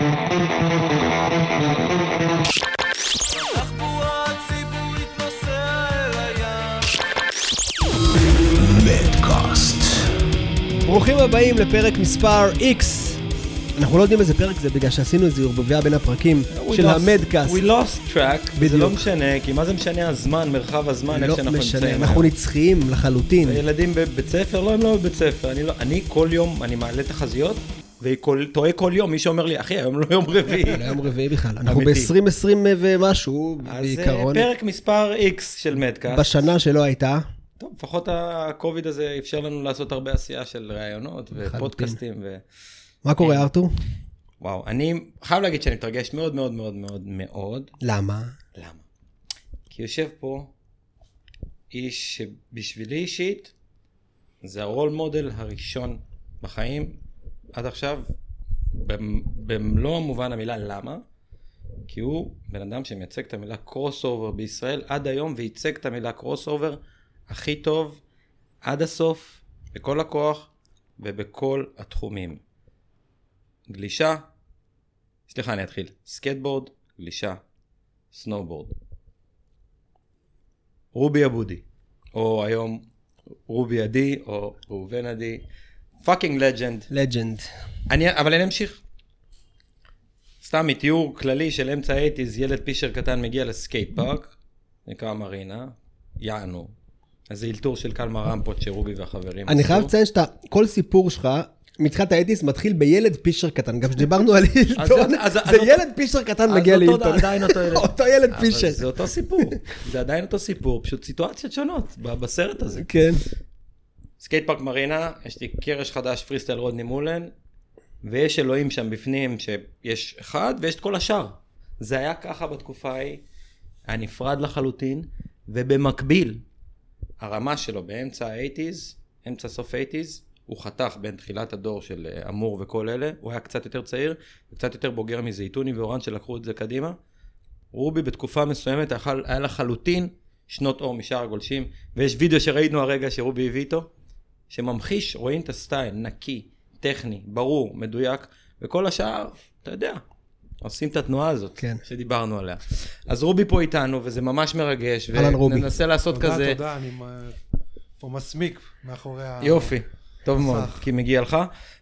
תחבורה ציבורית נוסע אל הים. מדקאסט. ברוכים הבאים לפרק מספר X. אנחנו לא יודעים איזה פרק זה בגלל שעשינו איזה ערבוביה בין הפרקים של המדקאסט. We lost track, וזה לא משנה, כי מה זה משנה הזמן, מרחב הזמן, איך שאנחנו נמצאים. אנחנו נצחיים לחלוטין. הילדים בבית ספר, לא, הם לא בבית ספר. אני כל יום, אני מעלה תחזיות, וטועה כל יום, מי שאומר לי, אחי, היום לא יום רביעי. לא יום רביעי בכלל. אנחנו ב-2020 ומשהו, בעיקרון. אז פרק מספר X של מדקאסט. בשנה שלא הייתה. טוב, לפחות הקוביד הזה אפשר לנו לעשות הרבה עשייה של ראיונות ופודקאסטים. מה קורה, ארתור? וואו, אני חייב להגיד שאני מתרגש מאוד מאוד מאוד מאוד מאוד. למה? למה? כי יושב פה איש שבשבילי אישית, זה הרול מודל הראשון בחיים עד עכשיו, במלוא המובן המילה למה? כי הוא בן אדם שמייצג את המילה קרוס אובר בישראל עד היום, וייצג את המילה קרוס אובר הכי טוב עד הסוף, בכל הכוח ובכל התחומים. גלישה, סליחה אני אתחיל, סקייטבורד, גלישה, סנובורד. רובי אבודי, או היום רובי עדי, או ראובן עדי, פאקינג לג'נד. לג'נד. אבל אני אמשיך. סתם מתיאור כללי של אמצע ה-80s, ילד פישר קטן מגיע לסקייט פארק, נקרא מרינה, יענו. אז זה אילתור של כמה רמפות שרובי והחברים. אני חייב לציין שאתה, כל סיפור שלך, מתחילת ה-80s מתחיל בילד פישר קטן, גם שדיברנו על אילטון, זה ילד פישר קטן מגיע לאילטון. אותו ילד פישר. זה אותו סיפור, זה עדיין אותו סיפור, פשוט סיטואציות שונות בסרט הזה. כן. סקייט פארק מרינה, יש לי קרש חדש פריסטייל רודני מולן, ויש אלוהים שם בפנים שיש אחד ויש את כל השאר. זה היה ככה בתקופה ההיא, היה נפרד לחלוטין, ובמקביל, הרמה שלו באמצע ה-80s, אמצע סוף ה-80s, הוא חתך בין תחילת הדור של אמור וכל אלה, הוא היה קצת יותר צעיר, וקצת יותר בוגר מזייתוני ואורן שלקחו את זה קדימה. רובי בתקופה מסוימת היה לחלוטין שנות אור משאר הגולשים, ויש וידאו שראינו הרגע שרובי הביא איתו, שממחיש, רואים את הסטייל, נקי, טכני, ברור, מדויק, וכל השאר, אתה יודע, עושים את התנועה הזאת, כן. שדיברנו עליה. אז רובי פה איתנו, וזה ממש מרגש, וננסה לעשות תודה, כזה. תודה, אני פה מסמיק מאחורי יופי. טוב מאוד, כי מגיע לך,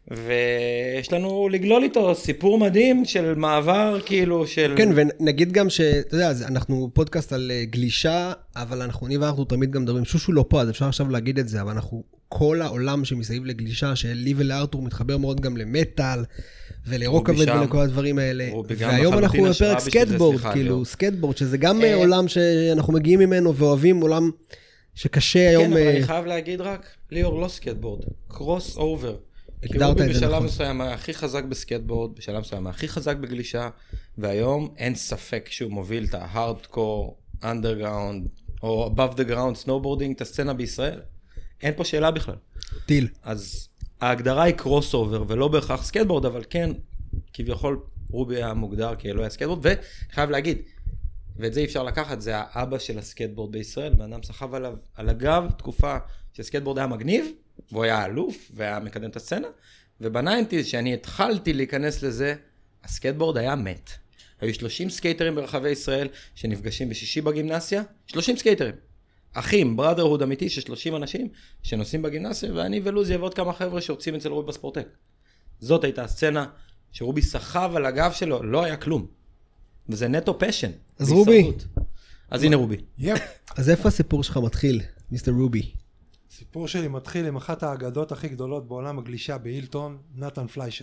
ויש לנו לגלול איתו סיפור מדהים של מעבר כאילו של... כן, ונגיד גם שאתה יודע, אנחנו פודקאסט על גלישה, אבל אני ואנחנו תמיד גם מדברים, שושו לא פה, אז אפשר עכשיו להגיד את זה, אבל אנחנו, כל העולם שמסביב לגלישה, שלי ולארתור מתחבר מאוד גם למטל, ולרוקאבט ולכל הדברים האלה, והיום אנחנו בפרק סקייטבורד, כאילו סקייטבורד, שזה גם עולם שאנחנו מגיעים ממנו ואוהבים, עולם... שקשה היום... כן, אבל אני חייב להגיד רק, ליאור לא סקייטבורד, קרוס אובר. כי רובי בשלב מסוים הכי חזק בסקייטבורד, בשלב מסוים הכי חזק בגלישה, והיום אין ספק שהוא מוביל את ההארדקור, אנדרגראונד, או above the ground snowboarding, את הסצנה בישראל. אין פה שאלה בכלל. טיל. אז ההגדרה היא קרוס אובר, ולא בהכרח סקייטבורד, אבל כן, כביכול רובי היה מוגדר כאלוהי הסקייטבורד, וחייב להגיד, ואת זה אפשר לקחת, זה האבא של הסקייטבורד בישראל, ואדם סחב עליו על הגב תקופה שהסקייטבורד היה מגניב, והוא היה אלוף, והיה מקדם את הסצנה, ובניינטיז, שאני התחלתי להיכנס לזה, הסקייטבורד היה מת. היו 30 סקייטרים ברחבי ישראל, שנפגשים בשישי בגימנסיה, 30 סקייטרים. אחים, בראדרהוד אמיתי, של 30 אנשים, שנוסעים בגימנסיה, ואני ולוזי ועוד כמה חבר'ה שרוצים אצל רובי בספורטק. זאת הייתה הסצנה, שרובי סחב על הגב שלו, לא היה כלום. וזה נטו פשן. אז רובי. אז הנה רובי. אז איפה הסיפור שלך מתחיל, מיסטר רובי? הסיפור שלי מתחיל עם אחת האגדות הכי גדולות בעולם הגלישה באילטון, נתן פליישר.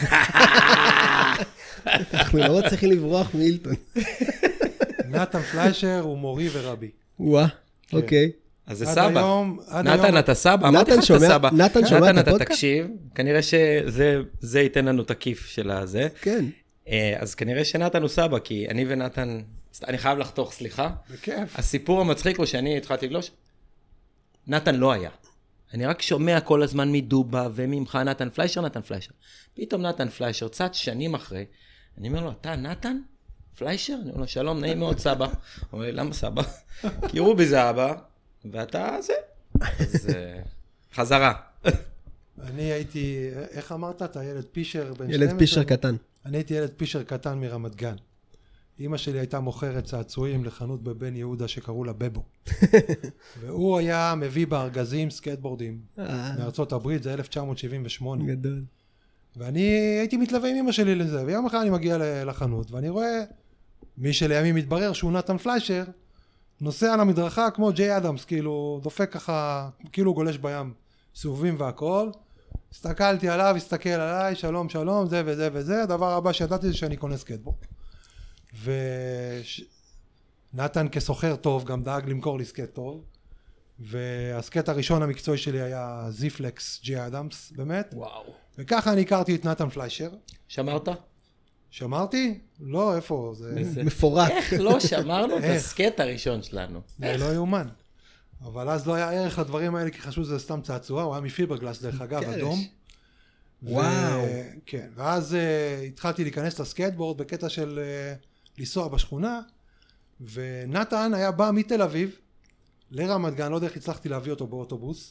אנחנו לא צריכים לברוח מאילטון. נתן פליישר הוא מורי ורבי. וואה, אוקיי. אז זה סבא. נתן, אתה סבא? אמרתי לך שאתה סבא. נתן שומע את הפודקאסט? אתה תקשיב, כנראה שזה ייתן לנו את הכיף של הזה. כן. אז כנראה שנתן הוא סבא, כי אני ונתן, אני חייב לחתוך, סליחה. בכיף. הסיפור המצחיק הוא שאני התחלתי לגלוש, נתן לא היה. אני רק שומע כל הזמן מדובה וממך נתן פליישר. פתאום נתן פליישר, צד שנים אחרי, אני אומר לו, אתה נתן פליישר? אני אומר לו, שלום, נעים מאוד סבא. הוא אומר לי, למה סבא? כי רובי זה אבא, ואתה זה. אז חזרה. אני הייתי, איך אמרת? אתה ילד פישר בן 12? ילד פישר קטן. אני הייתי ילד פישר קטן מרמת גן. אמא שלי הייתה מוכרת צעצועים לחנות בבן יהודה שקראו לה בבו. והוא היה מביא בארגזים סקייטבורדים מארצות הברית, זה 1978. גדול. ואני הייתי מתלווה עם אמא שלי לזה, ויום אחד אני מגיע לחנות, ואני רואה מי שלימים מתברר שהוא נתן פליישר, נוסע על המדרכה כמו ג'יי אדמס, כאילו דופק ככה, כאילו גולש בים, סיבובים והכל. הסתכלתי עליו, הסתכל עליי, שלום שלום, זה וזה וזה, הדבר הבא שידעתי זה שאני קונה סקייטבורד. ונתן כסוחר טוב גם דאג למכור לי סקייט טוב, והסקייט הראשון המקצועי שלי היה זיפלקס ג'יי אדמס, באמת. וואו. וככה אני הכרתי את נתן פליישר. שמרת? שמרתי? לא, איפה? זה מפורט. איך לא שמרנו את איך? הסקט הראשון שלנו? זה לא יאומן. אבל אז לא היה ערך לדברים האלה, כי חשבו שזה סתם צעצוע, הוא היה מפיברגלס דרך אגב, קרש. אדום. וואו. כן, ואז התחלתי להיכנס לסקייטבורד בקטע של לנסוע בשכונה, ונתן היה בא מתל אביב לרמת גן, לא יודע איך הצלחתי להביא אותו באוטובוס,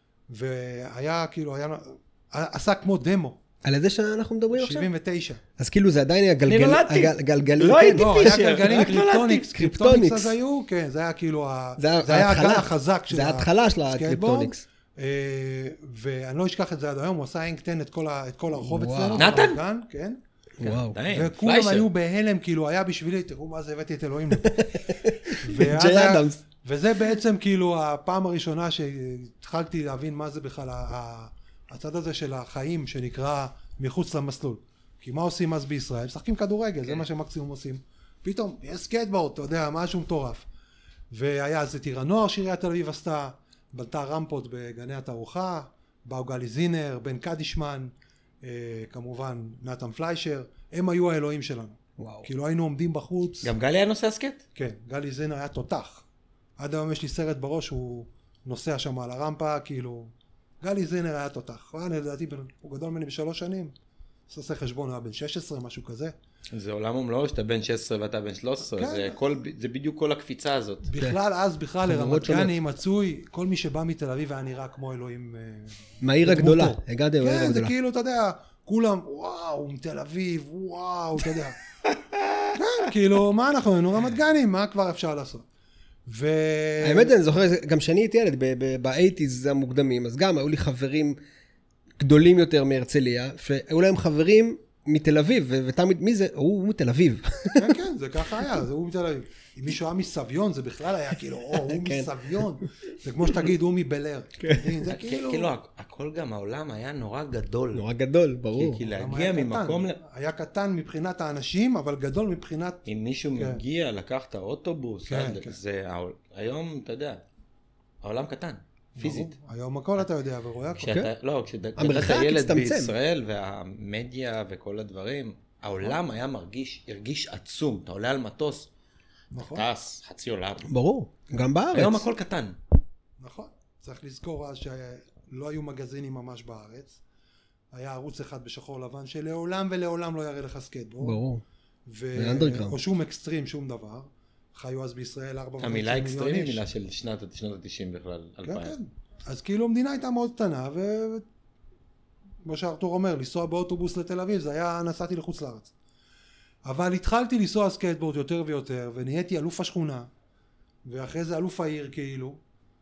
והיה כאילו, עשה כמו דמו, על איזה שנה אנחנו מדברים עכשיו? 79. אז כאילו זה עדיין היה אני נולדתי. גלגלים. לא כן. הייתי לא, היה פישר, גלגלים רק קריפטוניקס, קריפטוניקס. אז היו, כן, זה היה כאילו, זה זה היה ההתחלה. הגל החזק של זה ההתחלה של הסקייטבורד. הקריפטוניקס. ואני לא אשכח את זה עד היום, הוא עשה אנקטן את כל הרחוב וואו. אצלנו. נתן? ברמת גן, כן. וואו. וכולם פליישר. היו בהלם, כאילו היה בשבילי, תראו מה זה הבאתי את אלוהים. ג'יי אדמס. וזה בעצם כאילו הפעם הראשונה שהתחלתי להבין מה זה בכלל הצד הזה של החיים שנקרא מחוץ למסלול. כי מה עושים אז בישראל? משחקים כדורגל, זה מה שמקסימום עושים. פתאום יש סקייטבורד, אתה יודע, משהו מטורף. והיה אז את עיר הנוער שעיריית תל אביב עשתה, בנתה רמפות בגני התערוכה, באו גלי זינר, בן קדישמן, כמובן נתן פליישר, הם היו האלוהים שלנו. וואו. כאילו היינו עומדים בחוץ. גם גלי היה נושא הסקט? כן, גלי זינר היה תותח. עד היום יש לי סרט בראש, הוא נוסע שם על הרמפה, כאילו, גלי זינר היה תותח. הוא היה לדעתי, הוא גדול ממני ב3 שנים. עושה חשבון, הוא היה בן 16, משהו כזה. זה עולם ומלואו שאתה בן 16 ואתה בן 13, כן. זה בדיוק כל הקפיצה הזאת. בכלל, אז בכלל חברות לרמת שונות. גני מצוי, כל מי שבא מתל אביב היה נראה כמו אלוהים. מהעיר בדמותו. הגדולה. הגעתי מהעיר כן, זה הגדולה. כאילו, אתה יודע, כולם, וואו, מתל אביב, וואו, אתה יודע. כן, כאילו, מה אנחנו היינו רמת גנים, מה כבר אפשר לעשות? האמת, אני זוכר, גם שאני הייתי ילד, ב-80s המוקדמים, אז גם היו לי חברים גדולים יותר מהרצליה, שהיו להם חברים מתל אביב, ותמיד, מי זה? הוא מתל אביב. כן, כן, זה ככה היה, זה הוא מתל אביב. אם מישהו היה מסביון, זה בכלל היה כאילו, הוא מסביון. זה כמו שתגיד, הוא מבלר. זה כאילו... כאילו, הכל גם העולם היה נורא גדול. נורא גדול, ברור. כי היה להגיע קטן. ממקום... היה קטן מבחינת האנשים, אבל גדול מבחינת... אם מישהו כן. מגיע, לקח את האוטובוס, כן, כן. זה... היום, אתה יודע, העולם קטן, פיזית. ברור. היום הכל אתה יודע, ורואה הכל. לא, כשאתה המרחק ילד הצטמצם. בישראל והמדיה וכל הדברים, העולם היה הרגיש עצום. אתה עולה על מטוס, נכון, טס, חצי עולם. ברור, גם בארץ. היום הכל קטן. נכון. צריך לזכור אז שלא היו מגזינים ממש בארץ. היה ערוץ אחד בשחור לבן שלעולם ולעולם לא יראה לך סקייטבורד. ברור. זה אנדרגראונד. או שום אקסטרים, שום דבר. חיו אז בישראל 4 המילה מיליון אקסטרים היא איש. מילה של שנות ה-90 בכלל, כן, 2000. כן. אז כאילו המדינה הייתה מאוד קטנה, כמו שארתור אומר, לנסוע באוטובוס לתל אביב, זה היה, נסעתי לחוץ לארץ. אבל התחלתי לנסוע סקייטבורד יותר ויותר, ונהייתי אלוף השכונה, ואחרי זה אלוף העיר כאילו,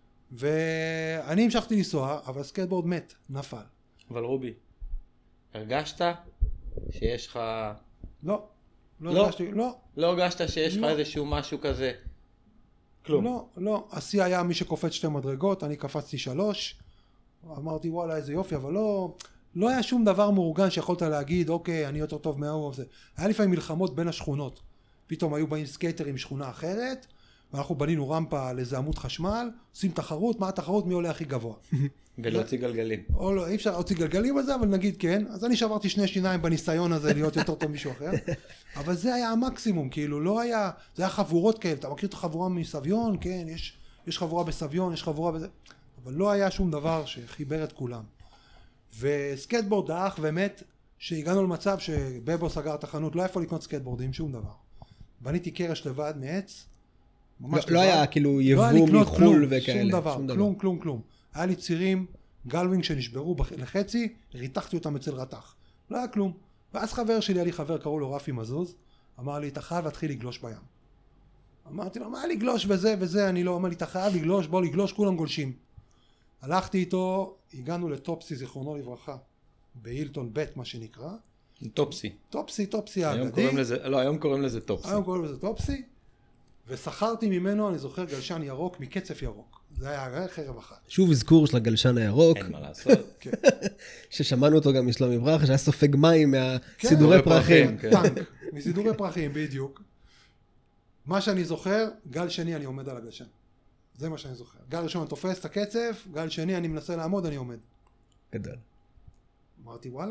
ואני המשכתי לנסוע, אבל סקייטבורד מת, נפל. אבל רובי, הרגשת שיש לך... לא, לא לא. הרגשתי, לא. לא הרגשת שיש לך לא. איזשהו משהו כזה? כלום. לא, לא. השיא היה מי שקופץ 2 מדרגות, אני קפצתי 3. אמרתי וואלה איזה יופי, אבל לא היה שום דבר מאורגן שיכולת להגיד אוקיי אני יותר טוב מההוא. היה לפעמים מלחמות בין השכונות. פתאום היו באים סקייטרים משכונה אחרת, ואנחנו בנינו רמפה לאיזה עמוד חשמל, עושים תחרות, מה התחרות? מי עולה הכי גבוה. ולהוציא גלגלים. או לא, אי אפשר להוציא גלגלים על זה, אבל נגיד כן. אז אני שברתי 2 שיניים בניסיון הזה להיות יותר טוב מישהו אחר. אבל זה היה המקסימום, כאילו לא היה, זה היה חבורות כאלה, אתה מכיר את החבורה מסביון? כן, יש חבורה בסביון, יש חבורה בזה, אבל לא היה שום דבר שחיבר את כולם. וסקייטבורד דאח ומת, שהגענו למצב שבבו סגר את החנות, לא היה איפה לקנות סקייטבורדים, שום דבר. בניתי קרש לבד מעץ, ממש לבד. לא היה כאילו לא היה יבוא לקנות מחול כלום, וכאלה. שום דבר, כלום. היה לי צירים גלווינג שנשברו לחצי, ריתחתי אותם אצל רתח. לא היה כלום. ואז חבר שלי, היה לי חבר, קראו לו רפי מזוז, אמר לי, אתה חייב להתחיל לגלוש בים. אמרתי לו, מה לגלוש וזה וזה, אני לא, אומר לי, אתה חייב לגלוש, בוא לגלוש, כולם גולשים. הלכתי איתו, הגענו לטופסי, זכרונו לברכה, בהילטון ב' מה שנקרא. טופסי. טופסי האגדי. היום קוראים לזה טופסי. היום קוראים לזה טופסי, ושכרתי ממנו, אני זוכר, גלשן ירוק מקצף ירוק. זה היה חרב אחת. שוב אזכור של הגלשן הירוק. אין מה לעשות. ששמענו אותו גם משלומי ברכה, שהיה סופג מים מהסידורי פרחים. טנק, מסידורי פרחים, בדיוק. מה שאני זוכר, גל שני אני עומד על הגלשן. זה מה שאני זוכר. גל ראשון אני תופס את הקצף, גל שני אני מנסה לעמוד, אני עומד. גדול. אמרתי, וואלה.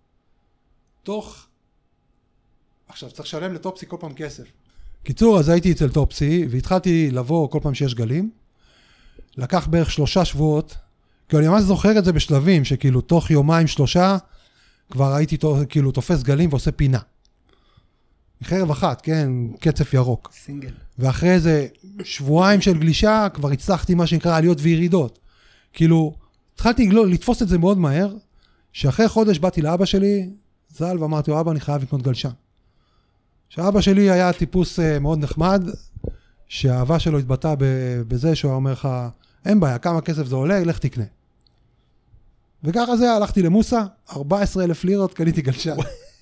עכשיו צריך לשלם לטופסי כל פעם כסף. קיצור, אז הייתי אצל טופסי, והתחלתי לבוא כל פעם שיש גלים. לקח בערך 3 שבועות, כי אני ממש זוכר את זה בשלבים, שכאילו תוך 2-3 כבר הייתי כאילו תופס גלים ועושה פינה. חרב אחת, כן, קצף ירוק. סינגל. ואחרי איזה 2 שבועות של גלישה, כבר הצלחתי מה שנקרא עליות וירידות. כאילו, התחלתי לתפוס את זה מאוד מהר, שאחרי חודש באתי לאבא שלי, ז"ל, ואמרתי לו, אבא, אני חייב לקנות גלשן. שאבא שלי היה טיפוס מאוד נחמד, שהאהבה שלו התבטא בזה שהוא אומר לך, אין בעיה, כמה כסף זה עולה, לך תקנה. וככה זה, הלכתי למוסה, 14,000 לירות, קניתי גלשן.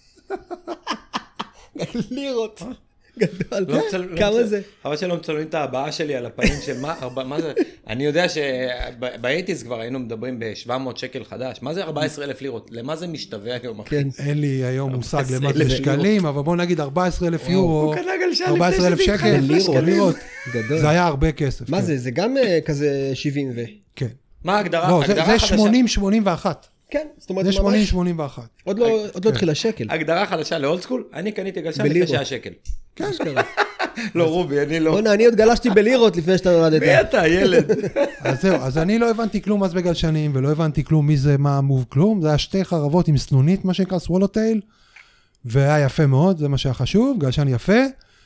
לירות. גדול. כמה זה? אבל שלא מצלמים את הבאה שלי על הפנים של מה זה? אני יודע שבאייטיז כבר היינו מדברים ב-700 שקל חדש. מה זה 14,000 לירות? למה זה משתווה היום? אין לי היום מושג למה זה שקלים, אבל בוא נגיד 14,000 יורו. הוא קנה גלשן 14,000 שקל. לירות. גדול. זה היה הרבה כסף. מה זה? זה גם כזה 70 ו... כן. מה ההגדרה? לא, זה 80-81. כן, זאת אומרת, זה 80-81. עוד לא התחיל השקל. הגדרה חדשה לאולד סקול, אני קניתי גלשן לפני שהיה שקל. כן. לא רובי, אני לא. בוא'נה, אני עוד גלשתי בלירות לפני שאתה נולדת. מי אתה, ילד? אז זהו, אז אני לא הבנתי כלום אז בגלשנים, ולא הבנתי כלום מי זה, מה המוב כלום. זה היה 2 חרבות עם סנונית, מה שנקרא סוולוטייל, והיה יפה מאוד, זה מה שהיה חשוב, גלשן יפה,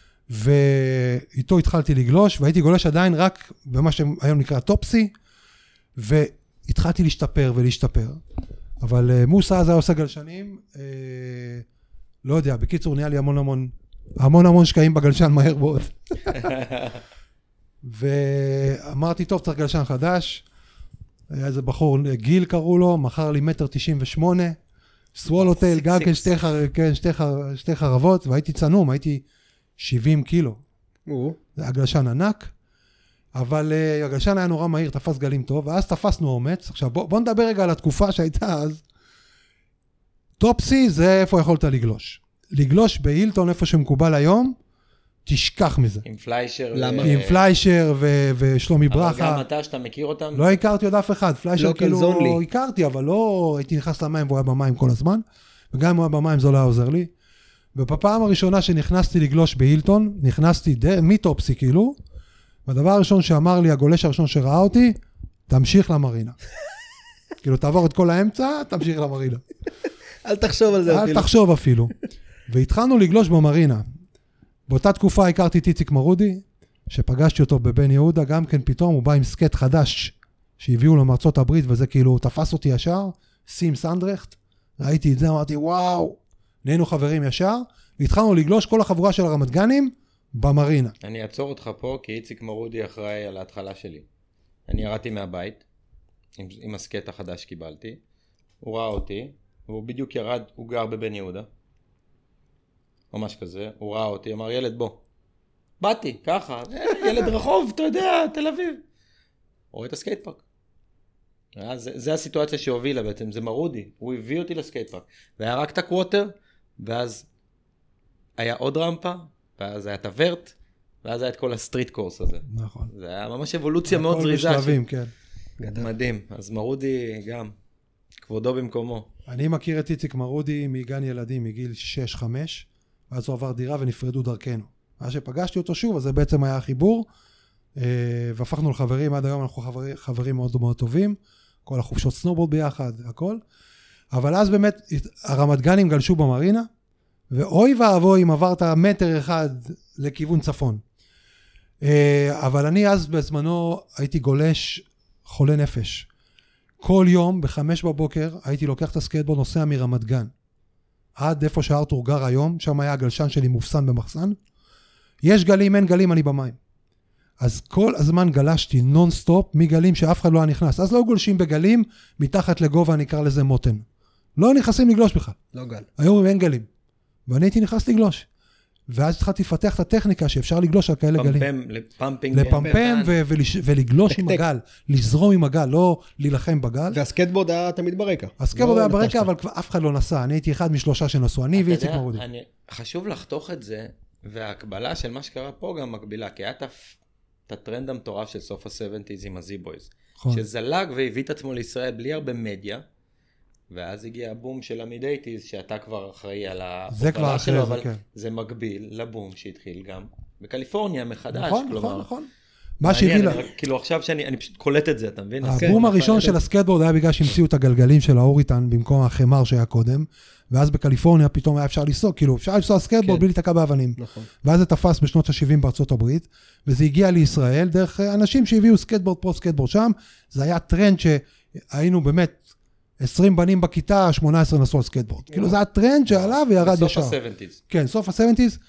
ואיתו התחלתי לגלוש, והייתי גולש עדיין רק במה שהיום נקרא טופסי, והתחלתי להשתפר ולהשתפר. אבל מוסה אז היה עושה גלשנים, לא יודע, בקיצור נהיה לי המון שקעים בגלשן מהר מאוד. ואמרתי, טוב, צריך גלשן חדש. היה איזה בחור, גיל קראו לו, מכר לי 1.98 מטר, סוולוטייל, גם כן 2 חרבות, והייתי צנום, הייתי 70 קילו. זה היה גלשן ענק, אבל הגלשן היה נורא מהיר, תפס גלים טוב, ואז תפסנו אומץ. עכשיו בוא נדבר רגע על התקופה שהייתה אז. טופסי זה איפה יכולת לגלוש. לגלוש בהילטון איפה שמקובל היום, תשכח מזה. עם פליישר. למה? עם פליישר ושלומי ברכה. אבל גם אתה שאתה מכיר אותם? לא הכרתי עוד אף אחד. פליישר כאילו הכרתי, אבל לא הייתי נכנס למים והוא היה במים כל הזמן. וגם אם הוא היה במים זה לא היה עוזר לי. ובפעם הראשונה שנכנסתי לגלוש בהילטון, נכנסתי מטופסי כאילו, והדבר הראשון שאמר לי, הגולש הראשון שראה אותי, תמשיך למרינה. כאילו תעבור את כל האמצע, תמשיך למרינה. אל תחשוב על זה אפילו. אל תחשוב אפילו. והתחלנו לגלוש במרינה. באותה תקופה הכרתי את איציק מרודי, שפגשתי אותו בבן יהודה, גם כן פתאום הוא בא עם סקט חדש, שהביאו לו מארצות הברית, וזה כאילו תפס אותי ישר, סים סנדרכט, ראיתי את זה, אמרתי וואו, נהיינו חברים ישר, והתחלנו לגלוש כל החבורה של הרמת גנים, במרינה. אני אעצור אותך פה, כי איציק מרודי אחראי על ההתחלה שלי. אני ירדתי מהבית, עם הסקט החדש קיבלתי, הוא ראה אותי, והוא בדיוק ירד, הוא גר בבן יהודה, ממש כזה, הוא ראה אותי, אמר ילד בוא, באתי, ככה, ילד רחוב, אתה יודע, תל אביב, רואה את הסקייט פארק. זה הסיטואציה שהובילה בעצם, זה מרודי, הוא הביא אותי לסקייט פארק, והיה רק את הקווטר, ואז היה עוד רמפה, ואז היה את הוורט, ואז היה את כל הסטריט קורס הזה. נכון. זה היה ממש אבולוציה מאוד זריזה. הכל בשלבים, כן. מדהים, אז מרודי גם, כבודו במקומו. אני מכיר את איציק מרודי מגן ילדים, מגיל 6-5, ואז הוא עבר דירה ונפרדו דרכנו. אז שפגשתי אותו שוב, אז זה בעצם היה החיבור, והפכנו לחברים, עד היום אנחנו חברים מאוד מאוד טובים, כל החופשות סנובורד ביחד, הכל. אבל אז באמת הרמת גנים גלשו במרינה, ואוי ואבוי אם עברת 1 מטר לכיוון צפון. אבל אני אז בזמנו הייתי גולש חולה נפש. כל יום ב5 בבוקר הייתי לוקח את הסקייטבורד, נוסע מרמת גן עד איפה שארתור גר היום, שם היה הגלשן שלי מופסן במחסן, יש גלים, אין גלים, אני במים. אז כל הזמן גלשתי נון-סטופ מגלים שאף אחד לא היה נכנס. אז לא גולשים בגלים, מתחת לגובה נקרא לזה מותן. לא נכנסים לגלוש בכלל. לא גל. היום אין גלים. ואני הייתי נכנס לגלוש. ואז התחלתי לפתח את הטכניקה שאפשר לגלוש על כאלה גלים. לפמפינג. לפמפם ולגלוש עם הגל, לזרום עם הגל, לא להילחם בגל. והסקטבורד היה תמיד ברקע. הסקטבורד היה ברקע, אבל אף אחד לא נסע. אני הייתי אחד משלושה שנסעו, אני ואיציק מרודי. חשוב לחתוך את זה, וההקבלה של מה שקרה פה גם מקבילה, כי היה את הטרנד המטורף של סוף ה-70's עם הזי-בויז, שזלג והביא את עצמו לישראל בלי הרבה מדיה, ואז הגיע הבום של המיד-80's, שאתה כבר אחראי על ההובלה שלו, אבל זה מקביל לבום שהתחיל גם בקליפורניה מחדש. נכון. מה שהביא לה... כאילו עכשיו שאני פשוט קולט את זה, אתה מבין? הבום הראשון של הסקטבורד היה בגלל שהמציאו את הגלגלים של האוריטן במקום החמר שהיה קודם, ואז בקליפורניה פתאום היה אפשר לנסוע, כאילו אפשר לנסוע סקטבורד בלי להתקע באבנים. ואז זה תפס בשנות ה-70 בארצות הברית, וזה הגיע לישראל דרך אנשים שהביאו סקטבורד פה, סקטבורד שם. זה היה טרנד שהיינו באמת 20 בנים בכיתה, 18 נסעו על סקטבורד. כאילו זה היה טרנד שעלה וירד ישר. סוף ה-70's. כן, סוף ה-70's.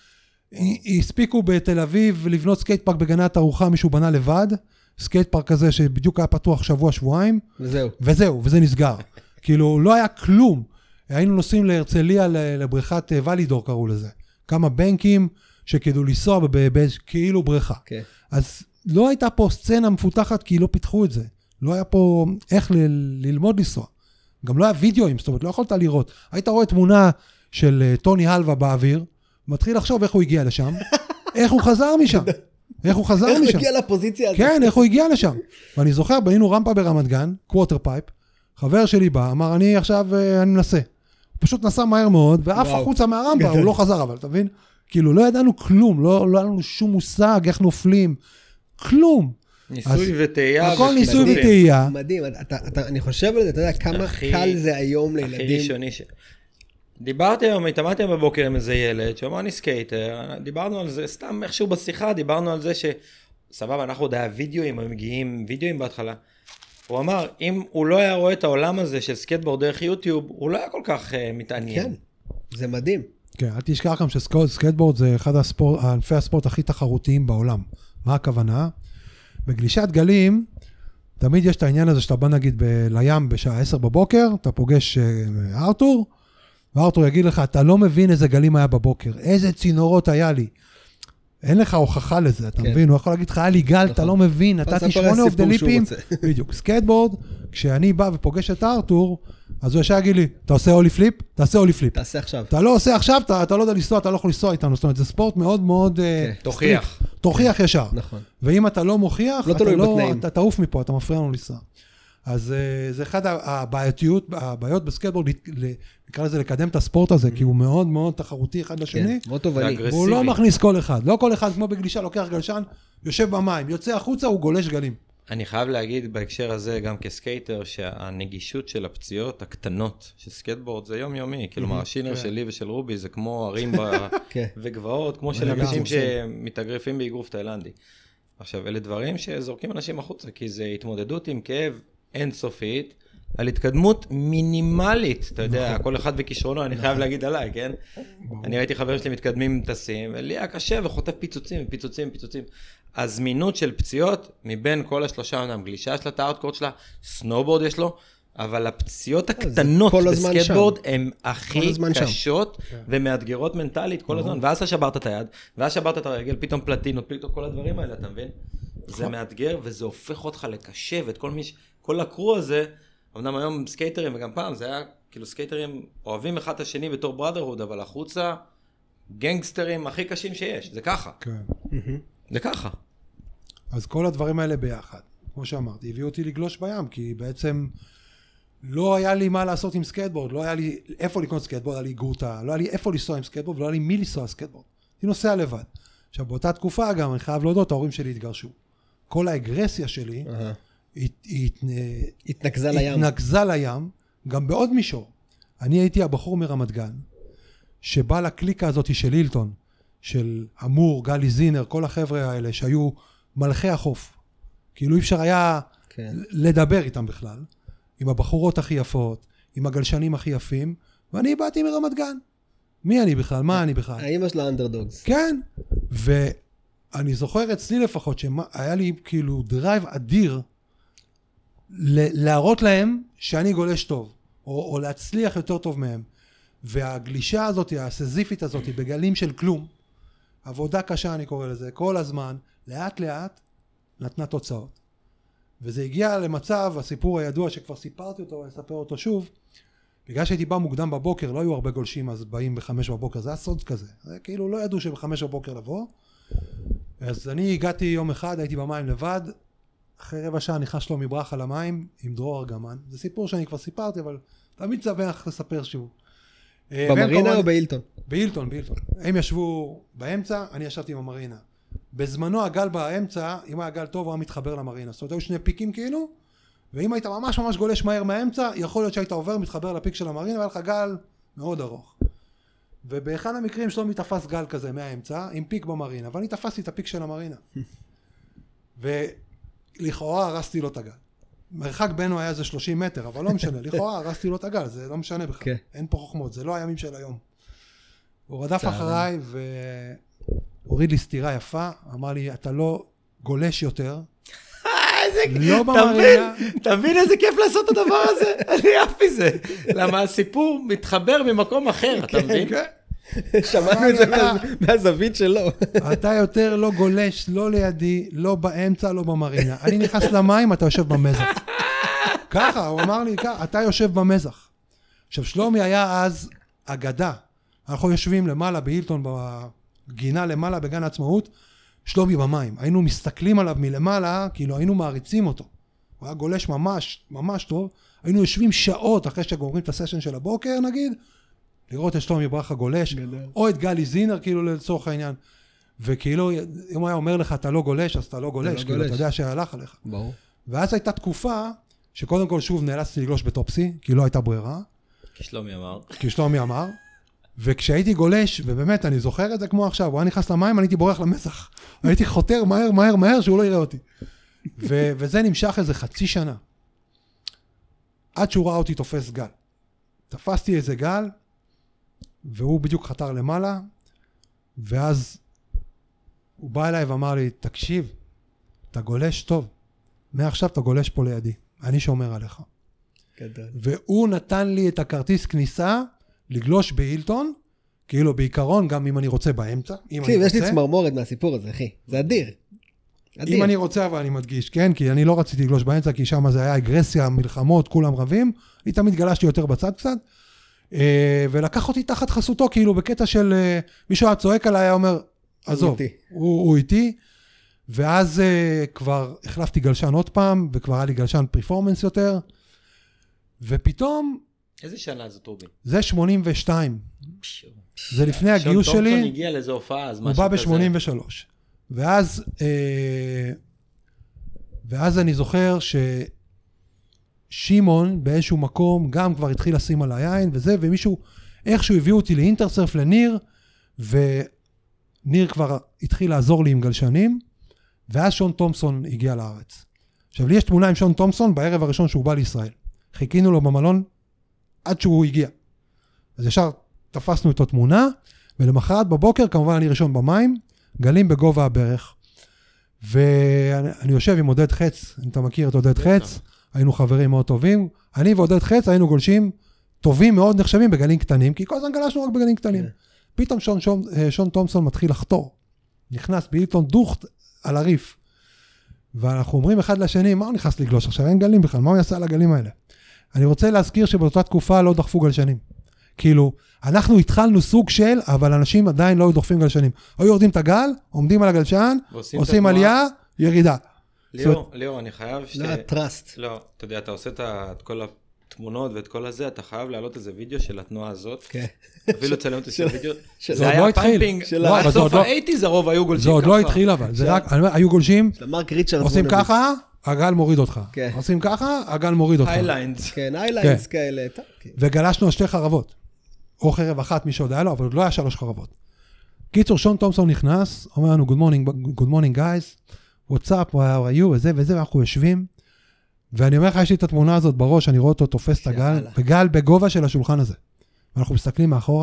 הספיקו בתל אביב לבנות סקייט פארק בגנת ארוחה, מישהו בנה לבד, סקייט פארק כזה שבדיוק היה פתוח שבוע, שבועיים, וזהו, וזה נסגר. כאילו, לא היה כלום. היינו נוסעים להרצליה, לבריכת ולידור קראו לזה. כמה בנקים שכדו לנסוע כאילו בריכה. אז לא הייתה פה סצנה מפותחת, כי לא פיתחו את זה. לא היה פה איך ללמוד לנסוע. גם לא היה וידאוים, זאת אומרת, לא יכולת לראות. היית רואה תמונה של טוני הלווה באוויר, מתחיל לחשוב איך הוא הגיע לשם, איך הוא חזר משם. איך הוא הגיע לפוזיציה הזאת. כן, איך הוא הגיע לשם. ואני זוכר, בנינו רמפה ברמת גן, קווטר פייפ, חבר שלי בא, אמר, אני מנסה. הוא פשוט נסע מהר מאוד, ואף החוצה מהרמפה, הוא לא חזר, אבל תבין? כאילו, לא ידענו כלום, לא היה לנו שום מושג איך נופלים, כלום. ניסוי וטעייה. הכל ניסוי וטעייה. מדהים, אני חושב על זה, אתה יודע, כמה קל זה היום לילדים. הכי ראשוני דיברתי היום, התאמרתי היום בבוקר עם איזה ילד, שאומר אני סקייטר, דיברנו על זה, סתם איכשהו בשיחה, דיברנו על זה שסבבה, אנחנו עוד היה וידאוים, הם מגיעים וידאוים בהתחלה. הוא אמר, אם הוא לא היה רואה את העולם הזה של סקייטבורד דרך יוטיוב, הוא לא היה כל כך מתעניין. כן, זה מדהים. כן, אל תשכח גם שסקייטבורד זה אחד ענפי הספורט הכי תחרותיים בעולם. מה הכוונה? בגלישת גלים, תמיד יש את העניין הזה שאתה בא נגיד לים בשעה 10 בבוקר, אתה פוגש ארתור, וארתור יגיד לך, אתה לא מבין איזה גלים היה בבוקר, איזה צינורות היה לי. אין לך הוכחה לזה, אתה מבין? הוא יכול להגיד לך, היה לי גל, אתה לא מבין, נתתי 8 אובדליפים. בדיוק, סקייטבורד, כשאני בא ופוגש את ארתור, אז הוא ישר יגיד לי, אתה עושה אולי פליפ? תעשה אולי פליפ. תעשה עכשיו. אתה לא עושה עכשיו, אתה לא יודע לנסוע, אתה לא יכול לנסוע איתנו. זאת אומרת, זה ספורט מאוד מאוד... תוכיח. תוכיח ישר. נכון. ואם אתה לא מוכיח, אתה תעוף מפה, אתה מפריע לנו לנסוע. אז זה אחד הבעיות בסקייטבורד, נקרא לזה לקדם את הספורט הזה, כי הוא מאוד מאוד תחרותי אחד לשני. מאוד תובעני. והוא לא מכניס כל אחד. לא כל אחד כמו בגלישה, לוקח גלשן, יושב במים, יוצא החוצה, הוא גולש גלים. אני חייב להגיד בהקשר הזה, גם כסקייטר, שהנגישות של הפציעות הקטנות של סקייטבורד זה יומיומי. כלומר, השינר שלי ושל רובי זה כמו ערים וגבעות, כמו של אנשים שמתאגרפים באגרוף תאילנדי. עכשיו, אלה דברים שזורקים אנשים החוצה, כי זה התמודדות עם כאב אינסופית, על התקדמות מינימלית, אתה יודע, כל אחד וכישרונו, אני חייב להגיד עליי, כן? אני ראיתי חברים שלי מתקדמים טסים, ולי היה קשה וחוטף פיצוצים. הזמינות של פציעות, מבין כל השלושה, גלישה שלה, את הארטקורד שלה, סנובורד יש לו, אבל הפציעות הקטנות בסקייטבורד הן הכי קשות ומאתגרות מנטלית כל הזמן, ואז אתה שברת את היד, ואז שברת את הרגל, פתאום פלטינות, פתאום כל הדברים האלה, אתה מבין? זה מאתגר וזה הופך אותך לקשה, ואת כל הקרו הזה, אמנם היום סקייטרים וגם פעם, זה היה כאילו סקייטרים אוהבים אחד את השני בתור בראדרהוד, אבל החוצה גנגסטרים הכי קשים שיש, זה ככה. זה ככה. אז כל הדברים האלה ביחד, כמו שאמרתי, הביאו אותי לגלוש בים, כי בעצם לא היה לי מה לעשות עם סקייטבורד, לא היה לי איפה לקנות סקייטבורד, היה לי גרוטה, לא היה לי איפה לנסוע עם סקייטבורד, ולא היה לי מי לנסוע סקייטבורד. אני נוסע לבד. עכשיו, באותה תקופה גם, אני חייב להודות, ההורים שלי התגרשו. כל האגרסיה שלי, התנקזה לים, גם בעוד מישור. אני הייתי הבחור מרמת גן, שבא לקליקה הזאת של הילטון, של אמור, גלי זינר, כל החבר'ה האלה שהיו מלכי החוף. כאילו אי אפשר היה לדבר איתם בכלל, עם הבחורות הכי יפות, עם הגלשנים הכי יפים, ואני באתי מרמת גן. מי אני בכלל? מה אני בכלל? האמא של האנדרדוגס. כן, ואני זוכר אצלי לפחות שהיה לי כאילו דרייב אדיר להראות להם שאני גולש טוב, או להצליח יותר טוב מהם. והגלישה הזאת, הסזיפית הזאת, בגלים של כלום, עבודה קשה אני קורא לזה, כל הזמן, לאט לאט, נתנה תוצאות. וזה הגיע למצב, הסיפור הידוע שכבר סיפרתי אותו, אני אספר אותו שוב, בגלל שהייתי בא מוקדם בבוקר, לא היו הרבה גולשים, אז באים ב5 בבוקר, זה היה סוד כזה. זה כאילו לא ידעו שב5 בבוקר לבוא. אז אני הגעתי יום אחד, הייתי במים לבד, אחרי רבע שעה נכנס שלומי ברכה למים, עם דרור ארגמן. זה סיפור שאני כבר סיפרתי, אבל תמיד שמח לספר שוב. במרינה או באילטון? באילטון. הם ישבו באמצע, אני ישבתי עם המרינה. בזמנו הגל באמצע, אם היה גל טוב, הוא היה מתחבר למרינה. זאת אומרת, היו שני פיקים כאילו, ואם היית ממש ממש גולש מהר מהאמצע, יכול להיות שהיית עובר, מתחבר לפיק של המרינה, והיה לך גל מאוד ארוך. ובאחד המקרים שלומי תפס גל כזה מהאמצע, עם פיק במרינה, ואני תפסתי את הפיק של המרינה. ולכאורה הרסתי לו את הגל. מרחק בינו היה איזה 30 מטר, אבל לא משנה, לכאורה הרסתי לו את הגל, זה לא משנה בכלל. אין פה חוכמות, זה לא הימים של היום. הוא רדף אחריי והוריד לי סתירה יפה, אמר לי, אתה לא גולש יותר, לא במרינה. אתה מבין איזה כיף לעשות את הדבר הזה? אני אף מזה. למה הסיפור מתחבר ממקום אחר, אתה מבין? שמענו את זה מהזווית שלו. אתה יותר לא גולש, לא לידי, לא באמצע, לא במרינה. אני נכנס למים, אתה יושב במזח. ככה, הוא אמר לי, אתה יושב במזח. עכשיו, שלומי היה אז אגדה. אנחנו יושבים למעלה באילטון, בגינה למעלה בגן העצמאות, שלומי במים. היינו מסתכלים עליו מלמעלה, כאילו היינו מעריצים אותו. הוא היה גולש ממש, ממש טוב. היינו יושבים שעות אחרי שגומרים את הסשן של הבוקר, נגיד, לראות את שלומי ברכה גולש, או את גלי זינר, כאילו לצורך העניין. וכאילו, אם הוא היה אומר לך, אתה לא גולש, אז אתה לא גולש, כאילו, אתה יודע שהלך עליך. ברור. ואז הייתה תקופה, שקודם כל שוב נאלצתי לגלוש בטופסי, כי לא הייתה ברירה. כי שלומי אמר. וכשהייתי גולש, ובאמת, אני זוכר את זה כמו עכשיו, הוא היה נכנס למים, אני הייתי בורח למזח. הייתי חותר מהר, שהוא לא יראה אותי. וזה נמשך איזה חצי שנה. עד שהוא ראה אותי תופס גל. תפסתי איזה גל, והוא בדיוק חתר למעלה, ואז הוא בא אליי ואמר לי, תקשיב, אתה גולש טוב. מעכשיו אתה גולש פה לידי. אני שומר עליך. והוא נתן לי את הכרטיס כניסה, לגלוש באילטון, כאילו בעיקרון, גם אם אני רוצה באמצע. תקשיב, יש לי צמרמורת מהסיפור הזה, אחי. זה אדיר. אם אני רוצה, אבל אני מדגיש, כן? כי אני לא רציתי לגלוש באמצע, כי שם זה היה אגרסיה, מלחמות, כולם רבים. אני תמיד גלשתי יותר בצד קצת. ולקח אותי תחת חסותו, כאילו בקטע של מישהו היה צועק עליי, היה אומר, עזוב, הוא איתי. ואז כבר החלפתי גלשן עוד פעם, וכבר היה לי גלשן פרפורמנס יותר. ופתאום... איזה שנה זאת רובי? זה 82. זה לפני הגיוס שלי. שון תומפסון הגיע לאיזו הופעה, אז הוא בא ב-83. ואז אני זוכר ששימון באיזשהו מקום גם כבר התחיל לשים על היין וזה, ומישהו, איכשהו הביאו אותי לאינטרסרף לניר, וניר כבר התחיל לעזור לי עם גלשנים, ואז שון תומפסון הגיע לארץ. עכשיו, לי יש תמונה עם שון תומפסון בערב הראשון שהוא בא לישראל. חיכינו לו במלון עד שהוא הגיע. אז ישר תפסנו את התמונה, ולמחרת בבוקר, כמובן אני ראשון במים, גלים בגובה הברך. ואני יושב עם עודד חץ, אם אתה מכיר את עודד חץ, היינו חברים מאוד טובים. אני ועודד חץ היינו גולשים טובים מאוד נחשבים בגלים קטנים, כי כל הזמן גלשנו רק בגלים קטנים. פתאום שון תומפסון מתחיל לחתור. נכנס באילטון דוכט על הריף. ואנחנו אומרים אחד לשני, מה הוא נכנס לגלוש עכשיו? אין גלים בכלל, מה הוא יעשה על הגלים האלה? אני רוצה להזכיר שבאותה תקופה לא דחפו גלשנים. כאילו, אנחנו התחלנו סוג של, אבל אנשים עדיין לא היו דוחפים גלשנים. היו יורדים את הגל, עומדים על הגלשן, עושים עלייה, ירידה. ליאור, אני חייב זה הטרסט. לא, אתה יודע, אתה עושה את כל התמונות ואת כל הזה, אתה חייב להעלות איזה וידאו של התנועה הזאת. כן. אפילו לצלם את הווידאו. זה היה פאמפינג. בסוף ה-80s הרוב היו גולשים ככה. זה עוד לא התחיל אבל, זה רק, היו גולשים, עושים ככה, הגל מוריד אותך. עושים ככה, הגל מוריד אותך. הייליינסס. כן, הייליינסס כאלה. וגלשנו על 2 חרבות. או חרב אחת מי שעוד היה לו, אבל עוד לא היה 3 חרבות. קיצור, שון תומפסון נכנס, אומר לנו, good morning guys, what's up, where are you, וזה, ואנחנו יושבים, ואני אומר לך, יש לי את התמונה הזאת בראש, אני רואה אותו תופס את הגל, וגל בגובה של השולחן הזה. ואנחנו מסתכלים מאחורה,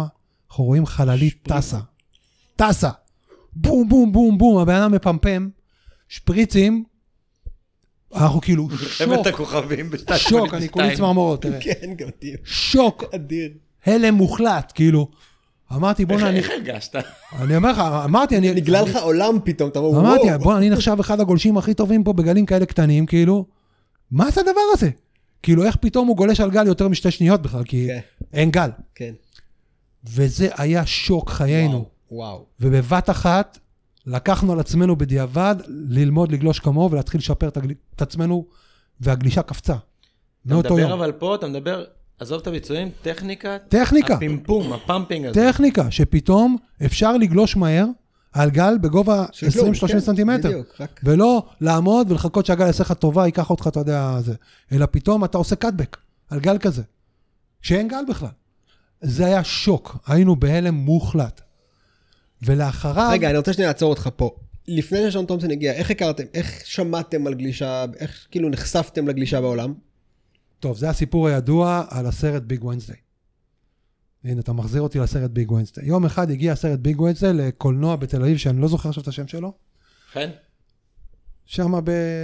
אנחנו רואים חללית טסה, בום, בום, בום, בום, הבן אדם מפמפם, שפריצים, אנחנו כאילו מלחמת הכוכבים בשנת שוק, אני כולי צמרמורות, תראה. כן, גם תהיה. שוק, אדיר. הלם מוחלט, כאילו. אמרתי, בוא איך הרגשת? אני אומר לך, אמרתי, נגלה לך עולם פתאום, אתה אומר, אמרתי, בוא, אני נחשב אחד הגולשים הכי טובים פה בגלים כאלה קטנים, כאילו, מה זה הדבר הזה? כאילו, איך פתאום הוא גולש על גל יותר משתי שניות בכלל, כי אין גל. כן. וזה היה שוק חיינו. וואו. ובבת אחת, לקחנו על עצמנו בדיעבד, ללמוד לגלוש כמוהו, ולהתחיל לשפר את עצמנו, והגלישה קפצה. אתה מדבר אבל פה, אתה מדבר, עזוב את הביצועים, טכניקה. הפימפום, הפמפינג הזה. טכניקה, שפתאום אפשר לגלוש מהר, על גל בגובה 20-30 סנטימטר. ולא לעמוד ולחכות שהגל יעשה לך טובה, ייקח אותך, אתה יודע, זה. אלא פתאום אתה עושה קאטבק, על גל כזה. שאין גל בכלל. זה היה שוק, היינו בהלם מוחלט. ולאחריו... רגע, אני רוצה שנייה לעצור אותך פה. לפני ששון תומפסון הגיע, איך הכרתם, איך שמעתם על גלישה, איך כאילו נחשפתם לגלישה בעולם? טוב, זה הסיפור הידוע על הסרט ביג ווינסדיי. הנה, אתה מחזיר אותי לסרט ביג ווינסדיי. יום אחד הגיע הסרט ביג ווינסדיי לקולנוע בתל אביב, שאני לא זוכר עכשיו את השם שלו. כן? שמה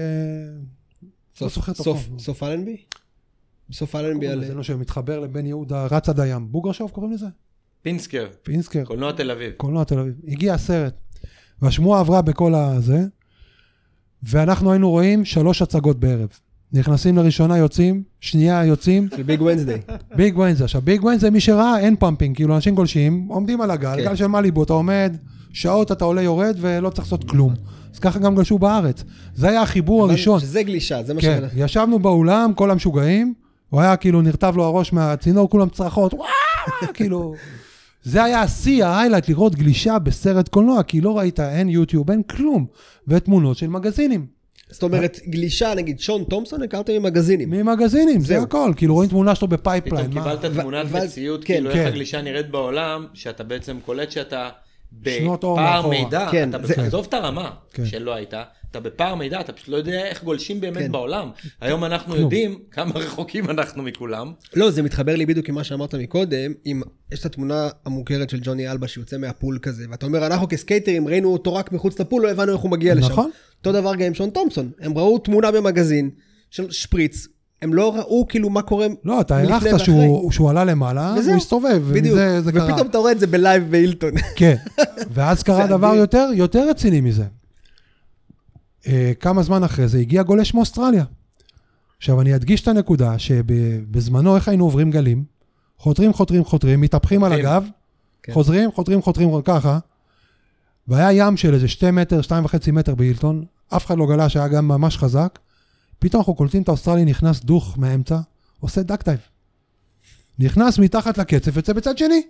לא זוכר את הפעם. סוף אלנבי? בסוף אלנבי על... זה לא שמתחבר לבן יהודה, רץ עד הים. בוגרשוב קוראים לזה? פינסקר. קולנוע תל אביב. קולנוע תל אביב. הגיע הסרט. והשמועה עברה בכל הזה, ואנחנו היינו רואים 3 הצגות בערב. נכנסים לראשונה, יוצאים, שנייה יוצאים. של ביג ווינסדיי. ביג ווינסדיי. עכשיו, ביג ווינסדיי, מי שראה, אין פאמפינג, כאילו אנשים גולשים, עומדים על הגל, גל של מליבו, אתה עומד, שעות אתה עולה יורד, ולא צריך לעשות כלום. אז ככה גם גלשו בארץ. זה היה החיבור הראשון. שזה גלישה, זה מה כן, ישבנו באולם, כל המשוגעים, הוא היה כאילו נרטב לו הראש מהצינור, כולם צרחות, וואו, כאילו... זה היה השיא, ההיילייט, לראות גלישה בסרט קולנוע, כי לא ראית, אין יוטיוב, אין כלום, ותמונות של מגזינים. זאת אומרת, גלישה, נגיד, שון תומפסון, הכרתם ממגזינים. ממגזינים, זה הכל, כאילו רואים תמונה שלו בפייפליין. פתאום קיבלת תמונת מציאות, כאילו איך הגלישה נראית בעולם, שאתה בעצם קולט שאתה בפער מידע, עזוב את הרמה שלא הייתה, אתה בפער מידע, אתה פשוט לא יודע איך גולשים באמת בעולם. היום אנחנו יודעים כמה רחוקים אנחנו מכולם. לא, זה מתחבר לי בדיוק עם מה שאמרת מקודם, יש את התמונה המוכרת של ג'וני אלבה שיוצא מהפול כזה, ואתה אומר, אנחנו כסקייטרים ראינו אותו רק מחוץ לפול, לא הבנו איך הוא מגיע לשם. נכון. אותו דבר גם עם שון תומפסון, הם ראו תמונה במגזין של שפריץ, הם לא ראו כאילו מה קורה לפני ואחרי. לא, אתה הלכת שהוא עלה למעלה, הוא הסתובב, וזה קרה. ופתאום אתה רואה את זה בלייב באילטון. כן, ואז קרה דבר יותר רציני מזה. כמה זמן אחרי זה הגיע גולש מאוסטרליה. עכשיו אני אדגיש את הנקודה שבזמנו איך היינו עוברים גלים, חותרים, מתהפכים על הגב, חוזרים, ככה, והיה ים של איזה 2 מטר, 2.5 מטר באילטון, אף אחד לא גלש, היה גם ממש חזק, פתאום אנחנו קולטים את האוסטרלי, נכנס דוך מהאמצע, עושה דק טייב. נכנס מתחת לקצף, יוצא בצד שני.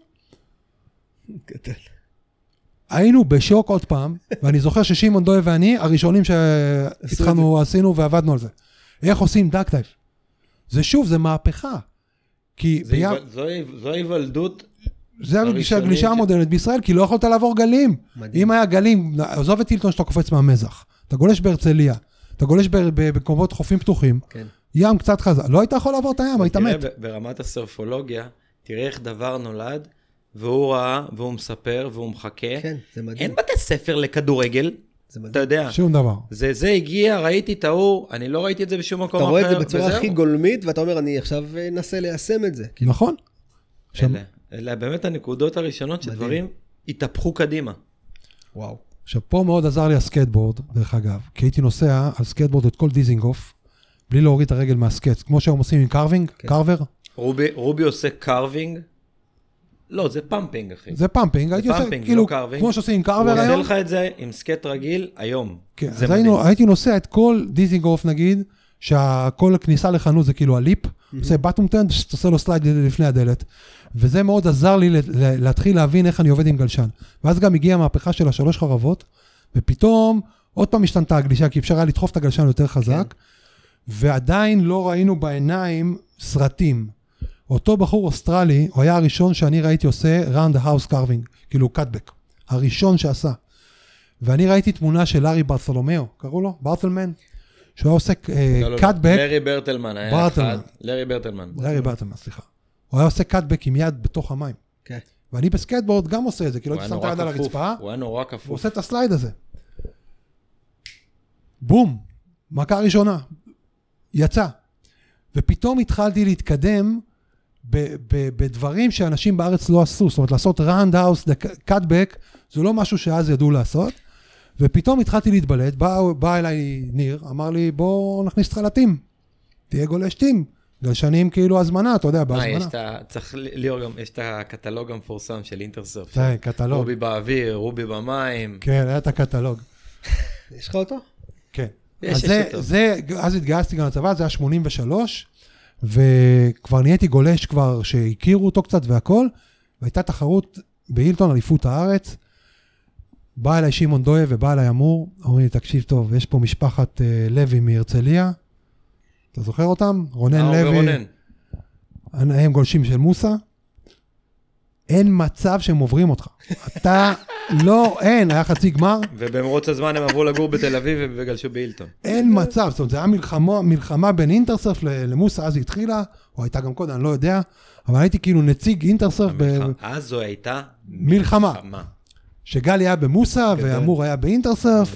גדל. היינו בשוק עוד פעם, ואני זוכר ששימון דוי ואני, הראשונים שהתחלנו, עשינו ועבדנו על זה. איך עושים דק טייב? זה שוב, זה מהפכה. כי זו היוולדות. זה הגלישה המודרנית בישראל, כי לא יכולת לעבור גלים. אם היה גלים, עזוב את אילטון שאתה קופץ מהמזח. אתה גולש בהרצליה, אתה גולש במקומות חופים פתוחים, ים קצת חזק. לא היית יכול לעבור את הים, היית מת. ברמת הסרפולוגיה, תראה איך דבר נולד, והוא ראה, והוא מספר, והוא מחכה. כן, זה מדהים. אין בתי ספר לכדורגל, אתה יודע. שום דבר. זה הגיע, ראיתי את האור, אני לא ראיתי את זה בשום מקום אחר. אתה רואה את זה בצורה הכי גולמית, ואתה אומר, אני עכשיו אנסה ליישם את זה. נכון. אלה באמת הנקודות הראשונות שדברים התהפכו קדימה. וואו. עכשיו, פה מאוד עזר לי הסקייטבורד, דרך אגב, כי הייתי נוסע על סקייטבורד את כל דיזינגוף, בלי להוריד את הרגל מהסקייט, כמו שהם עושים עם קרבר. רובי עושה קרבינג? לא, זה פאמפינג, אחי. זה פאמפינג, הייתי עושה, כאילו, כמו שעושים עם קרבר היום. הוא עושה לך את זה עם סקייט רגיל היום. כן, אז הייתי נוסע את כל דיזינגוף, נגיד, שכל הכניסה לחנות זה כאילו הליפ, עושה בטום טרן, עושה לו סלייד לפני הדלת, וזה מאוד עזר לי להתחיל להבין איך אני עובד עם גלשן. ואז גם הגיעה המהפכה של 3 חרבות, ופתאום עוד פעם השתנתה הגלישה, כי אפשר היה לדחוף את הגלשן יותר חזק, ועדיין לא ראינו בעיניים סרטים. אותו בחור אוסטרלי, הוא היה הראשון שאני ראיתי עושה round the house carving, כאילו קאטבק, הראשון שעשה. ואני ראיתי תמונה של לארי ברתולומיאו, קראו לו? ברטלמן? שהוא היה עושה קאטבק. לארי ברטלמן היה אחד. לארי ברטלמן, סליחה. הוא היה עושה קאטבק עם יד בתוך המים. ואני בסקייטבורד גם עושה את זה, כי לא הייתי שם את היד על הרצפה, הוא היה נורא כפוף. הוא עושה את הסלייד הזה. בום, מכה ראשונה, יצא. ופתאום התחלתי להתקדם בדברים שאנשים בארץ לא עשו, זאת אומרת, לעשות roundhouse, cutback, זה לא משהו שאז ידעו לעשות, ופתאום התחלתי להתבלט, בא אליי ניר, אמר לי, בוא נכניס אותך לטים, תהיה גולש טים, גלשנים כאילו הזמנה, אתה יודע, בהזמנה. צריך ליאור גם, יש את הקטלוג המפורסם של אינטרסרף. זה, קטלוג. רובי באוויר, רובי במים. כן, היה את הקטלוג. יש לך אותו? כן. יש אותו. אז התגייסתי גם לצבא, זה היה 83, וכבר נהייתי גולש כבר, שהכירו אותו קצת והכל, והייתה תחרות בהילטון, אליפות הארץ, בא אליי שמעון דויה ובא אליי אמור, אומרים לי, תקשיב טוב, יש פה משפחת לוי מהרצליה, אתה זוכר אותם? רונן לוי. הם גולשים של מוסה, אין מצב שהם עוברים אותך. אתה לא, אין, היה חצי גמר. ובמרוץ הזמן הם עברו לגור בתל אביב וגלשו בהילטון. אין מצב, זאת אומרת, זה היה מלחמה בין אינטרסרף למוסה, אז היא התחילה, או הייתה גם קודם, אני לא יודע, אבל הייתי כאילו נציג אינטרסרף. אז זו הייתה מלחמה. שגלי היה במוסה, ואמור היה באינטרסרף,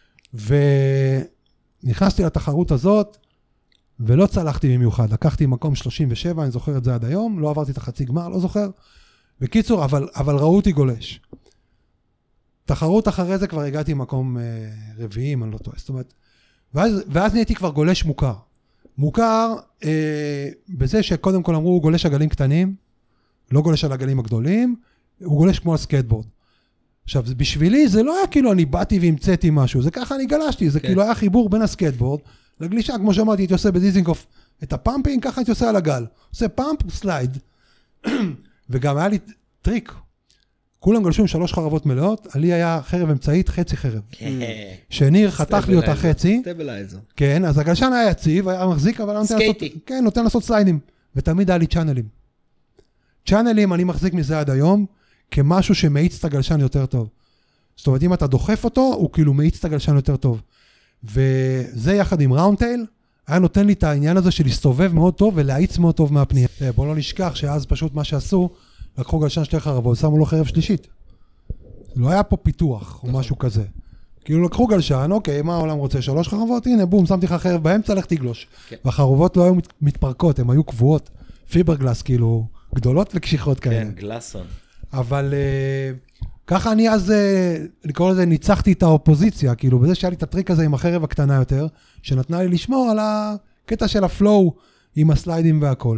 ונכנסתי לתחרות הזאת, ולא צלחתי במיוחד, לקחתי מקום 37, אני זוכר את זה עד היום, לא עברתי את החצי גמר, לא זוכר. בקיצור, אבל ראו אותי גולש. תחרות אחרי זה כבר הגעתי מקום רביעי, אני לא טועה. זאת אומרת, ואז נהייתי כבר גולש מוכר. מוכר בזה שקודם כל אמרו, הוא גולש עגלים קטנים, לא גולש על עגלים הגדולים, הוא גולש כמו הסקייטבורד. עכשיו, בשבילי זה לא היה כאילו אני באתי והמצאתי משהו, זה ככה אני גלשתי, זה כאילו היה חיבור בין הסקייטבורד לגלישה, כמו שאמרתי, הייתי עושה בדיזינגוף את הפאמפינג, ככה הייתי עושה על הגל. עושה פאמפ, סלייד, וגם היה לי טריק. כולם גלשו עם 3 חרבות מלאות, עלי היה חרב אמצעית, חצי חרב. שניר חתך לי אותה חצי. סטבלייזר. כן, אז הגלשן היה יציב, היה מחזיק, אבל נותן לעשות סליידים. ותמיד היה לי צ'אנלים. צ'אנלים, אני מחזיק מזה עד היום, כמשהו שמאיץ את הגלשן יותר טוב. זאת אומרת, אם אתה דוחף אותו, הוא כאילו מאיץ את הגלשן יותר טוב. וזה יחד עם ראונדטייל, היה נותן לי את העניין הזה של להסתובב מאוד טוב ולהאיץ מאוד טוב מהפנייה. בוא לא נשכח שאז פשוט מה שעשו, לקחו גלשן 2 חרבות, שמו לו חרב שלישית. לא היה פה פיתוח או משהו כזה. כאילו לקחו גלשן, אוקיי, מה העולם רוצה? 3 חרבות? הנה, בום, שמתי לך חרב באמצע, לך תגלוש. והחרבות לא היו מתפרקות, הן היו קבועות. פיברגלס, כאילו, גדולות וקשיחות כאלה. כן, גלסון. אבל ככה אני אז, לקרוא לזה, ניצחתי את האופוזיציה, כאילו, בזה שהיה לי את הטריק הזה עם החרב הקטנה יותר, שנתנה לי לשמור על הקטע של הפלואו עם הסליידים והכל.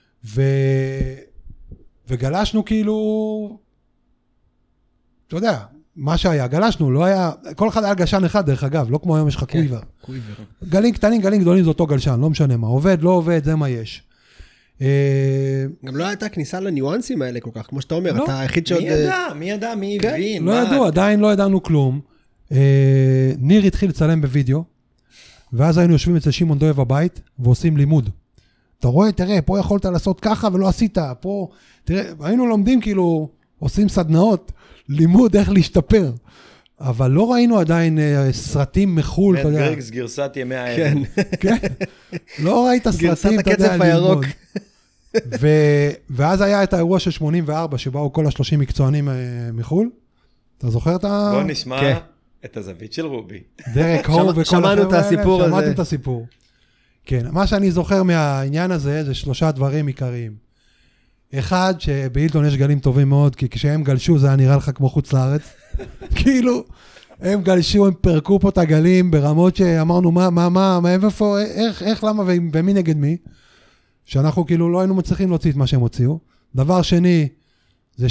וגלשנו כאילו, אתה יודע, מה שהיה, גלשנו, לא היה, כל אחד היה גלשן אחד דרך אגב, לא כמו היום יש לך קוויבר. גלים קטנים, גלים גדולים זה אותו גלשן, לא משנה מה, עובד, לא עובד, זה מה יש. גם לא הייתה כניסה לניואנסים האלה כל כך, כמו שאתה אומר, אתה היחיד שעוד... מי ידע, מי הבין? לא ידעו, עדיין לא ידענו כלום. ניר התחיל לצלם בווידאו, ואז היינו יושבים אצל שמעון דויה בבית, ועושים לימוד. אתה רואה, תראה, פה יכולת לעשות ככה ולא עשית, פה, תראה, היינו לומדים כאילו, עושים סדנאות, לימוד איך להשתפר. אבל לא ראינו עדיין סרטים מחול, אתה יודע. גריגס, גרסת ימי האבן. כן, לא ראית סרטים, אתה יודע, גרסת הקצף הירוק. ואז היה את האירוע של 84, שבאו כל ה-30 מקצוענים מחול. אתה זוכר את ה... בוא נשמע את הזווית של רובי. דרק הו וכל שמענו את הסיפור הזה. שמעתם את הסיפור. כן, מה שאני זוכר מהעניין הזה, זה 3 דברים עיקריים. אחד, שבהילטון יש גלים טובים מאוד, כי כשהם גלשו זה היה נראה לך כמו חוץ לארץ. כאילו, הם גלשו, הם פרקו פה את הגלים ברמות שאמרנו, מה, איפה, איך, למה ומי נגד מי? שאנחנו כאילו לא היינו מצליחים להוציא את מה שהם הוציאו. דבר שני, זה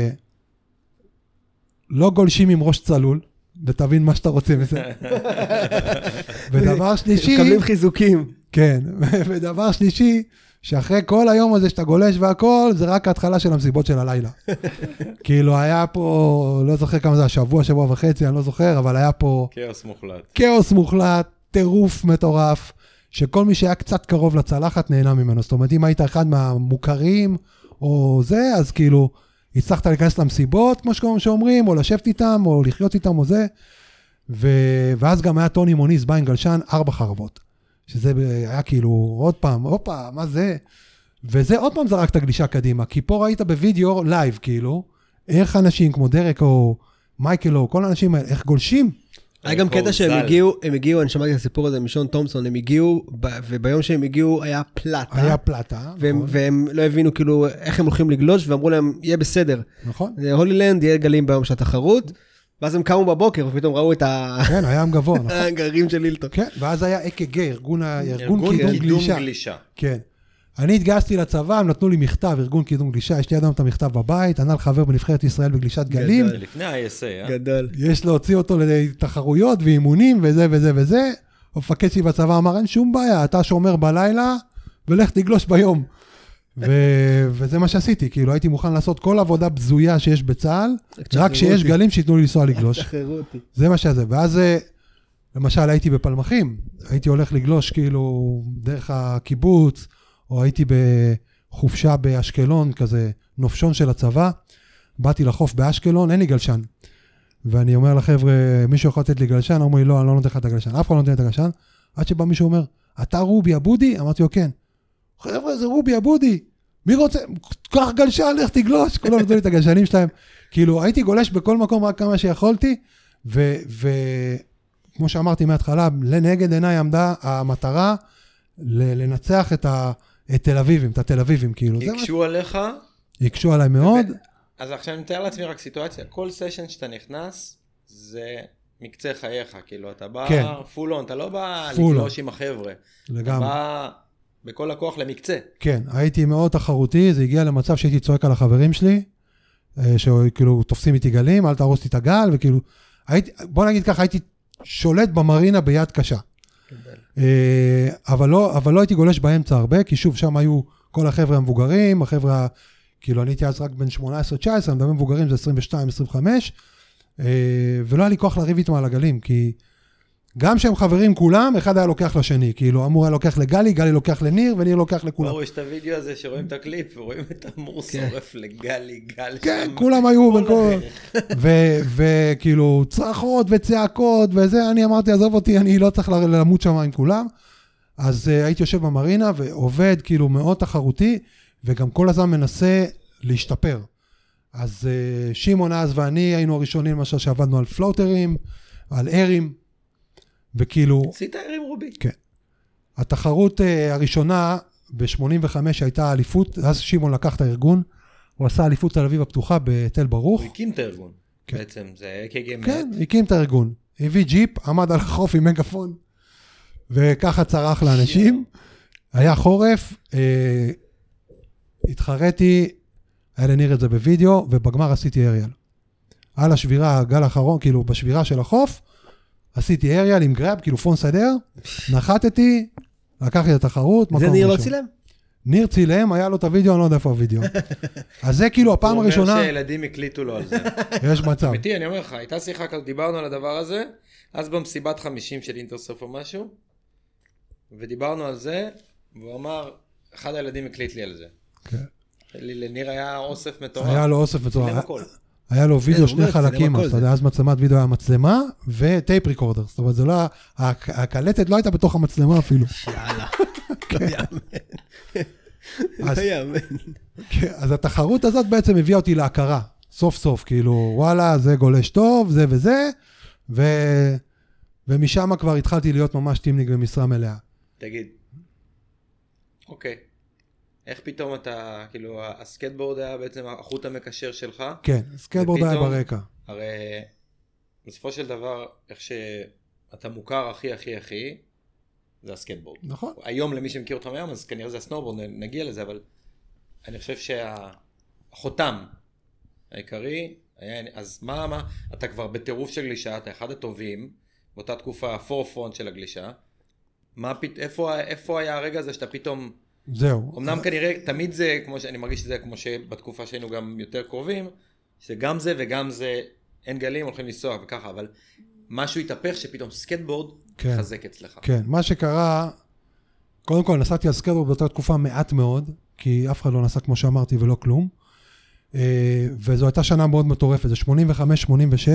שלא גולשים עם ראש צלול, ותבין מה שאתה רוצה מזה. ודבר שלישי... מקבלים חיזוקים. כן, ודבר שלישי, שאחרי כל היום הזה שאתה גולש והכל, זה רק ההתחלה של המסיבות של הלילה. כאילו היה פה, לא זוכר כמה זה, שבוע וחצי, אני לא זוכר, אבל היה פה... כאוס מוחלט. כאוס מוחלט, טירוף מטורף, שכל מי שהיה קצת קרוב לצלחת נהנה ממנו. זאת אומרת, אם היית אחד מהמוכרים או זה, אז כאילו, הצלחת להיכנס למסיבות, כמו שאומרים, או לשבת איתם, או לחיות איתם, או זה. ואז גם היה טוני מוניס, בא עם גלשן, 4 חרבות. שזה היה כאילו, עוד פעם, הופה, מה זה? וזה עוד פעם זרק את הגלישה קדימה, כי פה ראית בווידאו, לייב כאילו, איך אנשים כמו דרק או מייקל או כל האנשים האלה, איך גולשים? היה גם קטע שהם הגיעו, אני שמעתי את הסיפור הזה משון תומפסון, הם הגיעו, וביום שהם הגיעו היה פלטה. היה פלטה. והם לא הבינו כאילו איך הם הולכים לגלוש, ואמרו להם, יהיה בסדר. נכון. הולילנד יהיה גלים ביום של התחרות, ואז הם קמו בבוקר, ופתאום ראו את כן, היה עם גבוה, נכון. הגרעין של הילטון. כן, ואז היה אק"ג, ארגון קידום גלישה. כן. אני התגייסתי לצבא, הם נתנו לי מכתב, ארגון קידום גלישה, יש לי אדם את המכתב בבית, ענה לחבר בנבחרת ישראל בגלישת גלים. לפני ה-ISA, גדול. יש להוציא אותו לתחרויות ואימונים וזה וזה וזה. המפקד שלי בצבא אמר, אין שום בעיה, אתה שומר בלילה ולך תגלוש ביום. וזה מה שעשיתי, כאילו הייתי מוכן לעשות כל עבודה בזויה שיש בצה"ל, רק שיש גלים שיתנו לי לנסוע לגלוש. זה מה שזה. ואז למשל הייתי בפלמחים, הייתי הולך לגלוש כאילו דרך הקיבוץ, או הייתי בחופשה באשקלון, כזה נופשון של הצבא, באתי לחוף באשקלון, אין לי גלשן. ואני אומר לחבר'ה, מישהו יכול לתת לי גלשן? אמרו לי, לא, אני לא נותן לך את הגלשן. אף אחד לא נותן את הגלשן. עד שבא מישהו אומר, אתה רובי אבודי? אמרתי לו, כן. חבר'ה, זה רובי אבודי. מי רוצה? קח גלשן, לך תגלוש. כולם נותן לי את הגלשנים שלהם. כאילו, הייתי גולש בכל מקום רק כמה שיכולתי, וכמו שאמרתי מההתחלה, לנגד עיניי עמדה המטרה לנצח את תל אביבים, את התל אביבים, כאילו. הקשו עליך? הקשו עליי מאוד. אז עכשיו אני מתאר לעצמי רק סיטואציה, כל סשן שאתה נכנס, זה מקצה חייך, כאילו, אתה בא פול און, אתה לא בא לגלוש עם החבר'ה. לגמרי. אתה בא בכל הכוח למקצה. כן, הייתי מאוד תחרותי, זה הגיע למצב שהייתי צועק על החברים שלי, שכאילו תופסים איתי גלים, אל תהרוס לי את הגל, וכאילו, בוא נגיד ככה, הייתי שולט במרינה ביד קשה. אבל לא הייתי גולש באמצע הרבה, כי שוב, שם היו כל החבר'ה המבוגרים, החבר'ה, כאילו אני הייתי אז רק בין 18-19, אני מדבר מבוגרים זה 22-25, ולא היה לי כוח לריב איתם על הגלים, כי גם שהם חברים כולם, אחד היה לוקח לשני, כאילו אמור היה לוקח לגלי, גלי לוקח לניר, וניר לוקח לכולם. ברור, יש את הוידאו הזה שרואים את הקליפ, ורואים את אמור שורף לגלי, גל כן, כולם היו, וכאילו צרחות וצעקות, וזה, אני אמרתי, עזוב אותי, אני לא צריך למות שם עם כולם, אז הייתי יושב במרינה, ועובד כאילו מאוד תחרותי, וגם כל הזמן מנסה להשתפר. אז שמעון אז ואני היינו הראשונים, למשל שעבדנו על פלוטרים, על ארים, וכאילו... עשית ארים רובי. כן. התחרות הראשונה ב-85 הייתה אליפות, אז שמעון לקח את הארגון, הוא עשה אליפות תל אביב הפתוחה בתל ברוך. הוא הקים את הארגון. כן. בעצם זה אק"ג. כן, הקים את הארגון. הביא ג'יפ, עמד על החוף עם מגפון, וככה צרח לאנשים. היה חורף, התחרתי, היה לניר את זה בווידאו, ובגמר עשיתי אריאל. על השבירה, הגל האחרון, כאילו בשבירה של החוף, עשיתי אריאל עם גרב, כאילו פון סדר, נחתתי, לקחתי את התחרות. זה ניר לא צילם? ניר צילם, היה לו את הווידאו, אני לא יודע איפה הווידאו. אז זה כאילו הפעם הראשונה... הוא אומר שילדים הקליטו לו על זה. יש מצב. אמיתי, אני אומר לך, הייתה שיחה כזאת, דיברנו על הדבר הזה, אז במסיבת 50 של אינטרסוף או משהו, ודיברנו על זה, והוא אמר, אחד הילדים הקליט לי על זה. לניר היה אוסף מטורף. היה לו אוסף מטורף. היה לו וידאו שני חלקים, אז אתה יודע, אז מצלמת וידאו היה מצלמה וטייפ ריקורדר. זאת אומרת, זה לא, הקלטת לא הייתה בתוך המצלמה אפילו. יאללה. לא יאמן. אז התחרות הזאת בעצם הביאה אותי להכרה, סוף סוף, כאילו, וואלה, זה גולש טוב, זה וזה, ומשם כבר התחלתי להיות ממש טימניק במשרה מלאה. תגיד, אוקיי. איך פתאום אתה, כאילו, הסקטבורד היה בעצם החוט המקשר שלך? כן, הסקטבורד היה ברקע. הרי, בסופו של דבר, איך שאתה מוכר הכי, זה הסקטבורד. נכון. היום, למי שמכיר אותך מהיום, אז כנראה זה הסנובורד, נגיע לזה, אבל אני חושב שהחותם העיקרי, אז מה, אתה כבר בטירוף של גלישה, אתה אחד הטובים, באותה תקופה, הפורפרונט של הגלישה, איפה היה הרגע הזה שאתה פתאום... זהו. אמנם כנראה, תמיד זה, כמו שאני מרגיש שזה, כמו שבתקופה שהיינו גם יותר קרובים, שגם זה וגם זה, אין גלים, הולכים לנסוע וככה, אבל משהו התהפך שפתאום סקטבורד חזק אצלך. כן, מה שקרה, קודם כל נסעתי על סקטבורד באותה תקופה מעט מאוד, כי אף אחד לא נסע כמו שאמרתי ולא כלום, וזו הייתה שנה מאוד מטורפת, זה 85-86,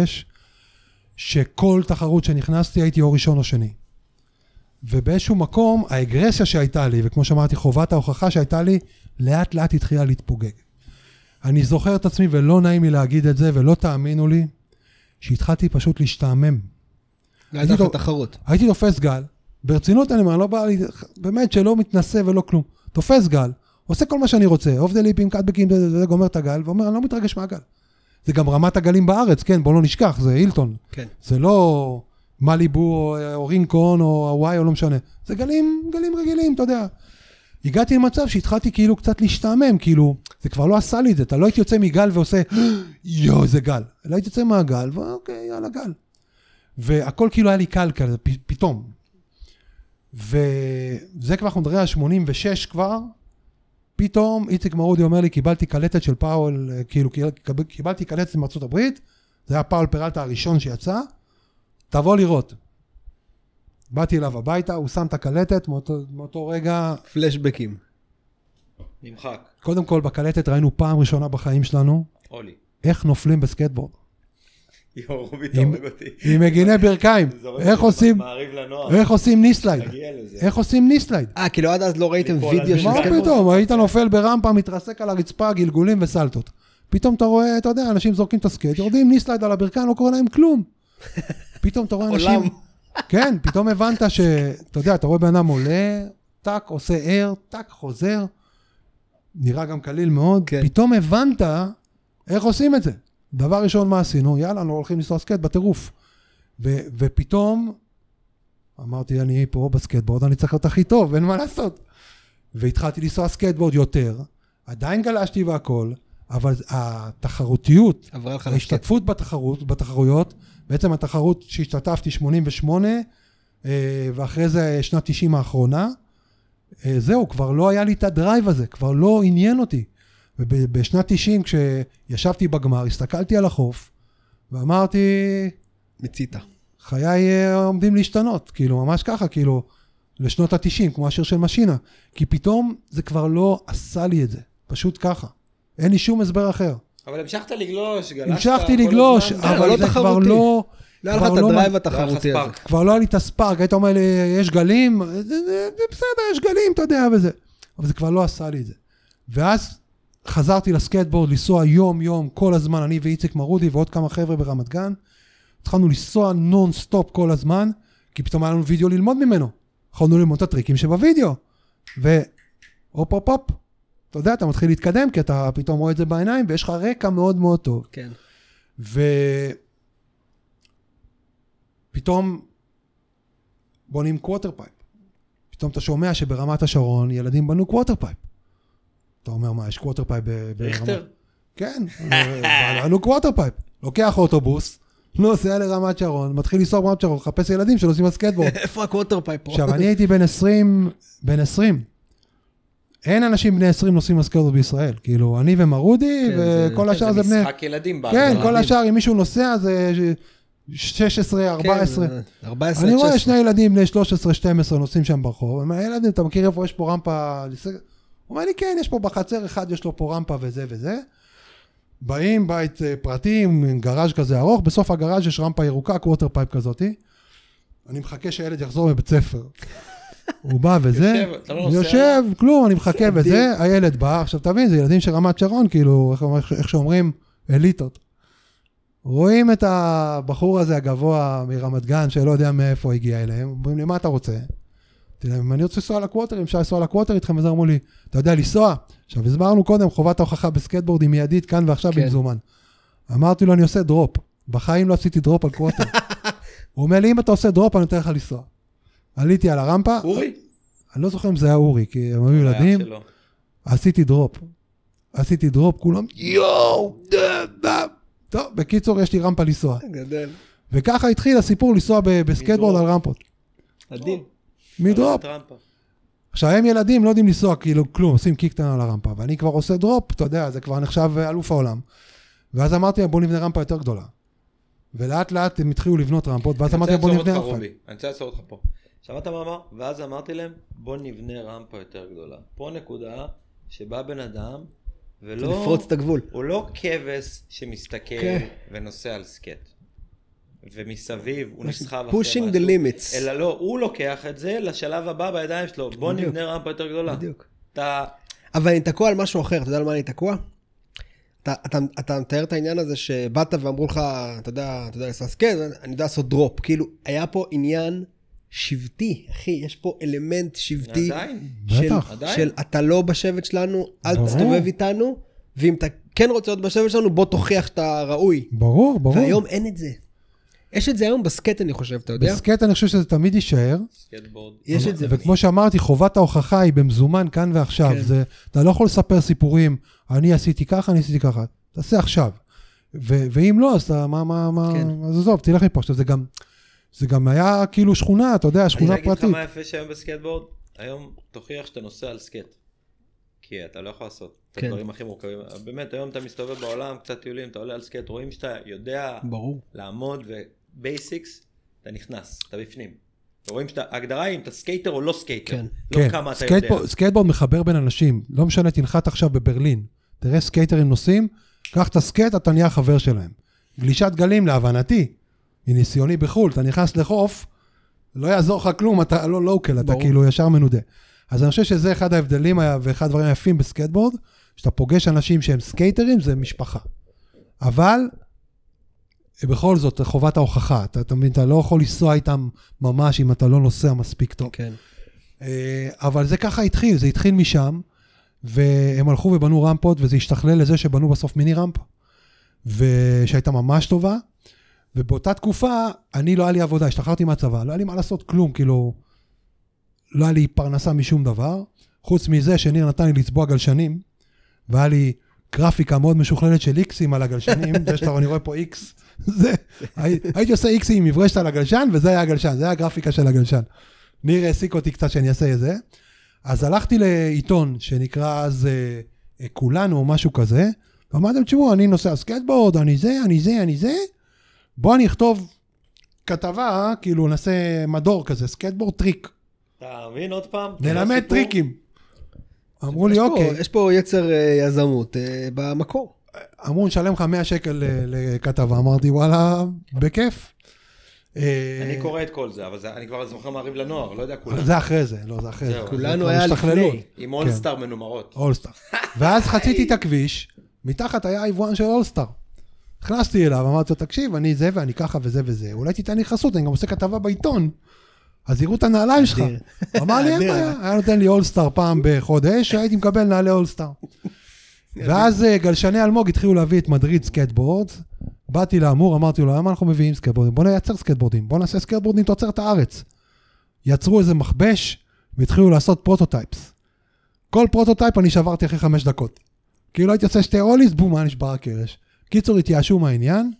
שכל תחרות שנכנסתי הייתי או ראשון או שני. ובאיזשהו מקום, האגרסיה שהייתה לי, וכמו שאמרתי, חובת ההוכחה שהייתה לי, לאט לאט התחילה להתפוגג. אני זוכר את עצמי, ולא נעים לי להגיד את זה, ולא תאמינו לי, שהתחלתי פשוט להשתעמם. הייתה לך תחרות. הייתי תופס גל, ברצינות אני אומר, לא בא לי, באמת שלא מתנסה ולא כלום. תופס גל, עושה כל מה שאני רוצה, אוף דה ליפים, קאטבקים, גומר את הגל, ואומר, אני לא מתרגש מהגל. זה גם רמת הגלים בארץ, כן, בוא לא נשכח, זה הילטון. כן. זה לא מליבו, או רינקון, או הוואי, או לא משנה. זה גלים רגילים, אתה יודע. הגעתי למצב שהתחלתי כאילו קצת להשתעמם, כאילו, זה כבר לא עשה לי את זה, אתה לא הייתי יוצא מגל ועושה, יו, זה גל. לא הייתי יוצא מהגל, ואוקיי, יאללה, גל. והכל כאילו היה לי קל כזה, פתאום. וזה כבר אנחנו מדברים על 86 כבר, פתאום איציק מרודי אומר לי, קיבלתי קלטת של פאול, כאילו קיבלתי קלטת מארצות הברית, זה היה פאול פרלטה הראשון שיצא, תבוא לראות. באתי אליו הביתה, הוא שם את הקלטת, מאותו רגע... פלשבקים. נמחק. קודם כל, בקלטת ראינו פעם ראשונה בחיים שלנו, אולי. איך נופלים בסקטבורד. יו, רובי תורג אותי. עם מגיני ברכיים. איך עושים ניסלייד? איך עושים ניסלייד? כאילו עד אז לא ראיתם וידאו של מה סקטבורד? פתאום? היית נופל ברמפה, מתרסק על הרצפה, גלגולים וסלטות. פתאום אתה רואה, אתה יודע, אנשים זורקים את הסקייט, יורדים ניסלייד על הברכיים, לא קורה להם כלום. פתאום אתה רואה אנשים... כן, פתאום הבנת אתה יודע, אתה רואה בן אדם עולה, טק, עושה אר, טק, חוזר, נראה גם קליל מאוד, פתאום הבנת איך עושים את זה. דבר ראשון מה עשינו, יאללה, אנחנו הולכים לנסוע סקייט בטירוף. ופתאום, אמרתי, אני פה בסקייטבורד, אני צריך להיות הכי טוב, אין מה לעשות. והתחלתי לנסוע סקייטבורד יותר, עדיין גלשתי והכל, אבל התחרותיות, ההשתתפות בתחרויות, בעצם התחרות שהשתתפתי 88, ואחרי זה שנת 90 האחרונה, זהו, כבר לא היה לי את הדרייב הזה, כבר לא עניין אותי. ובשנת 90, כשישבתי הסתכלתי על החוף, ואמרתי... מצית. חיי עומדים להשתנות, כאילו, ממש ככה, כאילו, לשנות ה-90, כמו השיר של משינה. כי פתאום זה כבר לא עשה לי את זה, פשוט ככה. אין לי שום הסבר אחר. אבל המשכת לגלוש, גלשת... המשכתי לגלוש, אבל זה כבר לא... לא היה לך את הדרייב התחרותי הזה. כבר לא היה לי את הספארק, היית אומר לי, יש גלים, זה בסדר, יש גלים, אתה יודע, וזה. אבל זה כבר לא עשה לי את זה. ואז חזרתי לסקייטבורד, לנסוע יום, כל הזמן, אני ואיציק מרודי ועוד כמה חבר'ה ברמת גן. התחלנו לנסוע נון סטופ כל הזמן, כי פתאום היה לנו וידאו ללמוד ממנו. יכולנו ללמוד את הטריקים שבווידאו. והופ, אתה יודע, אתה מתחיל להתקדם, כי אתה פתאום רואה את זה בעיניים, ויש לך רקע מאוד מאוד טוב. כן. פתאום בונים קווטר פייפ. פתאום אתה שומע שברמת השרון ילדים בנו קווטר פייפ. אתה אומר, מה, יש קווטר פייפ ריכטר? כן, בנו קווטר פייפ. לוקח אוטובוס, נוסע לרמת שרון, מתחיל לנסוע ברמת שרון, לחפש ילדים שנוסעים בסקייטבורד. איפה הקווטר פייפ פה? עכשיו, אני הייתי בן 20. אין אנשים בני 20 נוסעים בסקייטבורד בישראל. כאילו, אני ומרודי, וכל השאר זה בני... זה משחק ילדים. כן, כל השאר, אם מישהו נוסע, זה 16, 14. אני רואה שני ילדים בני 13, 12 נוסעים שם ברחוב. ילדים, אתה מכיר איפה יש פה רמפה? הוא אומר לי, כן, יש פה בחצר אחד, יש לו פה רמפה וזה וזה. באים, בית פרטי, עם גראז' כזה ארוך, בסוף הגראז' יש רמפה ירוקה, קווטר פייפ כזאת. אני מחכה שהילד יחזור מבית ספר. הוא בא וזה, יושב, כלום, אני מחכה וזה, הילד בא, עכשיו תבין, זה ילדים של רמת שרון, כאילו, איך שאומרים, אליטות. רואים את הבחור הזה הגבוה מרמת גן, שלא יודע מאיפה הגיע אליהם, אומרים לי, מה אתה רוצה? אני רוצה לנסוע לקווטר, אם אפשר לנסוע לקווטר איתכם, וזה אמרו לי, אתה יודע לנסוע? עכשיו, הסברנו קודם, חובת ההוכחה בסקייטבורד היא מיידית, כאן ועכשיו במזומן. אמרתי לו, אני עושה דרופ. בחיים לא עשיתי דרופ על קווטר. הוא אומר לי, אם אתה עושה דרופ, אני נותן לך לנסוע. עליתי על הרמפה. אורי? אני לא זוכר אם זה היה אורי, כי הם היו ילדים. עשיתי דרופ, כולם, יואו, טוב, בקיצור, יש לי רמפה לנסוע. גדל. וככה התחיל הסיפור לנסוע בסקייטבורד על רמפות. עדין. מדרופ. עכשיו, הם ילדים לא יודעים לנסוע, כאילו, כלום, עושים קיק קטן על הרמפה, ואני כבר עושה דרופ, אתה יודע, זה כבר נחשב אלוף העולם. ואז אמרתי, בוא נבנה רמפה יותר גדולה. ולאט לאט הם התחילו לבנות רמפות, ואז אמרתי, בוא נבנה רמפה. אני רוצה לעצור אותך פה. שמעת מה אמר? ואז אמרתי להם, בוא נבנה רמפה יותר גדולה. פה נקודה שבא בן אדם, ולא... לפרוץ את הגבול. הוא לא כבש שמסתכל ונוסע על סקט. ומסביב הוא נסחב אחרי משהו. pushing the limits. אלא לא, הוא לוקח את זה לשלב הבא בידיים שלו. בוא נבנה רמפה יותר גדולה. בדיוק. אבל אני תקוע על משהו אחר, אתה יודע על מה אני תקוע? אתה מתאר את העניין הזה שבאת ואמרו לך, אתה יודע לסקט, אני יודע לעשות דרופ, כאילו היה פה עניין שבטי, אחי, יש פה אלמנט שבטי, של אתה לא בשבט שלנו, אל תסתובב איתנו, ואם אתה כן רוצה להיות בשבט שלנו, בוא תוכיח שאתה ראוי. ברור. והיום אין את זה. יש את זה היום בסקט, אני חושב, אתה יודע? בסקט אני חושב שזה תמיד יישאר. סקטבורד. יש את זה. וכמו שאמרתי, חובת ההוכחה היא במזומן כאן ועכשיו. אתה לא יכול לספר סיפורים, אני עשיתי ככה, תעשה עכשיו. ואם לא, אז אתה, אז עזוב, תלך מפה. זה גם היה כאילו שכונה, אתה יודע, שכונה פרטית. אני אגיד לך מה יפה שהיום בסקטבורד, היום תוכיח שאתה נוסע על סקט. כי אתה לא יכול לעשות את הדברים הכי מורכבים. באמת, היום אתה מסתובב בעולם, קצת טיולים, אתה עולה על סקט, רואים שאתה יודע לעמוד ובייסיקס, אתה נכנס, אתה בפנים. רואים שאתה, ההגדרה היא אם אתה סקייטר או לא סקייטר. לא כמה אתה יודע. סקייטבורד מחבר בין אנשים. לא משנה, תנחת עכשיו בברלין. תראה סקייטרים נוסעים, קח את הסקייט, אתה נהיה חבר שלהם. גלישת גלים להבנתי, מניסיוני בחול, אתה נכנס לחוף, לא יעזור לך כלום, אתה לא לוקל, אתה כאילו ישר מנודה. אז אני חושב שזה אחד ההבדלים ואחד הדברים היפים בסקייטבורד, שאתה פוגש אנשים שהם סקייטרים, זה משפחה. אבל, בכל זאת, חובת ההוכחה, אתה לא יכול לנסוע איתם ממש, אם אתה לא נוסע מספיק טוב. כן. אבל זה ככה התחיל, זה התחיל משם, והם הלכו ובנו רמפות, וזה השתכלל לזה שבנו בסוף מיני רמפה, ושהייתה ממש טובה, ובאותה תקופה, אני לא היה לי עבודה, השתחררתי מהצבא, לא היה לי מה לעשות כלום, כאילו, לא היה לי פרנסה משום דבר, חוץ מזה שניר נתן לי לצבוע גלשנים, והיה לי גרפיקה מאוד משוכללת של איקסים על הגלשנים, אני רואה פה איקס, הייתי עושה איקסים עם מברשת על הגלשן, וזה היה הגלשן, זה היה הגרפיקה של הגלשן. ניר העסיק אותי קצת שאני אעשה את זה, אז הלכתי לעיתון שנקרא אז כולנו או משהו כזה, ואמרתם, תשמעו, אני נוסע סקייטבורד, אני זה, בוא אני אכתוב כתבה, כאילו נעשה מדור כזה, סקייטבורד טריק. אתה מבין עוד פעם? נלמד טריקים. אמרו לי, אוקיי. יש פה יצר יזמות במקור. אמרו, נשלם לך 100 שקל לכתבה. אמרתי, וואלה, בכיף. אני קורא את כל זה, אבל אני כבר זוכר מעריב לנוער, לא יודע כולנו. זה אחרי זה, לא, זה אחרי זה. כולנו היה לפני. עם אולסטאר מנומרות. אולסטאר. ואז חציתי את הכביש, מתחת היה היבואן של אולסטאר. הכנסתי אליו, אמרתי לו, תקשיב, אני זה ואני ככה וזה וזה. אולי תיתן לי חסות, אני גם עושה כתבה בעיתון. אז יראו את הנעליים שלך. אמר לי, אין בעיה. היה נותן לי אולסטאר פעם בחודש, הייתי מקבל נעלי אולסטאר. ואז גלשני אלמוג התחילו להביא את מדריד סקייטבורדס. באתי לאמור, אמרתי לו, למה אנחנו מביאים סקייטבורדים? בוא נייצר סקייטבורדים. בוא נעשה סקייטבורדים תוצרת הארץ. יצרו איזה מכבש, והתחילו לעשות פרוטוטייפס. כל פרוטוטייפ אני שברתי אחרי 5 דקות. כאילו הייתי עושה 2 רוליס, בום, מה נשבר הקרש. קיצור, התייאשו מהעניין,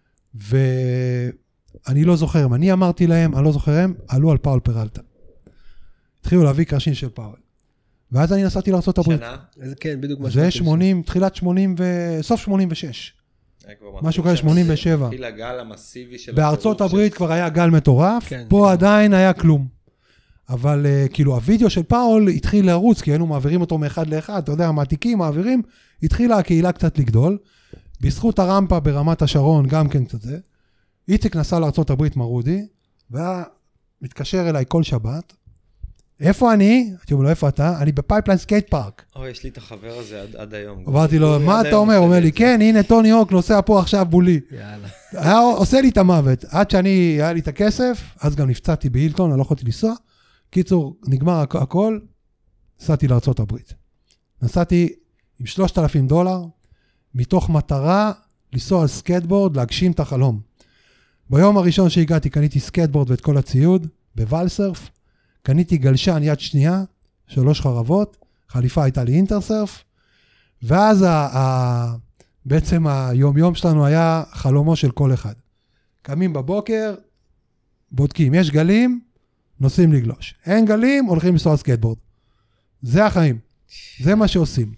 ואני לא זוכר, אני אמרתי להם, אני לא זוכר הם, עלו על פאול פרלטה. התחילו להביא קרשין של פאול. ואז אני נסעתי לארצות הברית. שנה? כן, בדיוק מה זה 80, תחילת 80 סוף 86. משהו כזה 87. התחיל הגל המסיבי של... בארצות הברית כבר היה גל מטורף, פה עדיין היה כלום. אבל כאילו הווידאו של פאול התחיל לרוץ, כי היינו מעבירים אותו מאחד לאחד, אתה יודע, מעתיקים, מעבירים, התחילה הקהילה קצת לגדול, בזכות הרמפה ברמת השרון, גם כן קצת זה, איציק נסע לארצות הברית מרודי, והיה מתקשר אליי כל שבת, איפה אני? הייתי אומר לו, איפה אתה? אני בפייפליין סקייט פארק. אוי, יש לי את החבר הזה עד היום. אמרתי לו, מה אתה אומר? הוא אומר לי, כן, הנה טוני הוק נוסע פה עכשיו בולי. יאללה. היה עושה לי את המוות, עד שאני, היה לי את הכסף, אז גם נפצעתי בהילטון, אני לא יכולתי לנסוע. קיצור, נגמר הכל, נסעתי לארצות הברית. נסעתי עם $3,000, מתוך מטרה לנסוע על סקייטבורד, להגשים את החלום. ביום הראשון שהגעתי, קניתי סקייטבורד ואת כל הציוד, בוואלסרף, קניתי גלשן יד שנייה, 3 חרבות, חליפה הייתה לי אינטרסרף, ואז בעצם היום שלנו היה חלומו של כל אחד. קמים בבוקר, בודקים, יש גלים, נוסעים לגלוש. אין גלים, הולכים לנסוע סקייטבורד. זה החיים. זה מה שעושים.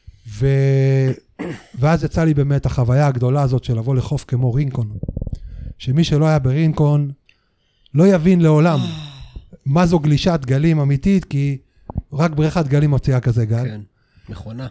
ואז יצא לי באמת החוויה הגדולה הזאת של לבוא לחוף כמו רינקון. שמי שלא היה ברינקון, לא יבין לעולם מה זו גלישת גלים אמיתית, כי רק בריכת גלים מוציאה כזה גל. כן, מכונה.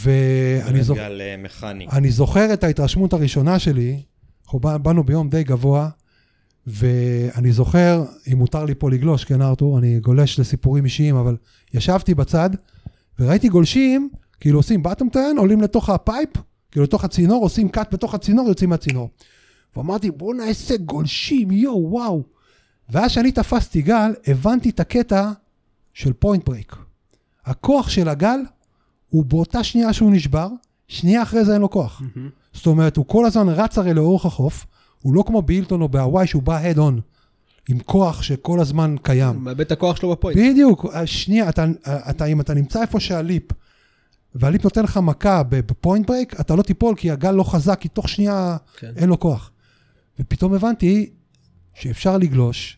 אני זוכר את ההתרשמות הראשונה שלי, אנחנו באנו ביום די גבוה, ואני זוכר, אם מותר לי פה לגלוש, כן ארתור, אני גולש לסיפורים אישיים, אבל ישבתי בצד, וראיתי גולשים, כאילו עושים בטום טרן, עולים לתוך הפייפ, כאילו לתוך הצינור, עושים קאט בתוך הצינור, יוצאים מהצינור. ואמרתי, בוא נעשה גולשים, וואו. ואז שאני תפסתי גל, הבנתי את הקטע של פוינט ברייק. הכוח של הגל, הוא באותה שנייה שהוא נשבר, שנייה אחרי זה אין לו כוח. זאת אומרת, הוא כל הזמן רץ הרי לאורך החוף, הוא לא כמו בהילטון או בהוואי, שהוא בא head on, עם כוח שכל הזמן קיים. הוא מאבד את הכוח שלו בפוינט. בדיוק, שנייה, אם אתה נמצא איפה שהליפ, והליפ נותן לך מכה בפוינט ברייק, אתה לא תיפול, כי הגל לא חזק, כי תוך שנייה אין לו כוח. ופתאום הבנתי שאפשר לגלוש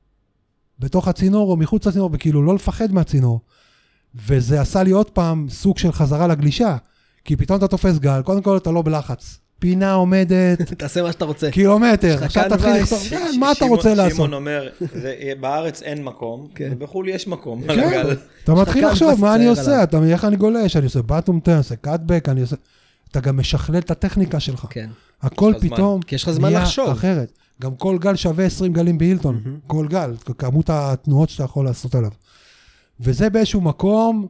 בתוך הצינור או מחוץ לצינור, וכאילו לא לפחד מהצינור. וזה עשה לי עוד פעם סוג של חזרה לגלישה, כי פתאום אתה תופס גל, קודם כל אתה לא בלחץ. פינה עומדת, תעשה מה שאתה רוצה. קילומטר, עכשיו תתחיל לכתוב, מה אתה רוצה לעשות? שמעון אומר, בארץ אין מקום, ובחול יש מקום על הגל. אתה מתחיל לחשוב, מה אני עושה? איך אני גולש? אני עושה בטום טרן, עושה קאטבק, אתה גם משכלל את הטכניקה שלך. הכל פתאום נהיה אחרת. גם כל גל שווה 20 גלים בהילטון. כל גל, כמות התנועות שאתה יכול לעשות עליו. וזה באיזשהו מקום,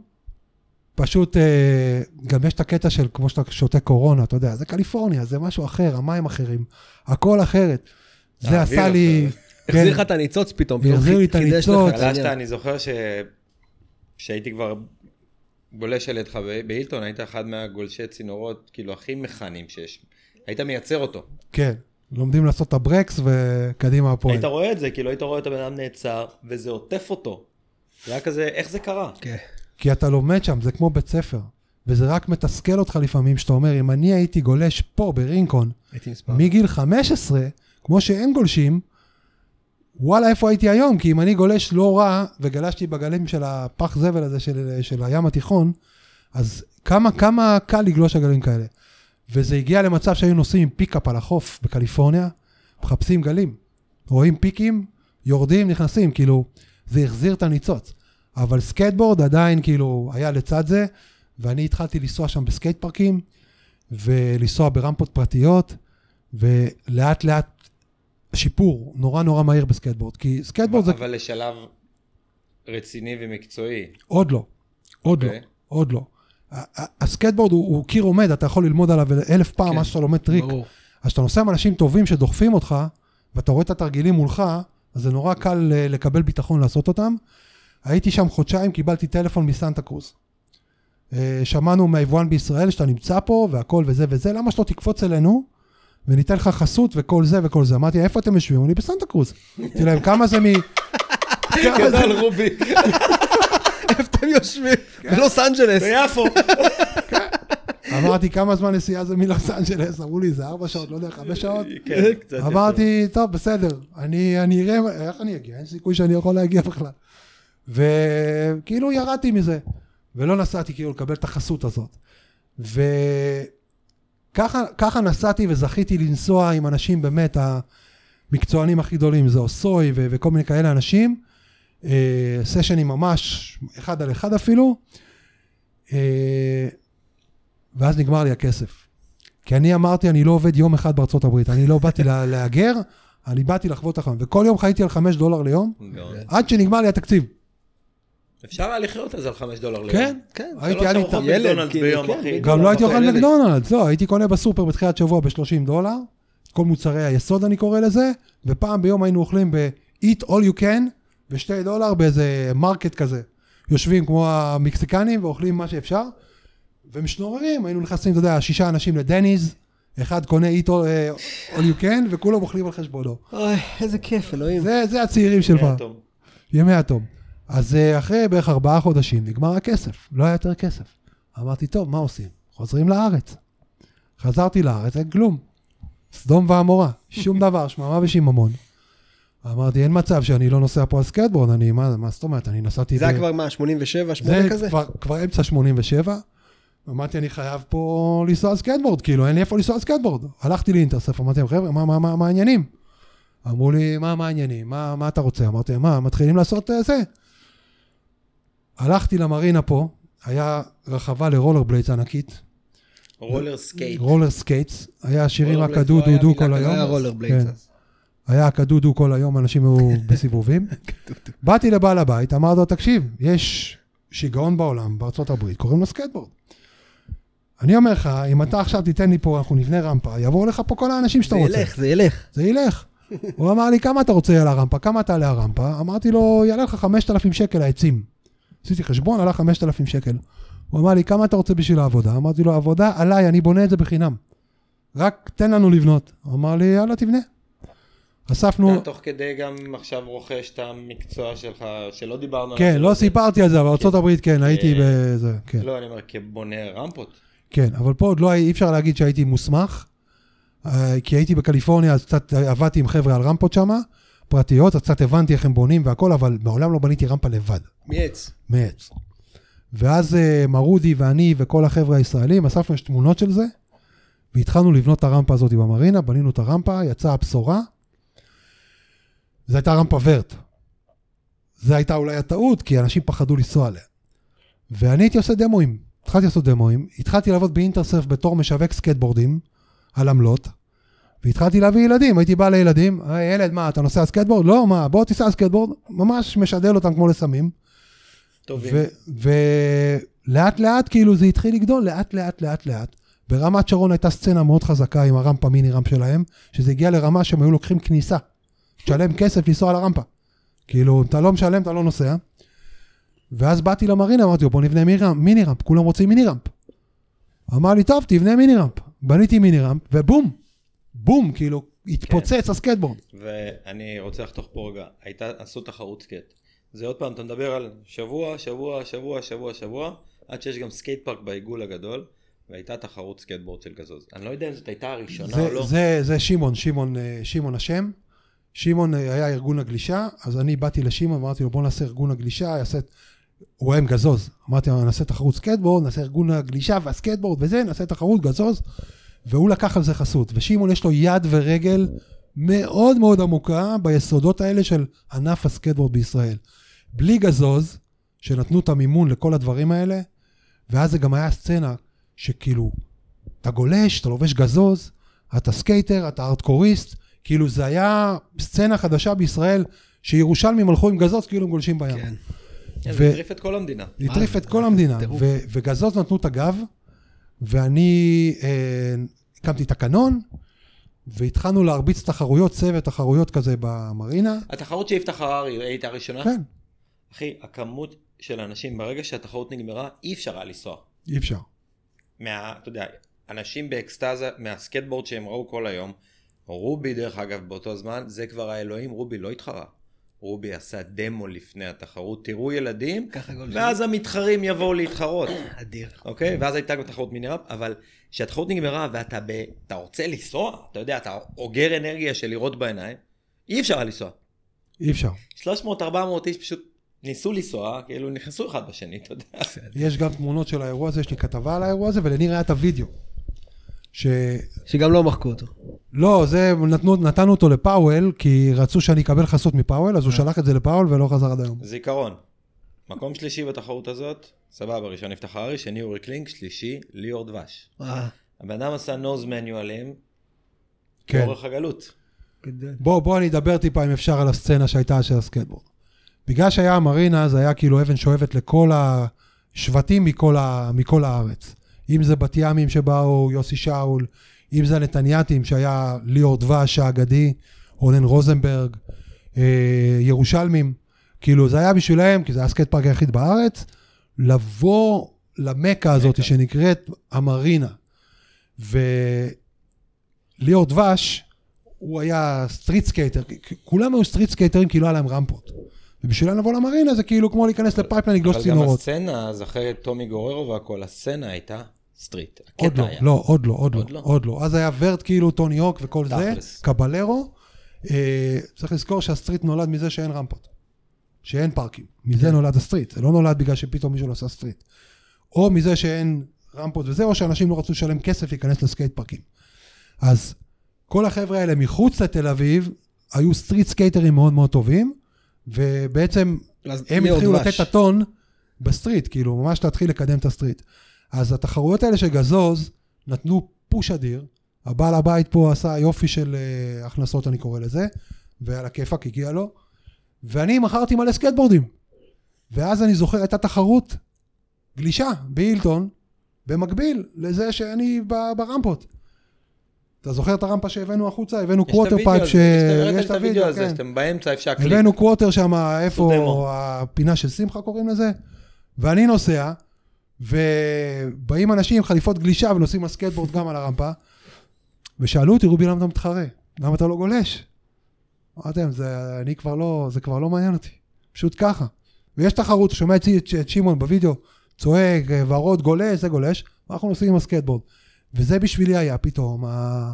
פשוט, גם יש את הקטע של כמו שאתה שותה קורונה, אתה יודע, זה קליפורניה, זה משהו אחר, המים אחרים, הכל אחרת. זה עשה לי... החזיר לך את הניצוץ פתאום. החזיר לי את הניצוץ. אני זוכר שהייתי כבר גולש על ידך בהילטון, היית אחד מהגולשי צינורות, כאילו הכי מכניים שיש. היית מייצר אותו. כן, לומדים לעשות את הברקס וקדימה הפועל. היית רואה את זה, כאילו היית רואה את הבן אדם נעצר, וזה עוטף אותו. זה היה כזה, איך זה קרה? כן. כי אתה לומד שם, זה כמו בית ספר, וזה רק מתסכל אותך לפעמים, שאתה אומר, אם אני הייתי גולש פה ברינקון, מגיל 15, כמו שאין גולשים, וואלה, איפה הייתי היום? כי אם אני גולש לא רע, וגלשתי בגלים של הפח זבל הזה של הים התיכון, אז כמה קל לגלוש הגלים כאלה. וזה הגיע למצב שהיו נוסעים עם פיקאפ על החוף בקליפורניה, מחפשים גלים, רואים פיקים, יורדים, נכנסים, כאילו, זה החזיר את הניצוץ. אבל סקייטבורד עדיין כאילו היה לצד זה, ואני התחלתי לנסוע שם בסקייט פארקים, ולנסוע ברמפות פרטיות, ולאט לאט שיפור נורא מהיר בסקייטבורד, כי סקייטבורד זה... אבל לשלב רציני ומקצועי. עוד לא. הסקייטבורד הוא קיר עומד, אתה יכול ללמוד עליו 1000 פעם, מה שאתה לומד טריק. אז שאתה נוסע עם אנשים טובים שדוחפים אותך, ואתה רואה את התרגילים מולך, אז זה נורא קל לקבל ביטחון לעשות אותם. הייתי שם חודשיים, קיבלתי טלפון מסנטה קרוז. שמענו מהיבואן בישראל שאתה נמצא פה, והכל וזה, למה שלא תקפוץ אלינו, וניתן לך חסות וכל זה וכל זה. אמרתי, איפה אתם יושבים? אני בסנטה קרוז. אמרתי להם, כמה זה גדול רובי. איפה אתם יושבים? בלוס אנג'לס. ביפו. אמרתי, כמה זמן נסיעה זה מלוס אנג'לס? אמרו לי, זה 4 שעות, לא יודע, 5 שעות. כן, קצת יותר. אמרתי, טוב, בסדר. אני אראה, איך אני אגיע? אין סיכוי שאני יכול להגיע בכלל. וכאילו ירדתי מזה, ולא נסעתי כאילו לקבל את החסות הזאת. וככה נסעתי וזכיתי לנסוע עם אנשים באמת המקצוענים הכי גדולים, זה אוסוי וכל מיני כאלה אנשים, סשנים ממש 1 על 1 אפילו, ואז נגמר לי הכסף. כי אני אמרתי, אני לא עובד יום אחד בארצות הברית, אני לא באתי להגר, אני באתי לחוות החיים, וכל יום חייתי על $5 ליום, עד שנגמר לי התקציב. אפשר היה לחיות על זה על $5 ליום. כן, כן. הייתי על ארוחות מקדונלדס ביום, אחי. גם לא הייתי אוכל מקדונלדס, לא, הייתי קונה בסופר בתחילת שבוע $30, כל מוצרי היסוד אני קורא לזה, ופעם ביום היינו אוכלים ב-eat all you can, $2 באיזה מרקט כזה. יושבים כמו המקסיקנים ואוכלים מה שאפשר, ומשנוררים, היינו נכנסים, אתה יודע, 6 אנשים לדניז, אחד קונה eat all you can, וכולם אוכלים על חשבונו. אוי, איזה כיף, אלוהים. זה הצעירים של פעם. ימי התום. אז אחרי בערך 4 חודשים נגמר הכסף, לא היה יותר כסף. אמרתי, טוב, מה עושים? חוזרים לארץ. חזרתי לארץ, אין כלום. סדום ועמורה, שום דבר, שממה ושיממון. אמרתי, אין מצב שאני לא נוסע פה על סקייטבורד, מה זאת אומרת, אני נסעתי... זה היה כבר מה, 87, 8 כזה? זה כבר אמצע 87. אמרתי, אני חייב פה לנסוע על סקייטבורד, כאילו, אין לי איפה לנסוע על סקייטבורד. הלכתי לאינטרספ, אמרתי להם, חבר'ה, מה העניינים? אמרו לי, מה העניינים? מה אתה רוצה? אמרתי, מתחילים לעשות זה? הלכתי למרינה פה, היה רחבה לרולר בליידס ענקית. רולר סקייט. רולר סקייטס. היה שירים רק הדודו כל היום. היה רולר בליידס. היה כדודו כל היום, אנשים היו בסיבובים. באתי לבעל הבית, אמרתי לו, תקשיב, יש שיגעון בעולם, בארצות הברית, קוראים לו סקייטבורד. אני אומר לך, אם אתה עכשיו תיתן לי פה, אנחנו נבנה רמפה, יבואו לך פה כל האנשים שאתה רוצה. זה ילך. זה ילך. הוא אמר לי, כמה אתה רוצה על הרמפה? כמה תעלה הרמפה? אמרתי לו, יעלה לך 5,000 שקל העצים. עשיתי חשבון, עלה 5,000 שקל. הוא אמר לי, כמה אתה רוצה בשביל העבודה? אמרתי לו, העבודה עליי, אני בונה את זה בחינם. רק תן לנו לבנות. הוא אמר לי, יאללה, תבנה. אספנו... אתה תוך כדי גם עכשיו רוכש את המקצוע שלך, שלא דיברנו כן, לא סיפרתי על זה, אבל ארצות הברית, כן, הייתי בזה, כן. לא, אני אומר, כבונה רמפות. כן, אבל פה עוד לא, אי אפשר להגיד שהייתי מוסמך, כי הייתי בקליפורניה, אז קצת עבדתי עם חבר'ה על רמפות שם, פרטיות, אז קצת הבנתי איך הם בונים והכל, אבל מעולם לא בניתי רמפה לבד. מעץ. ואז מרודי ואני וכל החבר'ה הישראלים, אספנו יש תמונות של זה, והתחלנו לבנות את הרמפה הזאת במרינה, בנינו את הרמפה, יצאה הבשורה, זו הייתה רמפה ורט. זו הייתה אולי הטעות, כי אנשים פחדו לנסוע עליה. ואני הייתי עושה דמואים, התחלתי לעבוד באינטרסרף בתור משווק סקטבורדים, על עמלות, והתחלתי להביא ילדים, הייתי בא לילדים, ילד, מה, אתה נוסע סקטבורד? לא, מה, בוא תיסע סקטבורד, ממש משדל אותם כמו לסמים. טובים. ולאט לאט, כאילו זה התחיל לגדול, לאט. ברמת שרון הייתה סצנה מאוד חזקה עם הרמפה, מיני רמפ שלהם, שזה הגיע לרמה שהם היו לוקחים כניסה, תשלם כסף לנסוע על הרמפה. כאילו, אתה לא משלם, אתה לא נוסע. ואז באתי למרינה, אמרתי, בוא נבנה מיני רמפ, כולם רוצים מיני רמפ. אמר לי, טוב, תבנה מיני רמפ. בניתי מיני רמפ, ובום, כאילו, התפוצץ הסקטבורד. ואני רוצה לחתוך פה רגע, עשו תחרות סקייט. זה עוד פעם, אתה מדבר על שבוע, עד שיש גם סקייט פארק בעיגול הגדול, והייתה תחרות סקייטבורד של גזוז. אני לא יודע אם זאת הייתה הראשונה או לא. זה שמעון השם. שמעון היה ארגון הגלישה, אז אני באתי לשמעון, אמרתי לו, בוא נעשה ארגון הגלישה, הוא היה עם גזוז. אמרתי לו, נעשה תחרות סקייטבורד, נעשה ארגון הגלישה והסקייטבורד וזה, נעשה תחרות גזוז, והוא לקח על זה חסות. ושמעון יש לו יד ורגל מאוד מאוד עמוקה ביסודות האלה של ענף הסקייטבורד בישראל. בלי גזוז, שנתנו את המימון לכל הדברים האלה, ואז זה גם היה סצנה שכאילו, אתה גולש, אתה לובש גזוז, אתה סקייטר, אתה ארטקוריסט, כאילו זה היה סצנה חדשה בישראל, שירושלמים הלכו עם גזוז, כאילו הם גולשים בים. כן. זה הטריף את כל המדינה. הטריף את כל המדינה, וגזוז נתנו את הגב, ואני הקמתי תקנון, והתחלנו להרביץ תחרויות, צוות תחרויות כזה במרינה. התחרות שיפתח הררי הייתה הראשונה? כן. אחי, הכמות של אנשים, ברגע שהתחרות נגמרה, אי אפשר היה לנסוע. אי אפשר. אתה יודע, אנשים באקסטאזה, מהסקטבורד שהם ראו כל היום, רובי דרך אגב באותו זמן, זה כבר האלוהים, רובי לא התחרה. רובי עשה דמו לפני התחרות, תראו ילדים, ואז המתחרים יבואו להתחרות. אדיר. אוקיי? ואז הייתה גם תחרות מיני רמפ, אבל כשהתחרות נגמרה ואתה רוצה לנסוע, אתה יודע, אתה אוגר אנרגיה של לראות בעיניים, אי אפשר היה לנסוע. אי אפשר. 300-400 איש פשוט ניסו לנסוע, כאילו נכנסו אחד בשני, אתה יודע. יש גם תמונות של האירוע הזה, יש לי כתבה על האירוע הזה, ולניר היה את הוידאו. שגם לא מחקו אותו. לא, זה נתנו אותו לפאוול, כי רצו שאני אקבל חסות מפאוול, אז הוא שלח את זה לפאוול ולא חזר עד היום. זיכרון. מקום שלישי בתחרות הזאת, סבבה, ראשון נפתח הרי, שני אורי קלינק, שלישי ליאור דבש. הבן אדם עשה נוז מניואלים, כאורך הגלות. בוא אני אדבר טיפה אם אפשר על הסצנה שהייתה של הסקייטבורד. בגלל שהיה המרינה, זה היה כאילו אבן שואבת לכל השבטים מכל הארץ. אם זה בת ימים שבאו, יוסי שאול, אם זה הנתנייתים שהיה ליאור דבש האגדי, רונן רוזנברג, ירושלמים, כאילו זה היה בשבילהם, כי זה היה הסקייט פארק היחיד בארץ, לבוא למקה הזאת שנקראת המרינה. וליאור דבש, הוא היה סטריט סקייטר, כולם היו סטריט סקייטרים כאילו היה להם רמפות. ובשבילם לבוא למרינה זה כאילו כמו להיכנס לפייפלן לגלוש צינורות. אבל גם הסצנה, אז אחרי טומי גוררו והכל, הסצנה הייתה סטריט. עוד לא. אז היה ורט כאילו, טוני הוק וכל זה, קבלרו. צריך לזכור שהסטריט נולד מזה שאין רמפות. שאין פארקים. מזה נולד הסטריט. זה לא נולד בגלל שפתאום מישהו לא עשה סטריט. או מזה שאין רמפות וזה, או שאנשים לא רצו לשלם כסף להיכנס לסקייט פארקים. אז כל החבר'ה האלה מחוץ לתל אביב, היו סטריט סקייטרים מאוד מאוד טובים, ובעצם הם התחילו לתת את הטון בסטריט, כאילו ממש להתחיל לקדם את הסטריט. אז התחרויות האלה של גזוז נתנו פוש אדיר, הבעל הבית פה עשה יופי של הכנסות אני קורא לזה, ועל הכיפק הגיע לו, ואני מכרתי מלא סקייטבורדים, ואז אני זוכר הייתה תחרות גלישה בהילטון, במקביל לזה שאני ברמפות. אתה זוכר את הרמפה שהבאנו החוצה? הבאנו קווטר פייפ יש את הוידאו הזה, שאתם באמצע אפשר קליק. הבאנו קווטר שם, איפה הפינה של שמחה קוראים לזה, ואני נוסע, ובאים אנשים עם חליפות גלישה, ונוסעים הסקייטבורד גם על הרמפה, ושאלו אותי, רובי, למה אתה מתחרה? למה אתה לא גולש? אמרתם, זה כבר לא מעניין אותי, פשוט ככה. ויש תחרות, שומע את שימון בווידאו, צועק, ורוד, גולש, זה גולש, אנחנו נוסעים עם הסקייטבורד. וזה בשבילי היה פתאום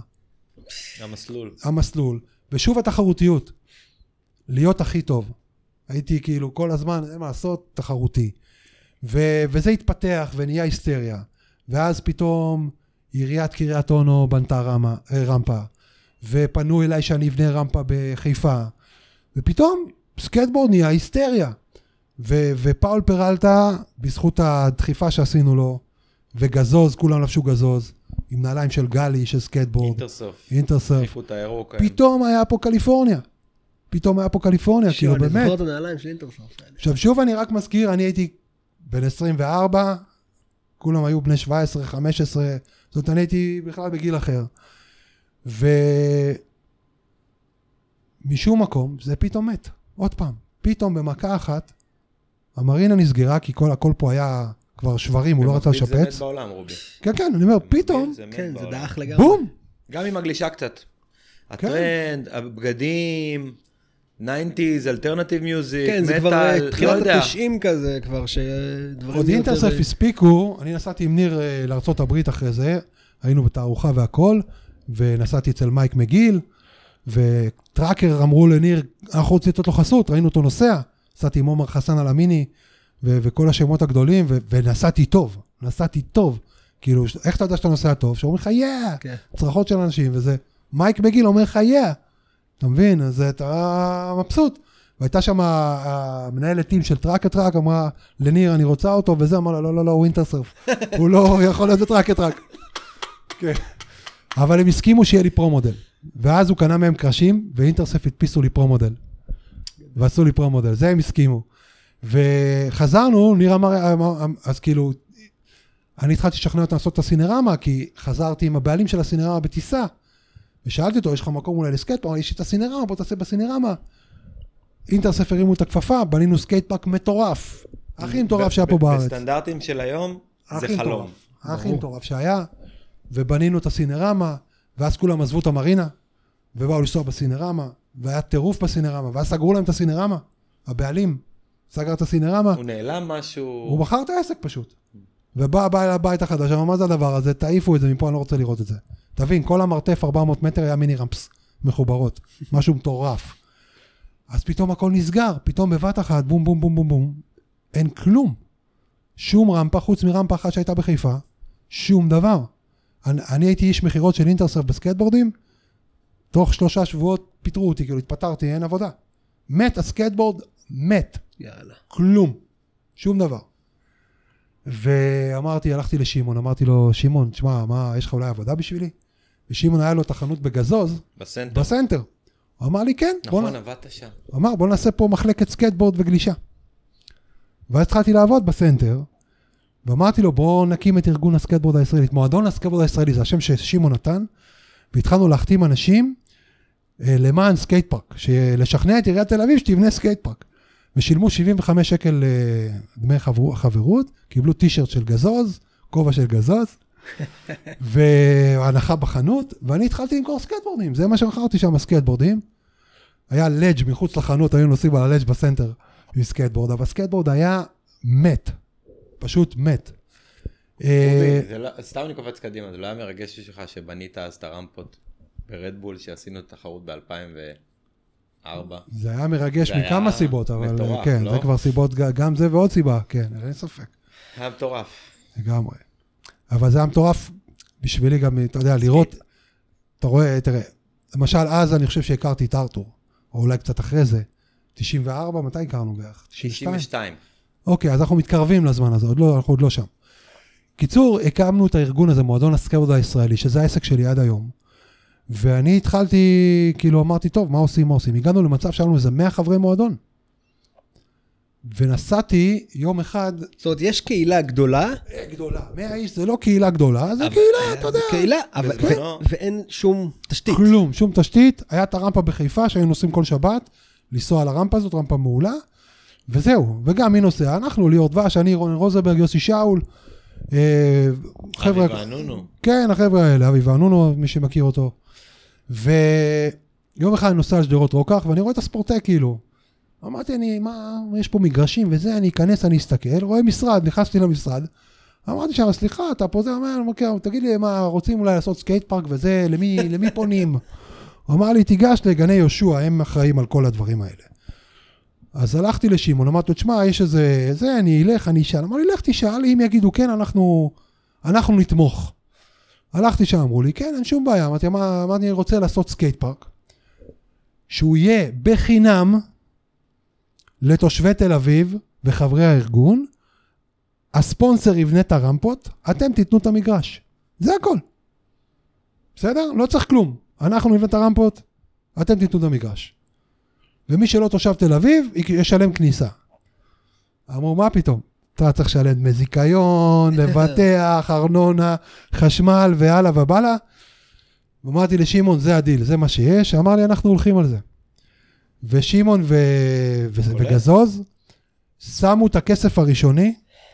המסלול. ושוב התחרותיות, להיות הכי טוב. הייתי כאילו כל הזמן, אין מה לעשות, תחרותי. וזה התפתח ונהיה היסטריה. ואז פתאום עיריית קריית אונו בנתה רמפה. ופנו אליי שאני אבנה רמפה בחיפה. ופתאום סקייטבורד נהיה היסטריה. ופאול פרלטה, בזכות הדחיפה שעשינו לו, וגזוז, כולם לבשו גזוז, עם נעליים של גלי, של סקייטבורד. אינטרסרף. פתאום היה פה קליפורניה. כאילו באמת. אני זוכר את הנעליים של אינטרסרף. עכשיו שוב אני רק מזכיר, אני הייתי בן 24, כולם היו בני 17, 15, זאת אני הייתי בכלל בגיל אחר. ומשום מקום זה פתאום מת. עוד פעם, פתאום במכה אחת, המרינה נסגרה, כי הכל פה היה כבר שברים, הוא לא רצה לשפץ. זה מת בעולם, רובי. כן, אני אומר, פתאום. כן, זה דאח לגמרי. בום! גם עם הגלישה קצת. הטרנד, הבגדים, 90s, אלטרנטיב מיוזיק, מטל, כן, זה כבר תחילת ה-90 כזה, כבר שדברים... עוד אינטרסרף הספיקו, אני נסעתי עם ניר לארצות הברית אחרי זה, היינו בתערוכה והכל, ונסעתי אצל מייק מגיל, וטראקר אמרו לניר, אנחנו רוצים לתת לו חסות, ראינו אותו נוסע, נסעתי עם עומר חסן על המיני, וכל השמות הגדולים, ונסעתי טוב, כאילו, איך אתה יודע שאתה נוסע טוב? שאומרים לך, צרחות של אנשים, וזה, מייק מגיל אומר לך, אתה מבין? אז אתה מבסוט. והייתה שם המנהלת טים של טראק, אמרה לניר, אני רוצה אותו, וזה אמר לה, לא, הוא אינטרסרף. הוא לא יכול להיות טראק. כן. אבל הם הסכימו שיהיה לי פרו-מודל. ואז הוא קנה מהם קרשים, ואינטרסרף הדפיסו לי פרו-מודל. ועשו לי פרו-מודל. זה הם הסכימו. וחזרנו, ניר אמר, אז כאילו, אני התחלתי לשכנע אותם לעשות את הסינרמה, כי חזרתי עם הבעלים של הסינרמה בטיסה, ושאלתי אותו, יש לך מקום אולי לסקייט פארק? יש לי את הסינרמה, בוא תעשה בסינרמה. אינטרסרף הרימו את הכפפה, בנינו סקייט פארק מטורף. הכי מטורף שהיה פה בארץ. בסטנדרטים של היום, זה חלום. הכי מטורף שהיה, ובנינו את הסינרמה, ואז כולם עזבו את המרינה, ובאו לנסוע בסינרמה, והיה טירוף בסינרמה, ואז סגרו להם את הסינרמה, הבעלים, סגר את הסינרמה. הוא נעלם משהו. הוא בחר את העסק פשוט. ובא לבית החדש, אמר, מה זה הדבר הזה? תעיפו את זה, מפה אני לא רוצה לראות את זה. תבין, כל המרתף 400 מטר היה מיני רמפס מחוברות, משהו מטורף. אז פתאום הכל נסגר, פתאום בבת אחת, בום בום בום בום בום, אין כלום. שום רמפה, חוץ מרמפה אחת שהייתה בחיפה, שום דבר. אני הייתי איש מחירות של אינטרסרף בסקייטבורדים, תוך 3 שבועות פיטרו אותי, כאילו התפטרתי, אין עבודה. מת, הסקייטבורד מת. יאללה. כלום. שום דבר. ואמרתי, הלכתי לשימון, אמרתי לו, שימון, תשמע, מה, יש לך אולי עבודה בשבילי? ושימון היה לו תחנות בגזוז. בסנטר. הוא אמר לי, כן. נכון, עבדת שם. אמר, בוא נעשה פה מחלקת סקייטבורד וגלישה. ואז התחלתי לעבוד בסנטר, ואמרתי לו, בוא נקים את ארגון הסקייטבורד הישראלית. מועדון הסקייטבורד הישראלי, זה השם ששימון נתן, והתחלנו להחתים אנשים למען סקייט פארק, לשכנע את עיריית תל אביב שתבנה סקייט פארק. ושילמו 75 שקל דמי חברות, קיבלו טישרט של גזוז, כובע של גזוז, והנחה בחנות, ואני התחלתי למכור סקייטבורדים, זה מה שמכרתי שם, הסקייטבורדים. היה לג' מחוץ לחנות, היינו נוסעים על הלג' בסנטר עם סקייטבורד, אבל הסקייטבורד היה מת, פשוט מת. סתם אני קופץ קדימה, זה לא היה מרגש שלך שבנית אז את הרמפות ברדבול שעשינו תחרות ב-2004. זה היה מרגש מכמה סיבות, אבל כן, זה כבר סיבות, גם זה ועוד סיבה, כן, אין ספק. היה מטורף. לגמרי. אבל זה היה מטורף בשבילי גם, אתה יודע, לראות, אתה רואה, תראה, למשל אז אני חושב שהכרתי את ארתור, או אולי קצת אחרי זה, 94, מתי הכרנו בערך? 92. אוקיי, אז אנחנו מתקרבים לזמן הזה, אנחנו עוד לא שם. קיצור, הקמנו את הארגון הזה, מועדון הסקייטבורד הישראלי, שזה העסק שלי עד היום, ואני התחלתי, כאילו אמרתי, טוב, מה עושים? הגענו למצב שלנו איזה 100 חברי מועדון. ונסעתי יום אחד, זאת אומרת, יש קהילה גדולה, גדולה, 100 איש זה לא קהילה גדולה, זה קהילה, אתה יודע. קהילה, אבל בזמנו. ואין שום תשתית. כלום, שום תשתית, היה את הרמפה בחיפה שהיינו נוסעים כל שבת, לנסוע על הרמפה הזאת, רמפה מעולה, וזהו, וגם מי נוסע? אנחנו, ליאור דבש, אני, רוני רוזנברג, יוסי שאול, חבר'ה, אבי וענונו. כן, החבר'ה האלה, אבי וענונו, מי שמכיר אותו, ויום אחד אני נוסע על שדרות רוקח, ואני רואה את הספורטק כאילו, אמרתי, יש פה מגרשים וזה, אני אכנס, אני אסתכל, רואה משרד, נכנסתי למשרד, אמרתי שם, סליחה, אתה פה זה, תגיד לי, מה, רוצים אולי לעשות סקייט פארק וזה, למי פונים? הוא אמר לי, תיגש לגני יהושע, הם אחראים על כל הדברים האלה. אז הלכתי לשימון, אמרתי לו, תשמע, יש איזה, אני אלך, אני אשאל. אמר לי, לך תשאל, אם יגידו כן, אנחנו נתמוך. הלכתי שם, אמרו לי, כן, אין שום בעיה. אמרתי, אני רוצה לעשות סקייט פארק, שהוא יהיה בחינם לתושבי תל אביב וחברי הארגון, הספונסר יבנה את הרמפות, אתם תיתנו את המגרש. זה הכל. בסדר? לא צריך כלום. אנחנו נבנה את הרמפות, אתם תיתנו את המגרש. ומי שלא תושב תל אביב, ישלם כניסה. אמרו, מה פתאום? אתה צריך לשלם דמי זיכיון, לבטח, ארנונה, חשמל והלאה ובאללה. ואמרתי לשמעון, זה הדיל, זה מה שיש. אמר לי, אנחנו הולכים על זה. ושמעון וגזוז שמו את הכסף הראשוני,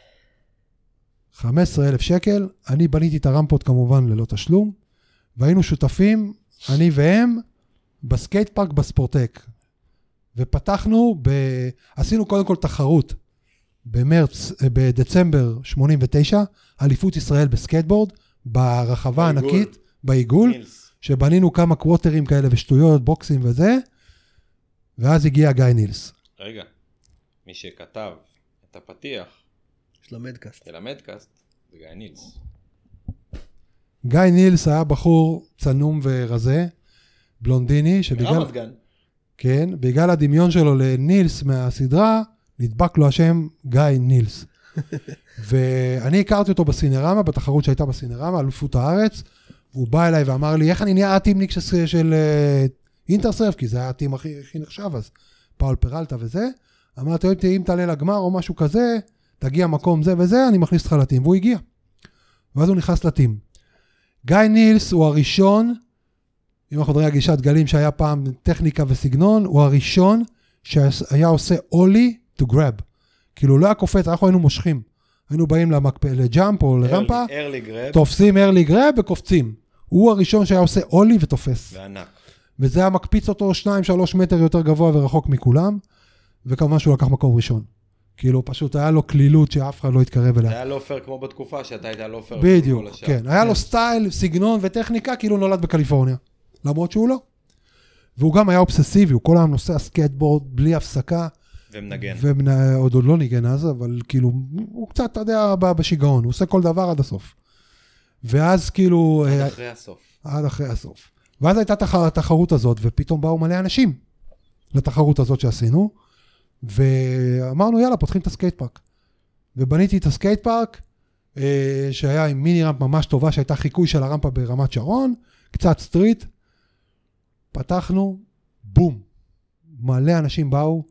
15,000 שקל. אני בניתי את הרמפות כמובן ללא תשלום, והיינו שותפים, אני והם, בסקייט פארק בספורטק. ופתחנו, עשינו קודם כל תחרות, בדצמבר 89, אליפות ישראל בסקייטבורד, ברחבה הענקית, בעיגול, שבנינו כמה קווטרים כאלה ושטויות, בוקסים וזה, ואז הגיע גיא נילס. רגע, מי שכתב את הפתיח של המדקאסט. זה גיא נילס. גיא נילס היה בחור צנום ורזה, בלונדיני, רמת גן. כן, בגלל הדמיון שלו לנילס מהסדרה, נדבק לו השם גיא נילס. ואני הכרתי אותו בסינרמה, בתחרות שהייתה בסינרמה, אלופות הארץ, והוא בא אליי ואמר לי, איך אני נהיה הטימניק של אינטרסרף, כי זה היה הטים הכי נחשב אז, פאול פרלטה וזה. אמרתי, אם תעלה לגמר או משהו כזה, תגיע מקום זה וזה, אני מכניס אותך לטים, והוא הגיע. ואז הוא נכנס לטים. גיא נילס הוא הראשון, אם אנחנו מדברים על גישת גלים שהיה פעם טכניקה וסגנון, הוא הראשון שהיה עושה אולי to grab. כאילו לא היה קופץ, אנחנו היינו מושכים. היינו באים לג'אמפ או לרמפה, תופסים early grab וקופצים. הוא הראשון שהיה עושה אולי ותופס. וענק. וזה היה מקפיץ אותו 2-3 מטר יותר גבוה ורחוק מכולם, וכמובן שהוא לקח מקום ראשון. כאילו פשוט היה לו כלילות שאף אחד לא התקרב אליה. זה היה לא פייר כמו בתקופה שאתה היית לא פייר. בדיוק, כן. היה לו סטייל, סגנון וטכניקה, כאילו נולד בקליפורניה. למרות שהוא לא. והוא גם היה אובססיבי, הוא כל היום נוסע סקייטבורד בלי הפסקה. ומנגן. עוד לא ניגן אז, אבל כאילו, הוא קצת, אתה יודע, בשיגעון, הוא עושה כל דבר עד הסוף. ואז כאילו... עד אחרי הסוף. עד אחרי הסוף. ואז הייתה התחרות הזאת, ופתאום באו מלא אנשים לתחרות הזאת שעשינו, ואמרנו, יאללה, פותחים את הסקייט פארק. ובניתי את הסקייט פארק, שהיה עם מיני רמפ ממש טובה, שהייתה חיקוי של הרמפה ברמת שרון, קצת סטריט, פתחנו, בום, מלא אנשים באו,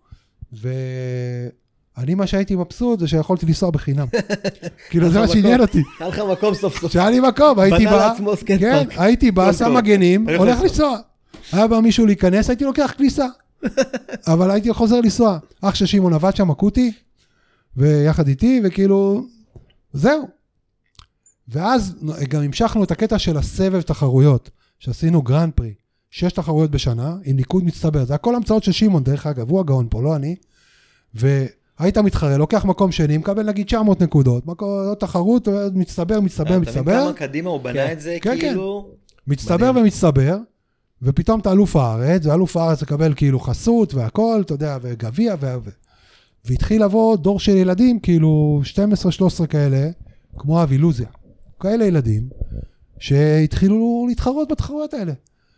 ואני מה שהייתי מבסוט, זה שיכולתי לנסוע בחינם. כאילו זה מה שעניין אותי. היה לך מקום סוף סוף. שהיה לי מקום, הייתי בנה בא, לעצמו סקייט כן, פארק. הייתי בא, שם מגנים, הולך לנסוע. היה בא מישהו להיכנס, הייתי לוקח כניסה. אבל הייתי חוזר לנסוע. אח של שמעון עבד שם, אקוטי, ויחד איתי, וכאילו, זהו. ואז גם המשכנו את הקטע של הסבב תחרויות, שעשינו גרנד פרי, 6 תחרויות בשנה, עם ניקוד מצטבר. זה הכל המצאות של שמעון, דרך אגב, הוא הגאון פה, לא אני. והיית מתחרה, לוקח מקום שני, מקבל נגיד 900 נקודות, תחרות, מצטבר. אתה מבין כמה קדימה הוא בנה את זה, כאילו... מצטבר ומצטבר, ופתאום אתה אלוף הארץ, ואלוף הארץ לקבל כאילו חסות והכל, אתה יודע, וגביע, והתחיל לבוא דור של ילדים, כאילו 12-13 כאלה, כמו אבילוזיה. כאלה ילדים, שהתחילו להתחרות בתחרויות האלה.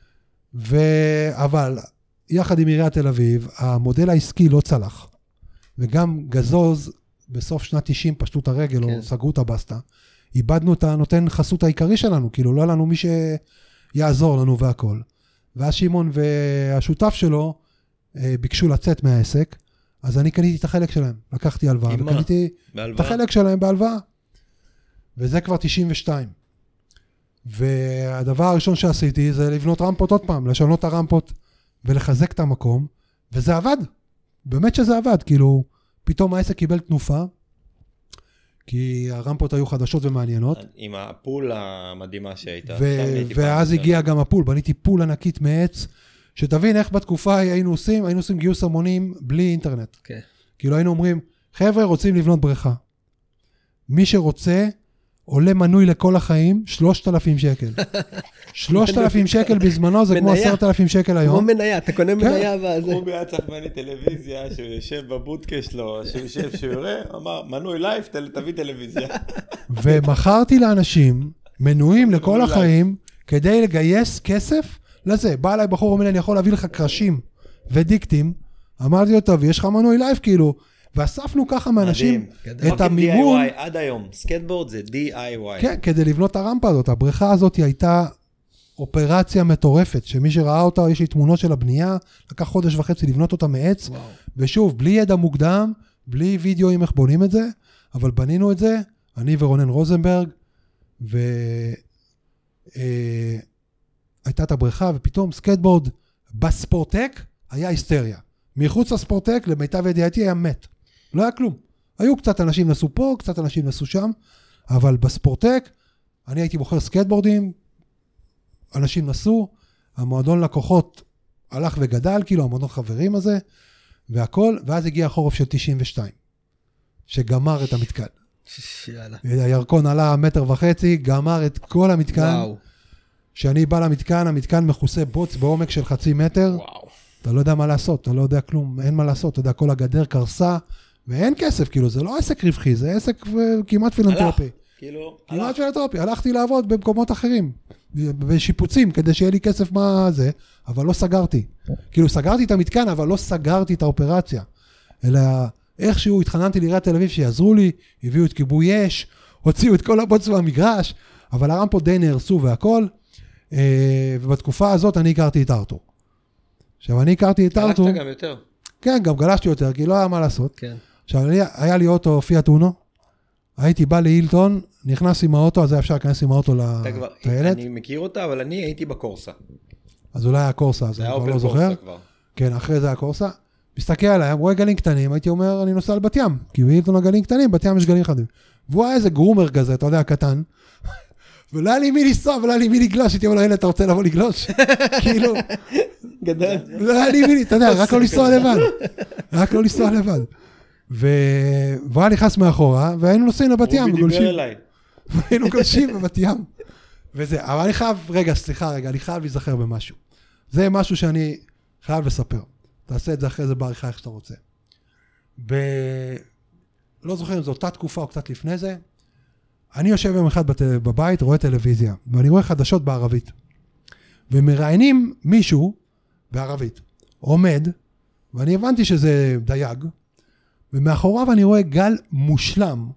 אבל יחד עם עיריית תל אביב, המודל העסקי לא צלח. וגם גזוז, בסוף שנת 90 פשטו את הרגל, או סגרו את הבסטה. איבדנו את הנותן חסות העיקרי שלנו, כאילו לא היה לנו מי שיעזור לנו והכל. ואז שמעון והשותף שלו ביקשו לצאת מהעסק. אז אני קניתי את החלק שלהם, לקחתי הלוואה, עם מה? וקניתי את בהלוואה? החלק שלהם בהלוואה, וזה כבר 92. והדבר הראשון שעשיתי זה לבנות רמפות עוד פעם, לשנות את הרמפות ולחזק את המקום, וזה עבד, באמת שזה עבד, כאילו פתאום העסק קיבל תנופה, כי הרמפות היו חדשות ומעניינות, עם הפול המדהימה שהייתה. ואז הגיע גם הפול, בניתי פול ענקית מעץ, שתבין איך בתקופה היינו עושים גיוס המונים בלי אינטרנט. כן. כאילו היינו אומרים, חבר'ה רוצים לבנות בריכה. מי שרוצה, עולה מנוי לכל החיים, 3,000 שקל. 3,000 שקל בזמנו, זה כמו 10,000 שקל היום. כמו מניה, אתה קונה מניה וזה. הוא היה צריך בני טלוויזיה, שהוא יושב בבודקה שלו, שהוא יושב שיורה, אמר, מנוי לייב, תביא טלוויזיה. ומכרתי לאנשים מנויים לכל החיים, כדי לגייס כסף לזה. בא אליי בחור, אומר לי, אני יכול להביא לך קרשים ודיקטים. אמרתי לו, טוב, יש לך מנוי לייב, כאילו. ואספנו ככה מאנשים את המימון. DIY עד היום, סקטבורד זה DIY. כן, כדי לבנות את הרמפה הזאת. הבריכה הזאת הייתה אופרציה מטורפת, שמי שראה אותה, יש לי תמונות של הבנייה, לקח חודש וחצי לבנות אותה מעץ, ושוב, בלי ידע מוקדם, בלי וידאוים איך בונים את זה, אבל בנינו את זה, אני ורונן רוזנברג, הייתה את הבריכה, ופתאום סקטבורד בספורטק היה היסטריה. מחוץ לספורטק, למיטב ידיעתי, היה מת. לא היה כלום. היו קצת אנשים נסו פה, קצת אנשים נסו שם, אבל בספורטק, אני הייתי בוחר סקטבורדים, אנשים נסו, המועדון לקוחות הלך וגדל, כאילו המועדון חברים הזה, והכל, ואז הגיע החורף של 92, שגמר את המתקן. יאללה. הירקון עלה 1.5 מטר, גמר את כל המתקן. וואו. כשאני בא למתקן, המתקן מכוסה בוץ בעומק של 0.5 מטר. וואו. אתה לא יודע מה לעשות, אתה לא יודע כלום, אין מה לעשות, אתה יודע, כל הגדר קרסה, ואין כסף, כאילו, זה לא עסק רווחי, זה עסק כמעט פילנטרופי. כאילו, כמעט פילנטרופי, הלכתי לעבוד במקומות אחרים, בשיפוצים, כדי שיהיה לי כסף מה זה, אבל לא סגרתי. כאילו, סגרתי את המתקן, אבל לא סגרתי את האופרציה. אלא, איכשהו התחננתי לעיריית תל אביב שיעזרו לי, הביאו את כיבוי אש, הוציאו את כל הבוץ מהמגרש, אבל הרמפות די נהרסו והכל, ובתקופה הזאת אני הכרתי את ארתור. עכשיו, אני הכרתי את ארתור. גלשת גם יותר. כן, גם גלשתי יותר, כי לא היה מה לעשות. כן. עכשיו, היה לי אוטו פיאט אונו, הייתי בא להילטון, נכנס עם האוטו, אז היה אפשר להיכנס עם האוטו לטיילת. אני מכיר אותה, אבל אני הייתי בקורסה. אז אולי היה קורסה, אז אני כבר לא זוכר. כן, אחרי זה היה קורסה. מסתכל עליי, רואה גלים קטנים, הייתי אומר, אני נוסע על בת ים, כי בהילטון הגלים קטנים, בת ים יש גלים חדים. והוא היה איזה גרומר כזה, אתה יודע, קטן. ולא היה לי מי לנסוע, ולא היה לי מי לגלוש, הייתי אומר לו, הנה, אתה רוצה לבוא לגלוש? כאילו, גדל. לא היה לי מי, אתה יודע, רק לא לנסוע לבד. רק לא לנסוע לבד. והוא היה נכנס מאחורה, והיינו נוסעים לבת ים, רובי דיבר אליי. והיינו גולשים בבת ים. וזה, אבל אני חייב, סליחה, אני חייב להיזכר במשהו. זה משהו שאני חייב לספר. תעשה את זה אחרי זה בעריכה איך שאתה רוצה. לא זוכר אם זו אותה תקופה או קצת לפני זה, אני יושב יום אחד בבית, רואה טלוויזיה, ואני רואה חדשות בערבית. ומראיינים מישהו בערבית, עומד, ואני הבנתי שזה דייג, ומאחוריו אני רואה גל מושלם,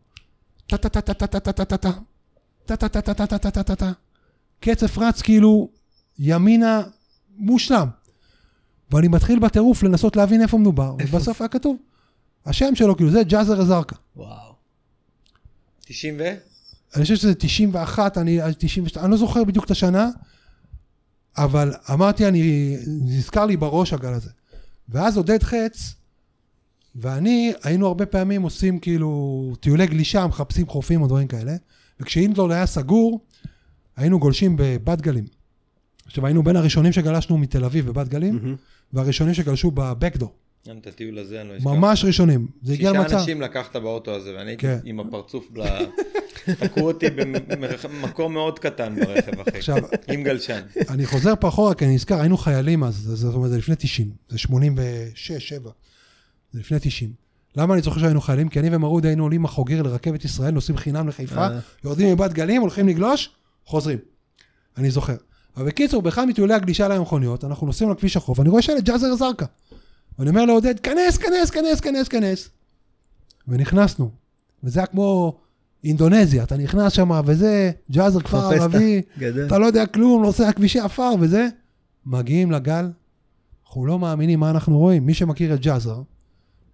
קצף רץ כאילו ימינה מושלם. ואני מתחיל בטירוף לנסות להבין איפה מדובר, ובסוף היה כתוב, השם שלו כאילו זה ג'אזר א-זרקא. וואו. 90 אני חושב שזה 91, 92, אני לא זוכר בדיוק את השנה, אבל אמרתי, נזכר לי בראש הגל הזה. ואז עודד חץ, ואני היינו הרבה פעמים עושים כאילו טיולי גלישה, מחפשים חופים או דברים כאלה, וכשאינדלול היה סגור, היינו גולשים בבת גלים. עכשיו היינו בין הראשונים שגלשנו מתל אביב בבת גלים, והראשונים שגלשו בבקדור. גם את הטיול הזה אני לא אשכח. ממש ראשונים. זה הגיע למצב. 6 אנשים לקחת באוטו הזה, ואני הייתי עם הפרצוף, תקעו אותי במקום מאוד קטן ברכב אחי, עם גלשן. אני חוזר פה אחורה, כי אני נזכר, היינו חיילים אז, זאת אומרת, זה לפני 90, זה 86, 7, זה לפני 90. למה אני זוכר שהיינו חיילים? כי אני ומרוד היינו עולים החוגר לרכבת ישראל, נוסעים חינם לחיפה, יורדים מבת גלים, הולכים לגלוש, חוזרים. אני זוכר. אבל בקיצור, באחד מטיולי הגלישה למכוניות, אנחנו נוסעים לכביש החוף, ואני רואה שלט ג'אזר א-זרקא. ואני אומר לעודד, כנס. ונכנסנו. וזה היה כמו אינדונזיה, אתה נכנס שם, וזה ג'אזר כפר ערבי, אתה לא יודע כלום, לא עושה כבישי עפר, וזה. מגיעים לגל, אנחנו לא מאמינים מה אנחנו רואים. מי שמכיר את ג'אזר,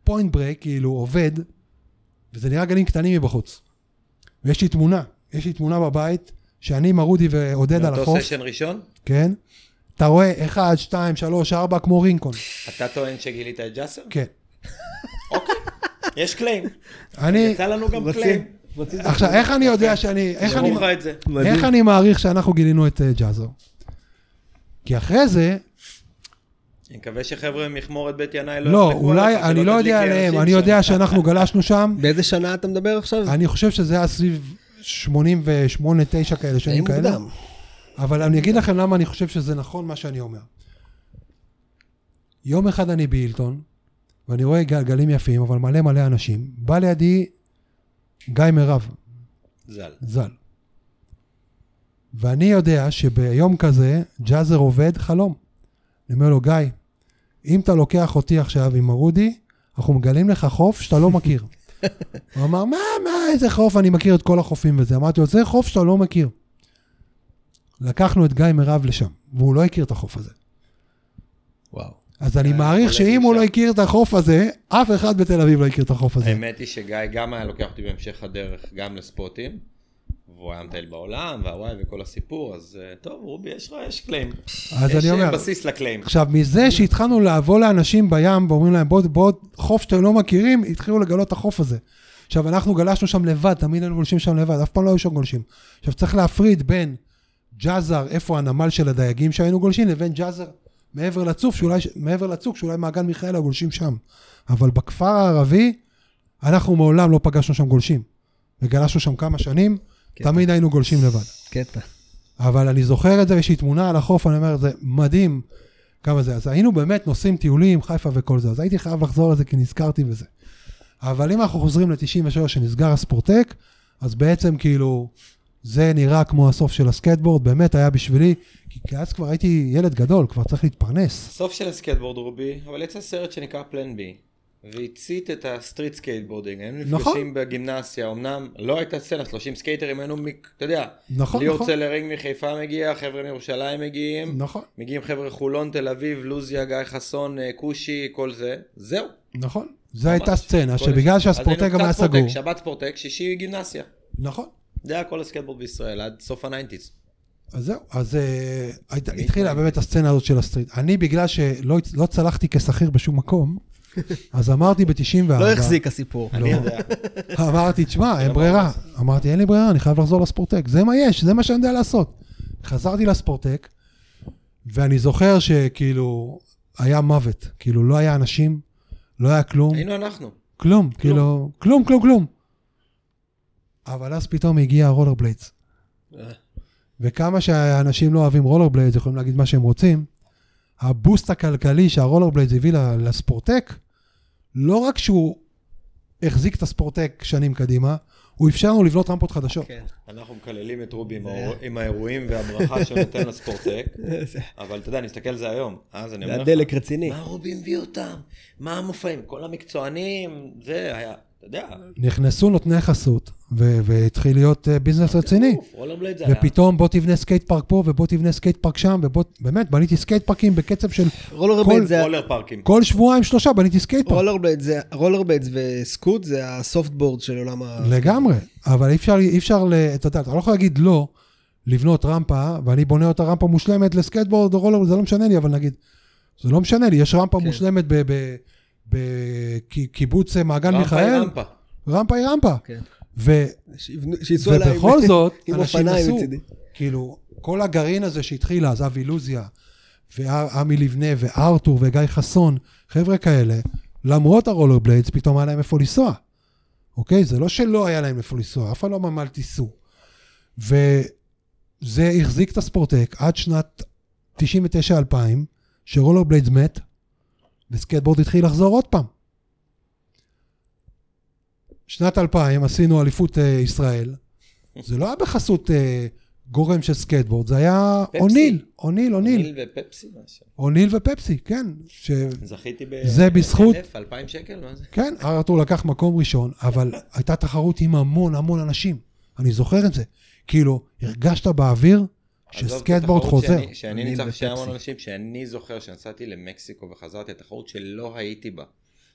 פוינט ברייק, כאילו עובד, וזה נראה גלים קטנים מבחוץ. ויש לי תמונה בבית, שאני מרודי ועודד על החוף. מאותו סשן ראשון? כן. אתה רואה 1, 2, 3, 4 כמו רינקון. אתה טוען שגילית את ג'אסר? כן. אוקיי, יש קליים. אני, יצא לנו גם קליים. עכשיו, איך אני יודע שאני, שמור לך את זה. איך אני מעריך שאנחנו גילינו את ג'אזר? כי אחרי זה, אני מקווה שחבר'ה מחמורת בית ינאי לא, אולי, אני לא יודע עליהם, אני יודע שאנחנו גלשנו שם. באיזה שנה אתה מדבר עכשיו? אני חושב שזה היה סביב 88-9 כאלה, שנים כאלה. אבל אני אגיד לכם למה אני חושב שזה נכון מה שאני אומר. יום אחד אני בהילטון, ואני רואה גלים יפים, אבל מלא אנשים. בא לידי גיא מרב. זל. ואני יודע שביום כזה, ג'אזר עובד חלום. אני אומר לו, גיא, אם אתה לוקח אותי עכשיו עם מרודי, אנחנו מגלים לך חוף שאתה לא מכיר. הוא אמר, מה, איזה חוף? אני מכיר את כל החופים וזה. אמרתי לו, זה חוף שאתה לא מכיר. לקחנו את גיא מרב לשם, והוא לא הכיר את החוף הזה. וואו. אז אני מעריך שאם הוא לא הכיר את החוף הזה, אף אחד בתל אביב לא הכיר את החוף הזה. האמת היא שגיא גם היה לוקח אותי בהמשך הדרך גם לספוטים, והוא היה מטייל בעולם, והוואי וכל הסיפור, אז טוב, רובי, יש קליים. אז אני אומר, יש בסיס לקליים. עכשיו, מזה שהתחלנו לעבור לאנשים בים, ואומרים להם, בוא, חוף שאתם לא מכירים, התחילו לגלות את החוף הזה. עכשיו, אנחנו גלשנו שם לבד, תמיד היינו גולשים שם לבד, אף פעם לא היו שם גולשים. עכשיו, צריך להפריד בין ג'אזר, איפה הנמל של הדייגים שהיינו גולשים, לבין ג'אזר מעבר לצוק, שאולי מעגן מיכאל הגולשים שם. אבל בכפר הערבי, אנחנו מעולם לא פגשנו שם גולשים. וגלשנו שם כמה שנים, תמיד היינו גולשים לבד. קטע. אבל אני זוכר את זה, יש לי תמונה על החוף, אני אומר, זה מדהים כמה זה. אז היינו באמת נוסעים טיולים, חיפה וכל זה. אז הייתי חייב לחזור לזה, כי נזכרתי בזה. אבל אם אנחנו חוזרים ל-93 שנסגר הספורטק, אז בעצם כאילו, זה נראה כמו הסוף של הסקייטבורד, באמת היה בשבילי, כי אז כבר הייתי ילד גדול, כבר צריך להתפרנס. סוף של הסקייטבורד רובי, אבל יצא סרט שנקרא פלן בי, והצית את הסטריט סקייטבורדינג, היינו נפגשים בגימנסיה, אמנם לא הייתה סצנה, 30 סקייטרים, היינו, אתה יודע, ליאור צלרינג מחיפה מגיע, חבר'ה מירושלים מגיעים, מגיעים חבר'ה חולון, תל אביב, לוזיה, גיא חסון, קושי, כל זה, זהו. נכון, זו הייתה סצנה, שבגלל שהספורטק גם היה סגור. שבת ספורטק, שישי גימנסיה. נכון. זה היה כל הסקייטבורד בישראל, עד סוף ה-90s. אז זהו, אז התחילה באמת הסצנה הזאת של הסטריט. אני בגלל שלא צלחתי כשכיר בשום מקום, אז אמרתי ב-94. לא החזיק הסיפור. אני יודע. אמרתי, תשמע, אין ברירה. אמרתי, אין לי ברירה, אני חייב לחזור לספורטק. זה מה יש, זה מה שאני יודע לעשות. חזרתי לספורטק, ואני זוכר שכאילו, היה מוות. כאילו, לא היה אנשים, לא היה כלום. היינו אנחנו. כלום, כאילו, כלום. אבל אז פתאום הגיע הרולר בליידס. וכמה שהאנשים לא אוהבים רולר בליידס, יכולים להגיד מה שהם רוצים, הבוסט הכלכלי שהרולר בליידס הביא לספורטק, לא רק שהוא החזיק את הספורטק שנים קדימה, הוא אפשר לנו לבנות רמפות חדשות. אנחנו מקללים את רובי עם האירועים והברכה שהוא נותן לספורטק, אבל אתה יודע, נסתכל על זה היום. זה הדלק רציני. מה רובי מביא אותם? מה המופעים? כל המקצוענים, זה היה... נכנסו נותני חסות, והתחיל להיות ביזנס רציני. ופתאום בוא תבנה סקייט פארק פה, ובוא תבנה סקייט פארק שם, ובאמת בניתי סקייט פארקים בקצב של... רולר פארקים. כל שבועיים 3 בניתי סקייט פארק. רולרבליידס וסקוט זה הסופטבורד של עולם ה... לגמרי, אבל אי אפשר, אתה לא יכול להגיד לא, לבנות רמפה, ואני בונה אותה רמפה מושלמת לסקייטבורד או רולר, זה לא משנה לי, אבל נגיד, זה לא משנה לי, יש רמפה מושלמת בקיבוץ מעגן מיכאל. רמפה היא רמפה. ובכל זאת, אנשים עשו, כאילו, כל הגרעין הזה שהתחיל אז, אבי לוזיה, ועמי לבנה, וארתור, וגיא חסון, חבר'ה כאלה, למרות הרולר בליידס, פתאום היה להם איפה לנסוע. אוקיי? זה לא שלא היה להם איפה לנסוע, אף פעם לא ממל תיסעו. וזה החזיק את הספורטק עד שנת 99-2000, שרולר בליידס מת, וסקייטבורד התחיל לחזור עוד פעם. שנת 2000 עשינו אליפות ישראל, זה לא היה בחסות גורם של סקייטבורד, זה היה אוניל ופפסי. אוניל ופפסי, כן. זכיתי זה בזכות... 2,000 שקל, מה זה? כן, ארתור לקח מקום ראשון, אבל הייתה תחרות עם המון אנשים. אני זוכר את זה. כאילו, הרגשת באוויר שסקייטבורד חוזר. שאני ניצח שהמון אנשים, שאני זוכר שנסעתי למקסיקו וחזרתי, התחרות שלא הייתי בה.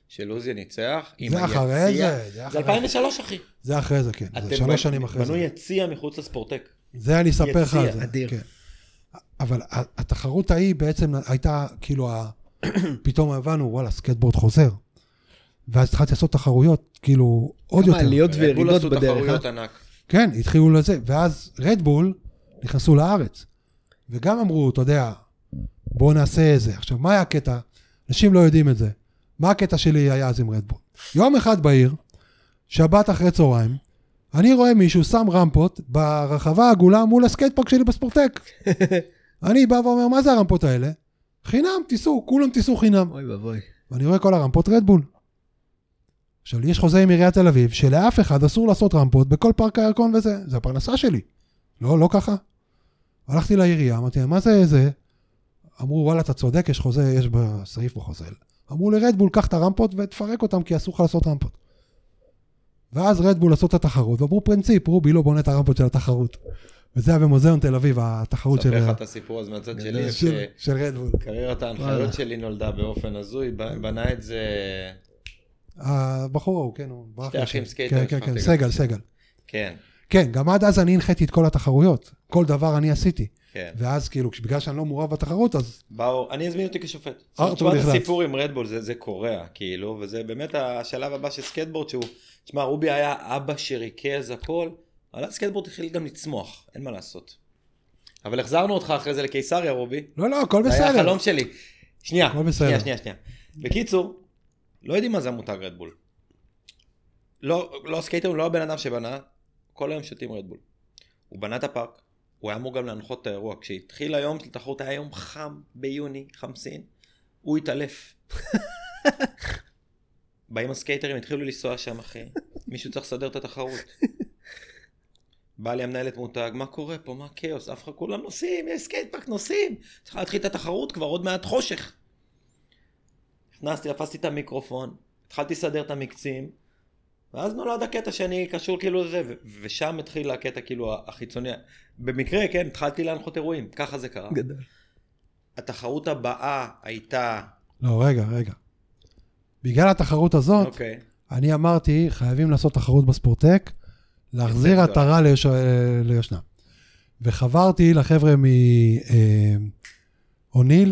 שלוזי ניצח, עם זה אחרי היציע. זה. זה 2003, אחי. זה אחרי זה, כן. זה 3 שנים אחרי זה. בנו יציע מחוץ לספורטק. זה אני אספר לך על יציע, זה. אדיר. כן. אבל התחרות ההיא בעצם הייתה, כאילו, פתאום הבנו, וואלה, סקייטבורד חוזר. ואז התחלתי לעשות תחרויות, כאילו, עוד יותר. כמה עליות רדבול וירידות עשו בדרך. תחרויות ענק. כן, התחילו לזה. ואז רדבול נכנסו לארץ. וגם אמרו, אתה יודע, בואו נעשה זה. עכשיו, מה היה הקטע? אנשים לא יודעים את זה. מה הקטע שלי היה אז עם רדבול? יום אחד בעיר, שבת אחרי צהריים, אני רואה מישהו שם רמפות ברחבה העגולה מול הסקייט פארק שלי בספורטק. אני בא ואומר, מה זה הרמפות האלה? חינם, תיסעו, כולם תיסעו חינם. אוי ובוי. ואני רואה כל הרמפות רדבול. עכשיו, יש חוזה עם עיריית תל אביב, שלאף אחד אסור לעשות רמפות בכל פארק הירקון וזה. זה הפרנסה שלי. לא ככה. הלכתי לעירייה, אמרתי, מה זה? אמרו, וואלה, אתה צודק, יש חוזה, יש בסעיף בחוזה. אמרו לרדבול, קח את הרמפות ותפרק אותם, כי אסור לך לעשות רמפות. ואז רדבול לעשות את התחרות, ואמרו פרינציפ, רובי לא בונה את הרמפות של התחרות. וזה היה במוזיאון תל אביב, התחרות של... ספר לך את הסיפור אז מהצד שלי, של רדבול. קריירת ההנחיות שלי נולדה באופן הזוי, בנה את זה... הבחור ההוא, כן, הוא... שתי אחים סקייטר. כן, סגל. כן. כן, גם עד אז אני הנחיתי את כל התחרויות. כל דבר אני עשיתי. כן. ואז כאילו, בגלל שאני לא מעורב בתחרות, אז... אני הזמין אותי כשופט. ארתור נכנס. הסיפור עם רדבול זה קורע, כאילו, וזה באמת השלב הבא של סקייטבורד, שהוא, תשמע, רובי היה אבא שריכז הכל, אבל הסקייטבורד התחיל גם לצמוח, אין מה לעשות. אבל החזרנו אותך אחרי זה לקיסריה, רובי. לא, הכל בסדר. זה היה החלום שלי. שנייה. בסדר. בקיצור, לא יודעים מה זה המותג רדבול. לא סקייטר, לא הבן אדם שבנה, כל היום שותים רדבול. הוא בנה את הפארק, הוא היה אמור גם להנחות את האירוע. כשהתחיל היום של תחרות, היה יום חם ביוני, חמסין, הוא התעלף. באים הסקייטרים, התחילו לנסוע שם, אחי. מישהו צריך לסדר את התחרות. בא לי המנהלת מותג, מה קורה פה? מה כאוס? אף אחד כולם נוסעים, יש סקייטפארק נוסעים. צריך להתחיל את התחרות כבר, עוד מעט חושך. נכנסתי, תפסתי את המיקרופון, התחלתי לסדר את המקצים, ואז נולד הקטע שאני קשור כאילו לזה, ושם התחיל הקטע כאילו החיצוני. במקרה, כן, התחלתי להנחות אירועים, ככה זה קרה. גדול. התחרות הבאה הייתה... לא, רגע. בגלל התחרות הזאת, אוקיי. אני אמרתי, חייבים לעשות תחרות בספורטק, להחזיר עטרה ליושנה. וחברתי לחבר'ה מאוניל.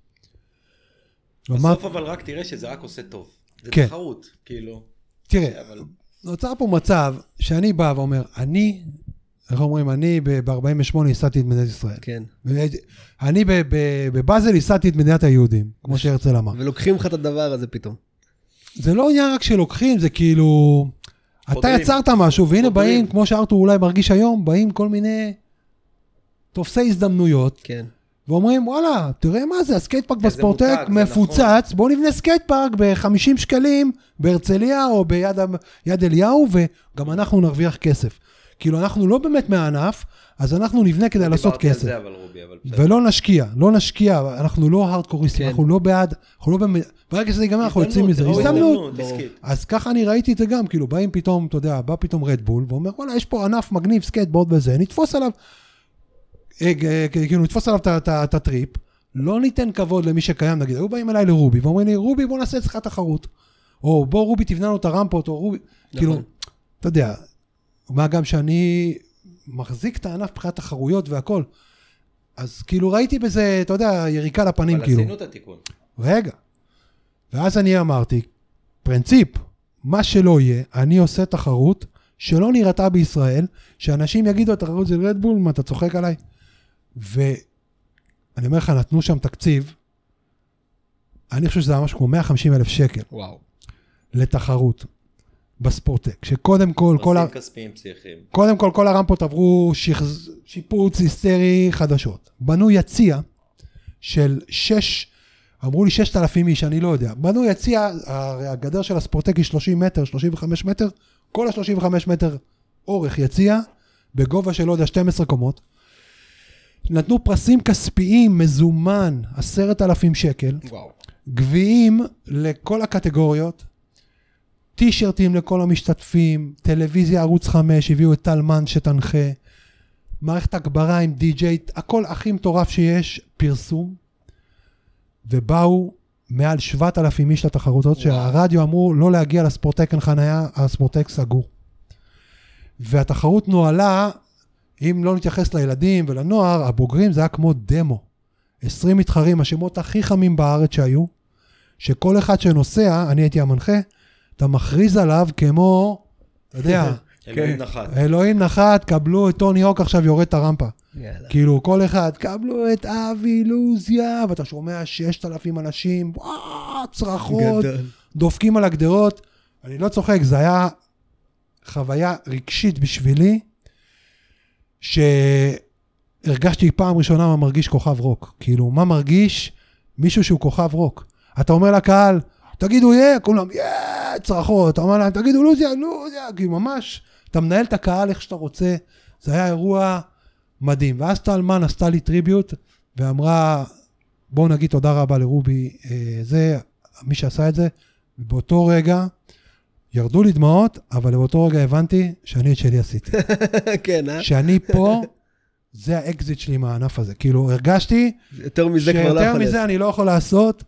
בסוף אבל רק תראה שזה רק עושה טוב. זה כן. תחרות, כאילו. תראה, נוצר פה מצב שאני בא ואומר, איך אומרים, אני ב-48 ייסדתי את מדינת ישראל. כן. אני בבאזל ייסדתי את מדינת היהודים, כמו שהרצל אמר. ולוקחים לך את הדבר הזה פתאום. זה לא עניין רק שלוקחים, זה כאילו... אתה יצרת משהו, והנה באים, כמו שארתור אולי מרגיש היום, באים כל מיני תופסי הזדמנויות, כן. ואומרים, וואלה, תראה מה זה, הסקייטפארק בספורטק מפוצץ, בואו נבנה סקייטפארק ב-50 שקלים בהרצליה או ביד אליהו, וגם אנחנו נרוויח כסף. כאילו, אנחנו לא באמת מהענף, אז אנחנו נבנה כדי לעשות כסף. זה, אבל רובי, ולא נשקיע, אנחנו לא הארדקוריסטים, אנחנו לא בעד, ברגע שזה ייגמר, אנחנו יוצאים מזה. הזדמנות. אז ככה אני ראיתי את זה גם, כאילו, באים פתאום, אתה יודע, בא פתאום רדבול, ואומר, וואלה, יש פה ענף מגניב, סקייטבורד וזה, נתפוס עליו, כאילו, נתפוס עליו את הטריפ, לא ניתן כבוד למי שקיים, נגיד, היו באים אליי לרובי, ואומרים לי, רובי, בוא נעשה אצלך תחרות, או בוא רובי תבנה לו את הרמפות, או רובי, כאילו, אתה יודע, מה גם שאני מחזיק את הענף מבחינת תחרויות והכל, אז כאילו ראיתי בזה, אתה יודע, יריקה לפנים, אבל כאילו. עשינו את התיקון. רגע. ואז אני אמרתי, פרינציפ, מה שלא יהיה, אני עושה תחרות שלא נראתה בישראל, שאנשים יגידו, התחרות זה רדבול, מה אתה צוחק עליי? ואני אומר לך, נתנו שם תקציב, אני חושב שזה היה משהו כמו 150,000 שקל. וואו. לתחרות. בספורטק, שקודם כל, פרסים כספיים פסיכיים. קודם כל הרמפות עברו שיפוץ היסטרי חדשות. בנו יציע של אמרו לי 6,000 איש, אני לא יודע. בנו יציע, הגדר של הספורטק היא 30 מטר, 35 מטר, כל ה-35 מטר אורך יציע, בגובה של, לא יודע, 12 קומות. נתנו פרסים כספיים, מזומן, 10,000 שקל. וואו. גביעים לכל הקטגוריות. טישרטים לכל המשתתפים, טלוויזיה ערוץ 5, הביאו את טלמן שתנחה, מערכת הגברה עם די-ג'יי, הכל הכי מטורף שיש, פרסום, ובאו מעל 7,000 איש לתחרות הזאת, שהרדיו אמרו לא להגיע לספורטק, אין חניה, הספורטק סגור. והתחרות נועלה, אם לא נתייחס לילדים ולנוער, הבוגרים זה היה כמו דמו. 20 מתחרים, השמות הכי חמים בארץ שהיו, שכל אחד שנוסע, אני הייתי המנחה, אתה מכריז עליו כמו, אתה יודע, אלוהים נחת. אלוהים נחת, קבלו את טוני הוק עכשיו יורד את הרמפה. כאילו כל אחד, קבלו את אבי לוזיה, ואתה שומע 6,000 אנשים, צרחות, דופקים על הגדרות. אני לא צוחק, זה היה חוויה רגשית בשבילי, שהרגשתי פעם ראשונה מה מרגיש כוכב רוק. כאילו, מה מרגיש מישהו שהוא כוכב רוק? אתה אומר לקהל, תגידו כולם, צרחות, אתה אומר להם, תגידו לוזיה, כאילו ממש, אתה מנהל את הקהל איך שאתה רוצה, זה היה אירוע מדהים. ואז טלמן עשתה לי טריביוט, ואמרה, בואו נגיד תודה רבה לרובי, זה מי שעשה את זה, ובאותו רגע, ירדו לי דמעות, אבל באותו רגע הבנתי שאני את שלי עשיתי. כן, אה? שאני פה, זה האקזיט שלי מהענף הזה. כאילו, הרגשתי, יותר מזה כבר לא שיותר יכול מזה אני לא יכול לעשות,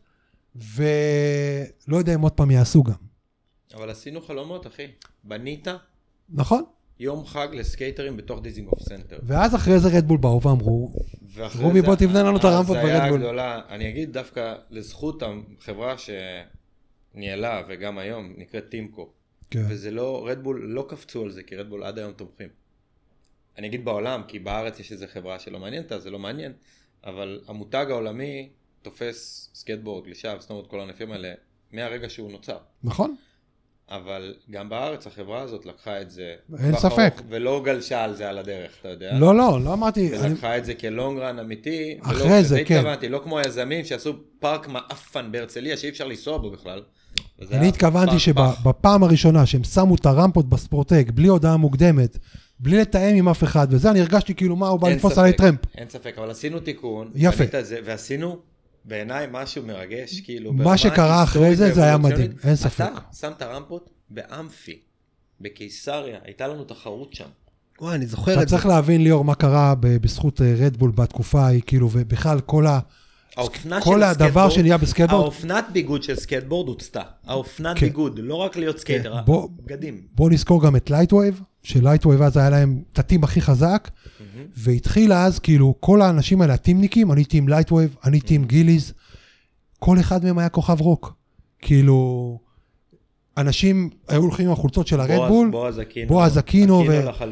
ולא יודע אם עוד פעם יעשו גם. אבל עשינו חלומות, אחי. בנית נכון? יום חג לסקייטרים בתוך דיזינגוף סנטר. ואז אחרי זה רדבול באו ואמרו, ואחרי רובי זה- בוא תבנה לנו את הרמפות ההזיה ברדבול. הגדולה, אני אגיד דווקא לזכות החברה שניהלה וגם היום נקראת טימקו. כן. וזה לא, רדבול לא קפצו על זה, כי רדבול עד היום תומכים. אני אגיד בעולם, כי בארץ יש איזו חברה שלא מעניינת, זה לא מעניין, אבל המותג העולמי תופס סקייטבורד, גלישה וסנובורד, כל הענפים האלה, מהרגע שהוא נוצר. נכון? אבל גם בארץ החברה הזאת לקחה את זה, אין בטווח ספק. ארוך, ולא גלשה על זה על הדרך, אתה יודע? לא אמרתי, אני- ולקחה את זה כלונגרן אמיתי, אחרי זה, כן. התכוונתי, לא כמו היזמים שעשו פארק מאפן בהרצליה, שאי אפשר לנסוע בו בכלל. וזה אני היה התכוונתי פח, פח. שבפעם הראשונה שהם שמו את הרמפות בספורטק, בלי הודעה מוקדמת, בלי לתאם עם אף אחד, וזה אני הרגשתי כאילו מה הוא בא אין לתפוס ספק, עליי טרמפ. אין ספק, אבל עשינו תיקון, יפה. בנית את זה, ועשינו בעיניי משהו מרגש, כאילו, מה ברמה שקרה אחרי היסטורית זה היה ואבולוציונית. מדהים, אין ספק. אתה שמת רמפות באמפי, בקיסריה, הייתה לנו תחרות שם. וואי, אני זוכר אתה את זה. צריך להבין ליאור מה קרה בזכות רדבול בתקופה ההיא, כאילו, ובכלל האופנה כל של הדבר הסקייטבורד- שנהיה בסקייטבורד, האופנת ביגוד של סקייטבורד הוצתה. האופנת כן. ביגוד, לא רק להיות סקייטר, כן, בוא- בגדים. בוא נזכור גם את לייטווייב, שלייטווייב אז היה להם את הטים הכי חזק, והתחיל אז כאילו כל האנשים האלה, הטימניקים, אני טים לייטווייב, אני טים גיליז, כל אחד מהם היה כוכב רוק. כאילו, אנשים היו הולכים עם החולצות של הרדבול, בועז אקינו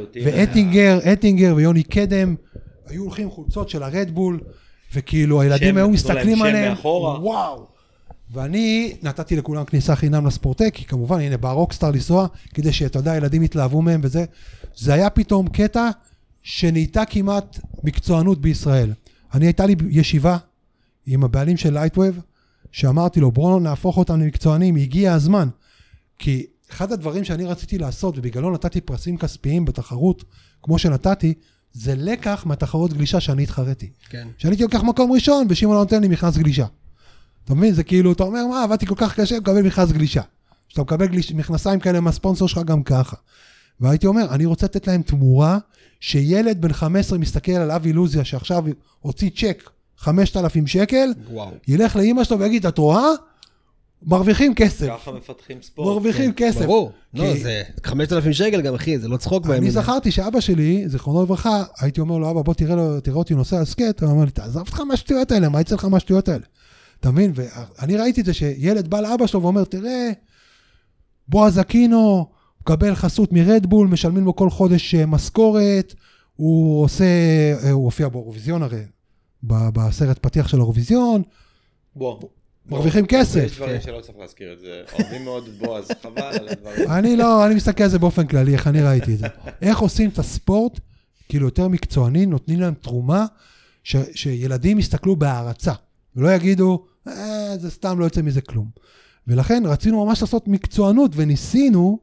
ואטינגר ויוני קדם, היו הולכים עם חולצות של הרדבול, וכאילו הילדים היו מסתכלים עליהם, וואו. ואני נתתי לכולם כניסה חינם לספורטק, כי כמובן, הנה, בא רוקסטאר לנסוע, כדי שאתה יודע, ילדים התלהבו מהם וזה. זה היה פתאום קטע שנהייתה כמעט מקצוענות בישראל. הייתה לי ישיבה עם הבעלים של לייטווייב, שאמרתי לו, בואו נהפוך אותנו מקצוענים, הגיע הזמן. כי אחד הדברים שאני רציתי לעשות, ובגללו נתתי פרסים כספיים בתחרות, כמו שנתתי, זה לקח מהתחרות גלישה שאני התחרתי. כן. שאני הייתי לוקח מקום ראשון, ושמעון נותן לי מכנס גלישה. אתה מבין? זה כאילו, אתה אומר, מה, עבדתי כל כך קשה, מקבל מכנס גלישה. שאתה מקבל מכנסיים כאלה מהספונסור שלך גם ככה. והייתי אומר, אני רוצה לתת להם תמורה, שילד בן 15 מסתכל על אבי לוזיה, שעכשיו הוציא צ'ק 5,000 שקל, וואו. ילך לאמא שלו ויגיד, את רואה? מרוויחים כסף. ככה מפתחים ספורט. מרוויחים כסף. ברור. כי- לא, זה 5,000 שקל גם, אחי, זה לא צחוק בהם. אני זכרתי שאבא שלי, זכרונו לברכה, הייתי אומר לו, אבא, בוא תראה אותי נוסע על סקייט, הוא אמר לי, תעזב אותך מהשטויות האלה, מה יצא לך מהשטויות האלה? אתה מבין? ואני ראיתי את זה שילד בא לאבא שלו ואומר, תראה, בועז אקינו, מקבל חסות מרדבול, משלמים לו כל חודש משכורת, הוא הופיע באירוויזיון הרי, בסרט פתיח של האירוויזיון, בוא. מרוויחים כסף. יש דברים שלא צריך להזכיר את זה. אוהבים מאוד את בועז, חבל על הדברים. אני מסתכל על זה באופן כללי, איך אני ראיתי את זה. איך עושים את הספורט, כאילו יותר מקצועני, נותנים להם תרומה, שילדים יסתכלו בהערצה, ולא יגידו, זה סתם לא יוצא מזה כלום. ולכן רצינו ממש לעשות מקצוענות, וניסינו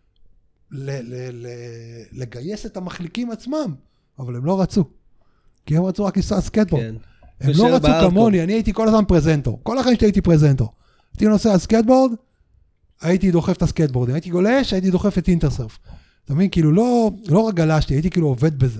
לגייס את המחליקים עצמם, אבל הם לא רצו. כי הם רצו רק לנסוע סקייטבורד. כן. הם לא רצו כמוני, אני הייתי כל הזמן פרזנטור. כל החיים שלי הייתי פרזנטור. הייתי נוסע על סקייטבורד, הייתי דוחף את הסקייטבורד. הייתי גולש, הייתי דוחף את אינטרסרף. אתה מבין? כאילו לא רק גלשתי, הייתי כאילו עובד בזה.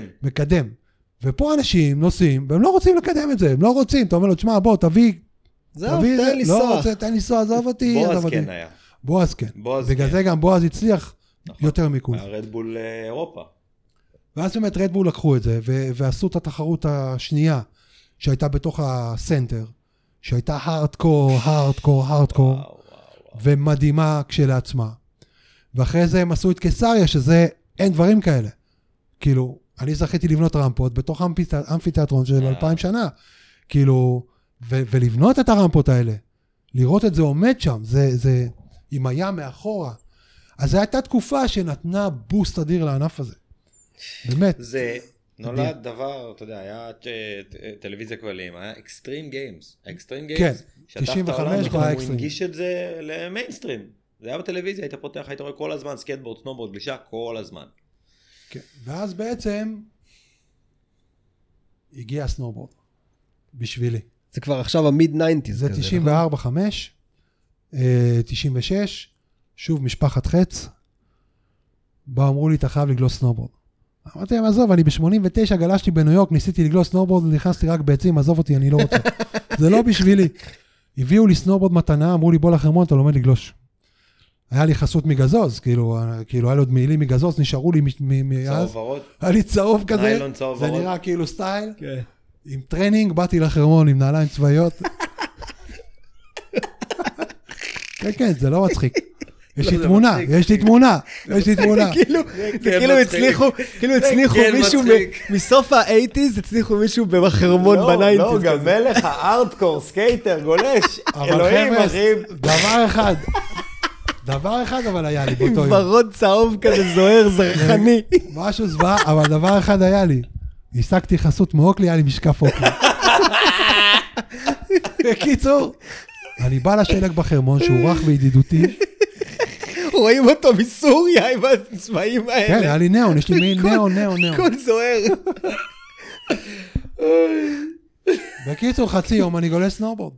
מקדם. ופה אנשים נוסעים, והם לא רוצים לקדם את זה, הם לא רוצים. אתה אומר לו, תשמע, בוא, תביא זהו, תביא את זה, תן לנסוע. לא רוצה, תן לנסוע, עזוב אותי. בועז עזוב כן אותי. היה. בועז כן. בועז בגלל כן. זה גם בועז הצליח נכון. יותר מכולם. הרדבול אירופה. ואז באמת רדבול לקחו את זה, ועשו את התחרות השנייה, שהייתה בתוך הסנטר, שהייתה הארדקור, ומדהימה כשלעצמה. ואחרי זה הם עשו את קיסריה, שזה, אין דברים כאלה. כאילו, אני זכיתי לבנות רמפות בתוך אמפיתיאטרון של 2000 שנה. כאילו, ולבנות את הרמפות האלה, לראות את זה עומד שם, זה עם הים מאחורה. אז זו הייתה תקופה שנתנה בוסט אדיר לענף הזה. באמת. זה נולד דבר, אתה יודע, היה טלוויזיה כבלים, היה אקסטרים גיימס. אקסטרים גיימס, כן, 95 הוא באקסטרים. הנגיש את זה למיינסטרים. זה היה בטלוויזיה, היית פותח, היית רואה כל הזמן סקייטבורד, סנובורד, גלישה, כל הזמן. כן, ואז בעצם הגיע הסנובורד, בשבילי. זה כבר עכשיו המיד-90s. זה 94-5, 96, שוב משפחת חץ, באו אמרו לי, אתה חייב לגלוס סנובורד. אמרתי להם, עזוב, אני ב-89 גלשתי בניו יורק, ניסיתי לגלוס סנובורד, נכנסתי רק בעצים, עזוב אותי, אני לא רוצה. זה לא בשבילי. הביאו לי סנובורד מתנה, אמרו לי, בוא לחרמון, אתה לומד לגלוש. היה לי חסות מגזוז, כאילו היה לי עוד מעילים מגזוז, נשארו לי מאז. צהוב ורוד. היה לי צהוב כזה, ניילון צהוב זה ורוד. נראה כאילו סטייל. כן. עם טרנינג, באתי לחרמון עם נעליים צבאיות. כן, זה לא מצחיק. יש לי תמונה, יש לי תמונה. כאילו הצליחו מישהו מסוף ה-80s, הצליחו מישהו בחרמון ב-90s. לא, גם מלך הארדקור, סקייטר, גולש. אלוהים, אחים. דבר אחד אבל היה לי באותו עם יום. ורוד צהוב כזה זוהר, זרחני. משהו זוועה, אבל דבר אחד היה לי. השגתי חסות מאוקלי, היה לי משקף אוקלי. בקיצור, אני בא לשלג בחרמון, שהוא רך וידידותי. רואים אותו מסוריה עם הצבעים האלה. כן, היה לי נאון, יש לי מין נאון. הכל זוהר. בקיצור, חצי יום אני גולש סנובורד.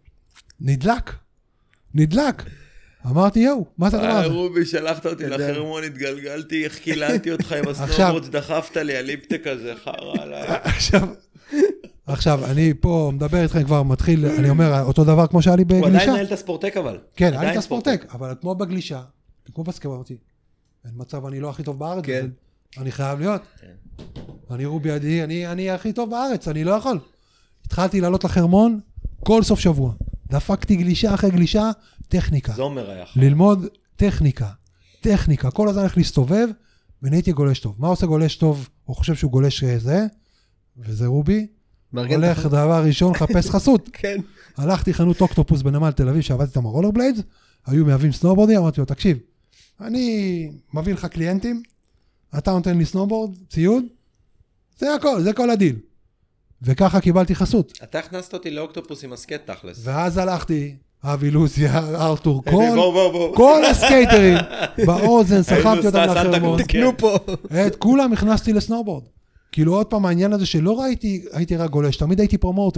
נדלק. אמרתי, יואו, מה זה הדבר הזה? רובי, שלחת אותי לחרמון, התגלגלתי, איך קילנתי אותך עם הסנובורד, דחפת לי, הליפטק הזה, חרה עליי. עכשיו, אני פה מדבר איתכם כבר, מתחיל, אני אומר, אותו דבר כמו שהיה לי בגלישה. הוא עדיין מנהל את הספורטק אבל. כן, היה לי את הספורטק, אבל כמו בגלישה, כמו בסקייטבורד, אמרתי, אין מצב, אני לא הכי טוב בארץ, אני חייב להיות. אני רובי עדי, אני הכי טוב בארץ, אני לא יכול. התחלתי לעלות לחרמון כל סוף שבוע. דפקתי גלישה אחרי גלישה, טכניקה. זומר היה. ללמוד טכניקה. כל הזמן הולך להסתובב, ונהייתי גולש טוב. מה עושה גולש טוב? הוא חושב שהוא גולש זה, וזה רובי. הולך דבר ראשון, חפש חסות. כן. הלכתי חנות אוקטופוס בנמל תל אביב, שעבדתי איתם הרולר בליידס, היו מהווים סנובורדים, אמרתי לו, תקשיב, אני מביא לך קליינטים, אתה נותן לי סנובורד, ציוד, זה הכל, זה כל הדיל. וככה קיבלתי חסות. אתה הכנסת אותי לאוקטופוס עם הסקט תכלס. ואז הלכתי, אבי לוזיה, ארתור, כל הסקייטרים, באוזן, סחבתי אותם לחרמון. תקנו פה. את כולם הכנסתי לסנובורד. כאילו עוד פעם העניין הזה שלא הייתי רק גולש, תמיד הייתי פרומוטר.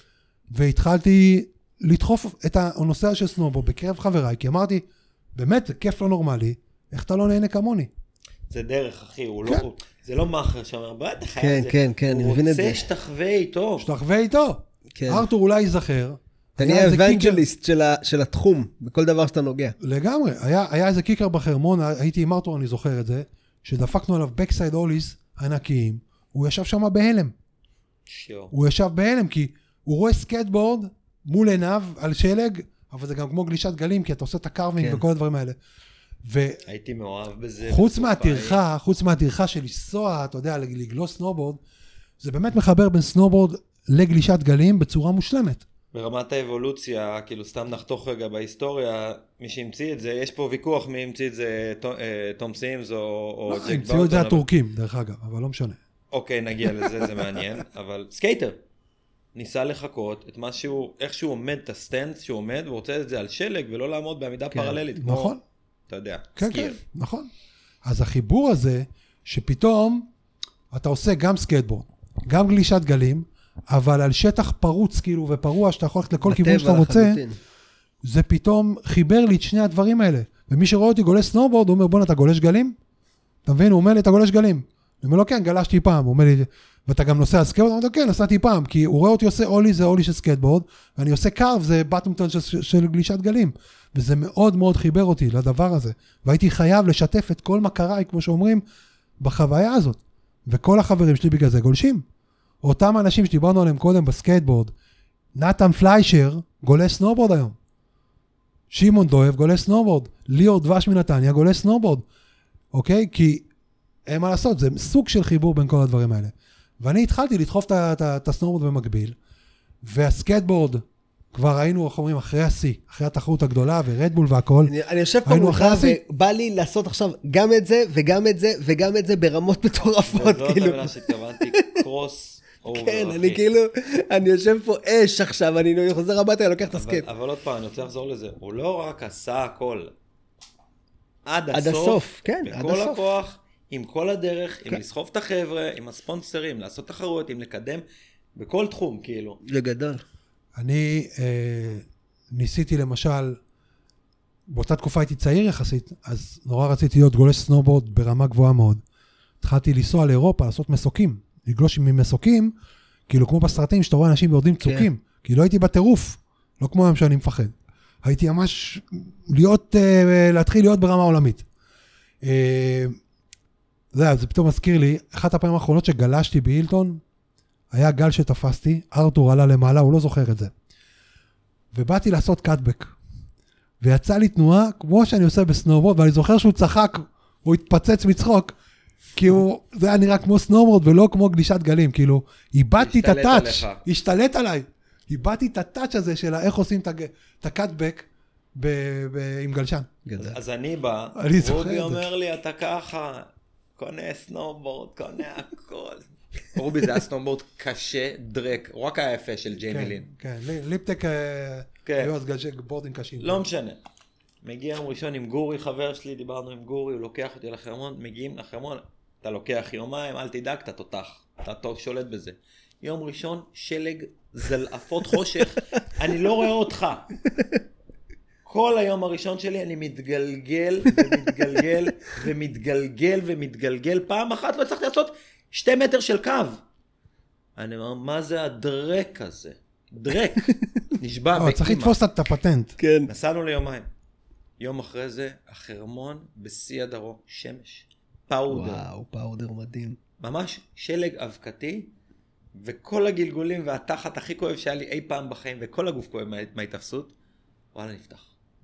והתחלתי לדחוף את הנושא של סנובורד בקרב חבריי, כי אמרתי, באמת, זה כיף לא נורמלי, איך אתה לא נהנה כמוני? זה דרך, אחי, זה לא מאחר שאומר, בוא, אתה חייב את זה. כן, אני מבין את זה. הוא רוצה שתחווה איתו. שתחווה איתו. ארתור אולי ייזכר. אתה נהיה אבנג'ליסט של התחום, בכל דבר שאתה נוגע. לגמרי. היה איזה קיקר בחרמון, הייתי עם ארתור, אני זוכר את זה, שדפקנו עליו בקסייד אוליס ענקיים, הוא ישב שם בהלם. הוא ישב בהלם, כי הוא רואה סקייטבורד מול עיניו על שלג, אבל זה גם כמו גלישת גלים, כי אתה עושה את הקרווינג וכל הדברים האלה. הייתי מאוהב בזה. חוץ מהטרחה של לנסוע, אתה יודע, לגלוס סנובורד, זה באמת מחבר בין סנובורד לגלישת גלים בצורה מושלמת. ברמת האבולוציה, כאילו סתם נחתוך רגע בהיסטוריה, מי שהמציא את זה, יש פה ויכוח מי המציא את זה, תום סימס או ג'ק באוטון. המציאו את זה הטורקים, דרך אגב, אבל לא משנה. אוקיי, נגיע לזה, זה מעניין, אבל סקייטר ניסה לחכות את מה שהוא, איך שהוא עומד, את הסטנס שהוא עומד, והוא רוצה את זה על שלג ולא לעמוד בעמידה פרללית. נכון. אתה יודע, כן, נכון. אז החיבור הזה, שפתאום אתה עושה גם סקייטבורד, גם גלישת גלים, אבל על שטח פרוץ כאילו ופרוע, שאתה יכול ללכת לכל כיוון שאתה רוצה, זה פתאום חיבר לי את שני הדברים האלה. ומי שרואה אותי גולש סנובורד, הוא אומר, בוא, אתה גולש גלים? אתה מבין? הוא אומר לי, אתה גולש גלים. אני אומר לו, כן, גלשתי פעם. הוא אומר לי, ואתה גם נוסע על סקייטבורד? אני אומר לו, כן, נסעתי פעם, כי הוא רואה אותי עושה אולי, זה אולי של סקייטבורד, ואני עושה קרב, זה בטומטון של גלישת גלים. וזה מאוד מאוד חיבר אותי לדבר הזה. והייתי חייב לשתף את כל מכריי, כמו שאומרים, בחוויה הזאת. וכל החברים שלי בגלל זה גולשים. אותם האנשים שדיברנו עליהם קודם בסקייטבורד, נתן פליישר גולה סנובורד היום. שמעון דואב גולה סנובורד. ליאור דבש מנתניה גולה סנובורד. אוקיי? כי אין מה לעשות, זה סוג של חיבור בין כל הדברים האלה. ואני התחלתי לדחוף את הסנובורד במקביל, והסקייטבורד כבר היינו, איך אומרים, אחרי השיא, אחרי התחרות הגדולה ורדבול והכל. אני יושב פה מולך ובא לי לעשות עכשיו גם את זה וגם את זה וגם את זה ברמות מטורפות. וזאת המילה שהתכוונתי, קרוס אובר. כן, אני כאילו, אני יושב פה אש עכשיו, אני חוזר הביתה, אני לוקח את הסקייט. אבל עוד פעם, אני רוצה לחזור לזה, הוא לא רק עשה הכל, עד הסוף, כן, עד הסוף. בכל הכוח, עם כל הדרך, עם לסחוב את החבר'ה, עם הספונסרים, לעשות תחרות, עם לקדם, בכל תחום, כאילו. זה גדול. אני ניסיתי למשל, באותה תקופה הייתי צעיר יחסית, אז נורא רציתי להיות גולש סנובורד ברמה גבוהה מאוד. התחלתי לנסוע לאירופה, לעשות מסוקים. לגלוש עם מסוקים, כאילו כמו בסרטים שאתה רואה אנשים יורדים צוקים. כי לא הייתי בטירוף, לא כמו היום שאני מפחד. הייתי ממש להתחיל להיות ברמה עולמית. זה פתאום מזכיר לי, אחת הפעמים האחרונות שגלשתי בהילטון, היה גל שתפסתי, ארתור עלה למעלה, הוא לא זוכר את זה. ובאתי לעשות קאטבק. ויצא לי תנועה, כמו שאני עושה בסנובורד, ואני זוכר שהוא צחק, הוא התפצץ מצחוק, כי זה היה נראה כמו סנובורד, ולא כמו גלישת גלים, כאילו, איבדתי את הטאץ', השתלט עליי, איבדתי את הטאץ' הזה של איך עושים את הקאטבק עם גלשן. אז אני בא, רובי אומר לי, אתה ככה, קונה סנובורד, קונה הכל. רובי זה היה סנובורד קשה, דרק, הוא רק היה יפה של ג'יימי לין. כן, ליפטק היו אז בורדים קשים. לא משנה. מגיע יום ראשון עם גורי, חבר שלי, דיברנו עם גורי, הוא לוקח אותי לחרמון, מגיעים לחרמון, אתה לוקח יומיים, אל תדאג, אתה תותח, אתה שולט בזה. יום ראשון, שלג, זלעפות חושך, אני לא רואה אותך. כל היום הראשון שלי אני מתגלגל ומתגלגל ומתגלגל ומתגלגל, פעם אחת לא הצלחתי לעשות 2 מטר של קו. אני אומר, מה זה הדרק הזה? דרק. נשבע באמא. צריך לתפוס את הפטנט. כן. נסענו ליומיים. יום אחרי זה, החרמון בשיא הדרום, שמש. פאודר. וואו, פאודר מדהים. ממש שלג אבקתי, וכל הגלגולים והתחת הכי כואב שהיה לי אי פעם בחיים, וכל הגוף כואב מההתאפסות, וואלה נפתח.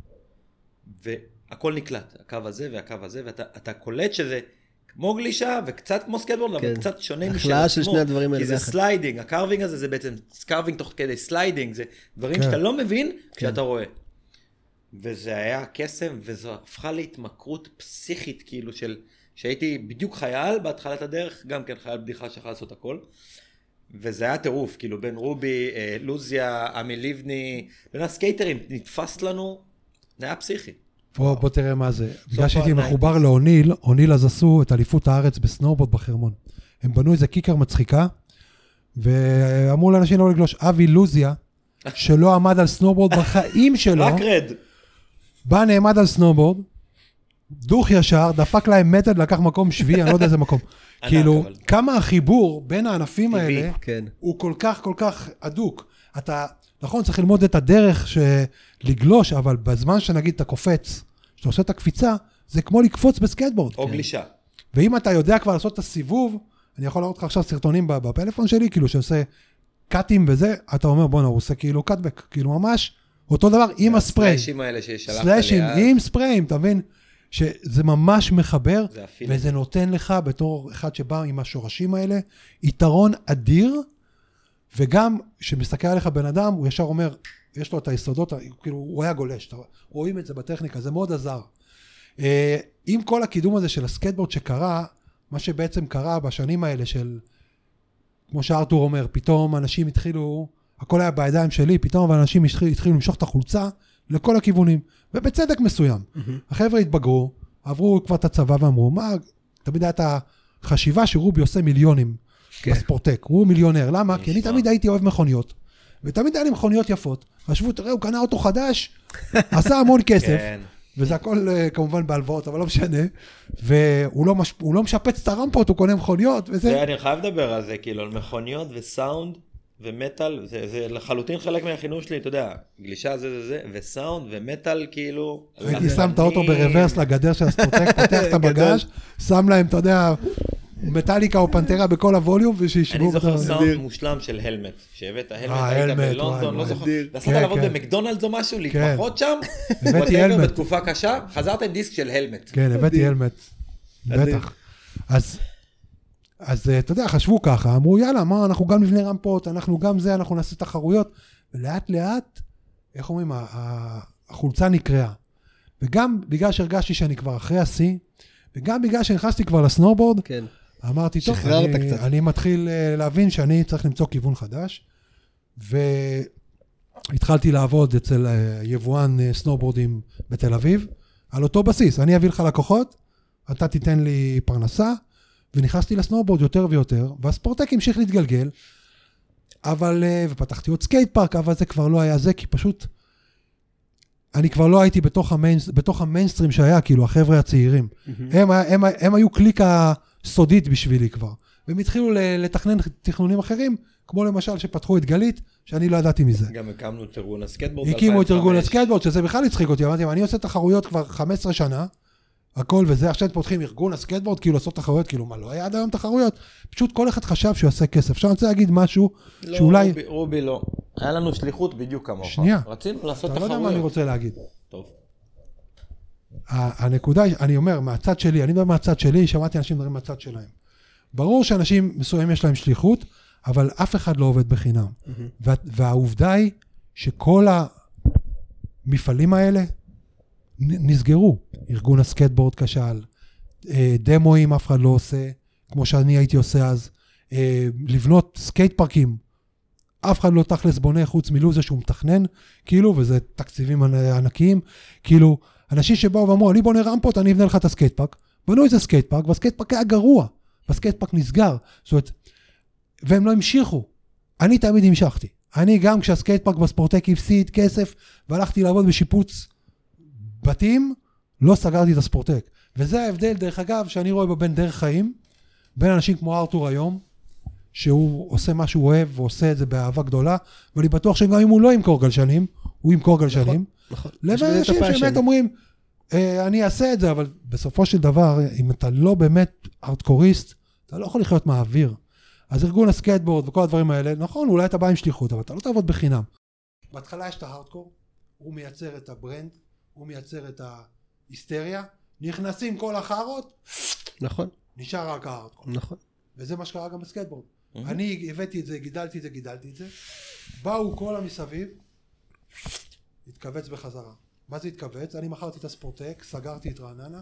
והכל נקלט, הקו הזה והקו הזה, ואתה קולט שזה כמו גלישה וקצת כמו סקייטבורד, אבל קצת שונה משל החלאה של שני הדברים האלה. כי זה סליידינג, הקרווינג הזה זה בעצם קרווינג תוך כדי סליידינג, זה דברים שאתה לא מבין כשאתה רואה. וזה היה קסם, וזו הפכה להתמכרות פסיכית, כאילו שהייתי בדיוק חייל בהתחלת הדרך, גם כן חייל בדיחה שיכול לעשות הכל. וזה היה טירוף, כאילו בין רובי, לוזיה, עמי ליבני, בין הסקייטרים, נתפס לנו, זה היה פסיכי. בוא תראה מה זה. בגלל שהייתי מחובר לאוניל, אוניל אז עשו את אליפות הארץ בסנובורד בחרמון. הם בנו איזה קיקר מצחיקה, ואמרו לאנשים לא לגלוש, אבי לוזיה, שלא עמד על סנובורד בחיים שלו, רק רד. בא נעמד על סנובורד, דוך ישר, דפק להם מטד, לקח מקום שביעי, אני לא יודע איזה מקום. כאילו, כמה החיבור בין הענפים האלה, הוא כל כך אדוק. אתה, נכון, צריך ללמוד את הדרך לגלוש, אבל בזמן שנגיד אתה קופץ, שאתה עושה את הקפיצה, זה כמו לקפוץ בסקייטבורד. או גלישה. ואם אתה יודע כבר לעשות את הסיבוב, אני יכול לראות לך עכשיו סרטונים בפלאפון שלי, כאילו שעושה קאטים וזה, אתה אומר, בוא, הוא עושה כאילו קאטבק, כאילו ממש אותו דבר עם הספרי. הסלאשים האלה ששלחת סלאשים עם ספריים, אתה מבין? שזה ממש מחבר, וזה נותן לך בתור אחד שבא עם השורשים האלה, יתרון אדיר, וגם שמסתכל עליך בן אדם, הוא ישר אומר, יש לו את היסודות, כאילו הוא היה גולש, רואים את זה בטכניקה, זה מאוד עזר. עם כל הקידום הזה של הסקייטבורד שקרה, מה שבעצם קרה בשנים האלה של, כמו שארתור אומר, פתאום אנשים התחילו, הכל היה בידיים שלי, פתאום אנשים התחילו למשוך את החולצה לכל הכיוונים, ובצדק מסוים. החבר'ה התבגרו, עברו כבר את הצבא ואמרו, מה, תמיד הייתה החשיבה שרובי עושה מיליונים בספורטק, הוא מיליונר, למה? כי אני תמיד הייתי אוהב מכוניות, ותמיד היה לי מכוניות יפות, חשבו, תראה, הוא קנה אוטו חדש, עשה המון כסף, וזה הכל כמובן בהלוואות, אבל לא משנה, והוא לא משפץ את הרמפות, הוא קונה מכוניות, וזה... אני חייב לדבר על זה, כאילו, על מכוניות וסאונד ומטל, זה לחלוטין חלק מהחינוך שלי, אתה יודע, גלישה זה, וסאונד ומטל, כאילו... הייתי שם את האוטו ברוורס לגדר של הספורטק, פותח את הבגאז', שם להם, אתה יודע... מטליקה או פנטרה בכל הווליום, ושישבו... אני זוכר סאונד מושלם של הלמט, שהבאת הלמט, היית בלונדון, לא זוכר, נסעת לעבוד במקדונלדס או משהו, להתמחות שם, הבאתי הלמט. בתקופה קשה, חזרת עם דיסק של הלמט. כן, הבאתי הלמט, בטח. אז אתה יודע, חשבו ככה, אמרו יאללה, מה, אנחנו גם נבנה רמפות, אנחנו גם זה, אנחנו נעשה תחרויות, ולאט לאט, איך אומרים, החולצה נקראה. וגם בגלל שהרגשתי שאני כבר אחרי השיא, וגם בגלל שנכנסתי כבר לסנובורד, כן. אמרתי, טוב, אני מתחיל להבין שאני צריך למצוא כיוון חדש, והתחלתי לעבוד אצל יבואן סנובורדים בתל אביב, על אותו בסיס, אני אביא לך לקוחות, אתה תיתן לי פרנסה, ונכנסתי לסנובורד יותר ויותר, והספורטק המשיך להתגלגל, אבל, ופתחתי עוד סקייט פארק, אבל זה כבר לא היה זה, כי פשוט, אני כבר לא הייתי בתוך המיינסטרים שהיה, כאילו, החבר'ה הצעירים. הם היו קליקה סודית בשבילי כבר. והם התחילו לתכנן תכנונים אחרים, כמו למשל שפתחו את גלית, שאני לא ידעתי מזה. גם הקמנו את ארגון הסקייטבורד. הקימו את ארגון הסקייטבורד, שזה בכלל הצחיק אותי. אמרתי, אני עושה תחרויות כבר 15 שנה, הכל וזה, עכשיו פותחים ארגון הסקייטבורד, כאילו לעשות תחרויות, כאילו מה, לא היה עד היום תחרויות. פשוט כל אחד חשב שהוא עושה כסף. עכשיו אני רוצה להגיד משהו שאולי... לא, רובי לא. היה לנו שליחות בדיוק כמוך. שנייה. רצינו לעשות אתה לא תחרויות. יודע מה אני רוצה להגיד. טוב. הנקודה, אני אומר, מהצד שלי, אני מדבר מהצד שלי, שמעתי אנשים מדברים מהצד שלהם. ברור שאנשים מסוימים יש להם שליחות, אבל אף אחד לא עובד בחינם. והעובדה היא שכל המפעלים האלה נסגרו. ארגון הסקייטבורד כשל, דמוים אף אחד לא עושה, כמו שאני הייתי עושה אז, לבנות סקייט פארקים, אף אחד לא תכלס בונה חוץ מלוזה שהוא מתכנן, כאילו, וזה תקציבים ענקיים, כאילו, אנשים שבאו ואמרו, אני בונה רמפות, אני אבנה לך את הסקייט פארק, בנו איזה סקייט פארק, והסקייט פארק היה גרוע, והסקייט פארק נסגר, זאת אומרת, והם לא המשיכו, אני תמיד המשכתי, אני גם כשהסקייט פארק בספורטק הפסיד כסף, והלכתי לעבוד בשיפוץ בתים, לא סגרתי את הספורטק, וזה ההבדל, דרך אגב, שאני רואה בבין דרך חיים, בין אנשים כמו ארתור היום, שהוא עושה מה שהוא אוהב, ועושה את זה באהבה גדולה, ואני בטוח שגם אם הוא לא ימכור גלשנים, הוא ימכור גלשנים, נכון. לבין אנשים שבאמת אומרים, אני אעשה את זה, אבל בסופו של דבר, אם אתה לא באמת ארטקוריסט, אתה לא יכול לחיות מהאוויר. אז ארגון הסקייטבורד וכל הדברים האלה, נכון, אולי אתה בא עם שליחות, אבל אתה לא תעבוד בחינם. בהתחלה יש את ההארדקור, הוא מייצר את הברנד, הוא מייצר את ההיסטריה, נכנסים כל החארות, נכון. נשאר רק ההארדקור. נכון. וזה מה שקרה גם בסקייטבורד. אני הבאתי את זה, גידלתי את זה, באו כל המסביב, התכווץ בחזרה. מה זה התכווץ? אני מכרתי את הספורטק, סגרתי את רעננה,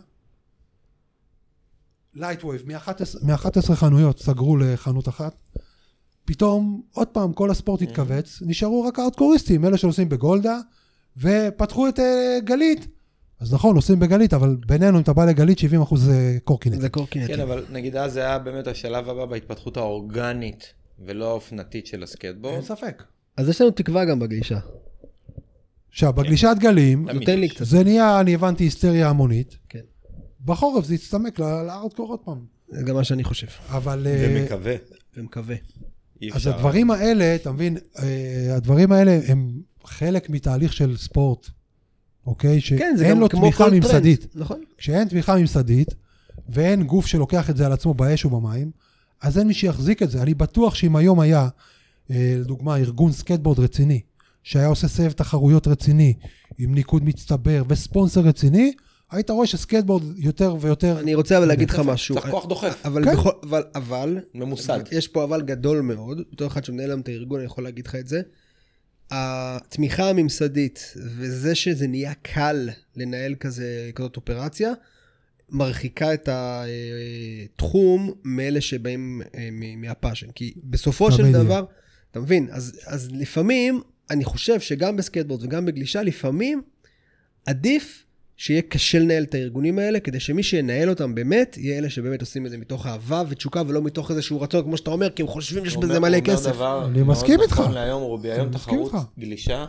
לייטווייב, מ-11 חנויות סגרו לחנות אחת, פתאום עוד פעם כל הספורט התכווץ, נשארו רק הארדקוריסטים, אלה שעושים בגולדה, ופתחו את גלית. אז נכון, עושים בגלית, אבל בינינו, אם אתה בא לגלית, 70% זה קורקינט. זה קורקינט. כן, אבל נגיד אז זה היה באמת השלב הבא בהתפתחות האורגנית, ולא האופנתית של הסקייטבורד. אין ספק. אז יש לנו תקווה גם בגלישה. עכשיו, בגלישת גלים, נותן לי קצת. זה נהיה, אני הבנתי, היסטריה המונית. כן. בחורף זה יצטמק לארדקור עוד פעם. זה גם מה שאני חושב. אבל... ומקווה. אז הדברים האלה, אתה מבין, הדברים האלה הם חלק מתהליך של ספורט, אוקיי? שאין לו תמיכה ממסדית. נכון. כשאין תמיכה ממסדית, ואין גוף שלוקח את זה על עצמו באש ובמים, אז אין מי שיחזיק את זה. אני בטוח שאם היום היה, לדוגמה, ארגון סקייטבורד רציני, שהיה עושה סבב תחרויות רציני, עם ניקוד מצטבר וספונסר רציני, היית רואה שסקייטבורד יותר ויותר... אני רוצה אבל להגיד לך משהו. צריך כוח דוחף. אבל... ממוסד. יש פה אבל גדול מאוד, בתור אחד שמנהל להם את הארגון, אני יכול להגיד לך את זה. התמיכה הממסדית, וזה שזה נהיה קל לנהל כזאת אופרציה, מרחיקה את התחום מאלה שבאים מהפאשן. כי בסופו של דבר, אתה מבין, אז לפעמים, אני חושב שגם בסקייטבורד וגם בגלישה, לפעמים עדיף שיהיה קשה לנהל את הארגונים האלה, כדי שמי שינהל אותם באמת, יהיה אלה שבאמת עושים את זה מתוך אהבה ותשוקה, ולא מתוך איזשהו רצון, כמו שאתה אומר, כי הם חושבים שיש בזה מלא כסף. אני מסכים איתך. היום רובי, היום תחרות גלישה,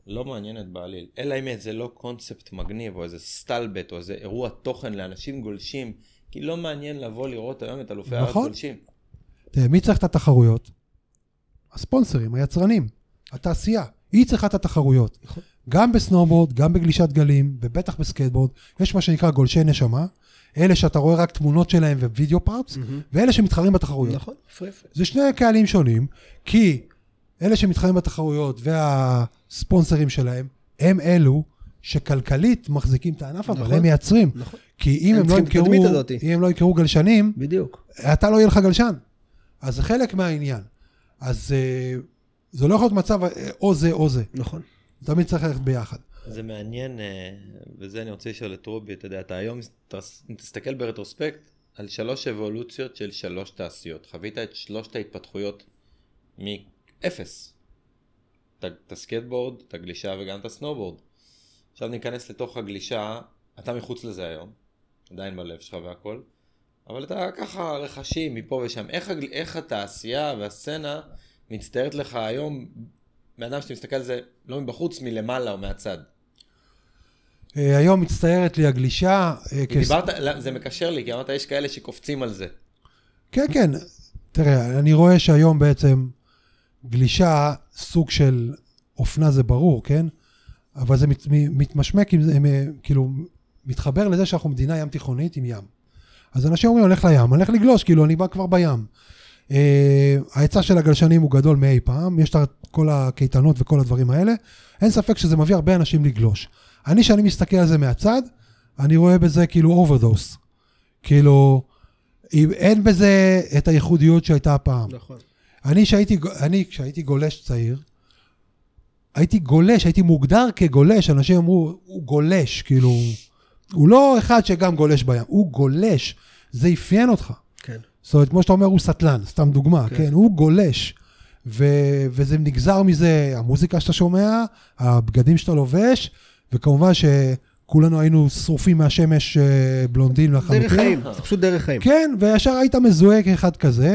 לא מעניינת בעליל. אלא אם זה לא קונספט מגניב, או איזה סטלבט, או איזה אירוע תוכן לאנשים גולשים, כי לא מעניין לבוא לראות היום את אלופי הארץ גולשים. תראה, מי צריך את התחרויות? הספונסרים, היצרנים, התעשייה. היא צריכה את התחרויות. גם בסנובורד, גם בגלישת גלים, ובטח בסקייטבורד, יש מה שנקרא גולשי נשמה, אלה שאתה רואה רק תמונות שלהם ווידאו פארטס, ואלה שמתחרים בתחרויות. נכון, זה שני קהלים שונים, כי אלה שמתחרים בתחרויות והספונסרים שלהם, הם אלו שכלכלית מחזיקים את הענף, אבל הם מייצרים. כי אם הם לא יקראו גלשנים, אתה לא יהיה לך גלשן. אז זה חלק מהעניין. אז זה לא יכול להיות מצב או זה או זה. נכון. תמיד צריך ללכת ביחד. זה מעניין, וזה אני רוצה לשאול את רובי, אתה יודע, אתה היום תסתכל ברטרוספקט על 3 אבולוציות של 3 תעשיות. חווית את 3 ההתפתחויות מ-0. את הסקייטבורד, את הגלישה וגם את הסנובורד. עכשיו ניכנס לתוך הגלישה, אתה מחוץ לזה היום, עדיין בלב שלך והכל, אבל אתה ככה רכשים מפה ושם. איך התעשייה והסצנה מצטערת לך היום, באדם שאתה מסתכל על זה לא מבחוץ, מלמעלה או מהצד? היום מצטערת לי הגלישה. דיברת, זה מקשר לי, כי אמרת יש כאלה שקופצים על זה. כן, כן. תראה, אני רואה שהיום בעצם גלישה, סוג של אופנה זה ברור, כן? אבל זה מתמשמק, כאילו, מתחבר לזה שאנחנו מדינה ים תיכונית עם ים. אז אנשים אומרים, הולך לים, הולך לגלוש, כאילו, אני בא כבר בים. ההיצע של הגלשנים הוא גדול מאי פעם, יש את כל הקייטנות וכל הדברים האלה, אין ספק שזה מביא הרבה אנשים לגלוש. שאני מסתכל על זה מהצד, אני רואה בזה כאילו אוברדוס. כאילו, אין בזה את הייחודיות שהייתה פעם. נכון. כשהייתי גולש צעיר, הייתי מוגדר כגולש, אנשים אמרו, הוא גולש, כאילו, הוא לא אחד שגם גולש בים, הוא גולש, זה יפיין אותך. כן. זאת אומרת, כמו שאתה אומר, הוא סטלן, סתם דוגמה, כן, הוא גולש, וזה נגזר מזה, המוזיקה שאתה שומע, הבגדים שאתה לובש, וכמובן שכולנו היינו שרופים מהשמש בלונדין לחלוטין. דרך חיים, זה פשוט דרך חיים. כן, וישר היית מזוהה כאחד כזה,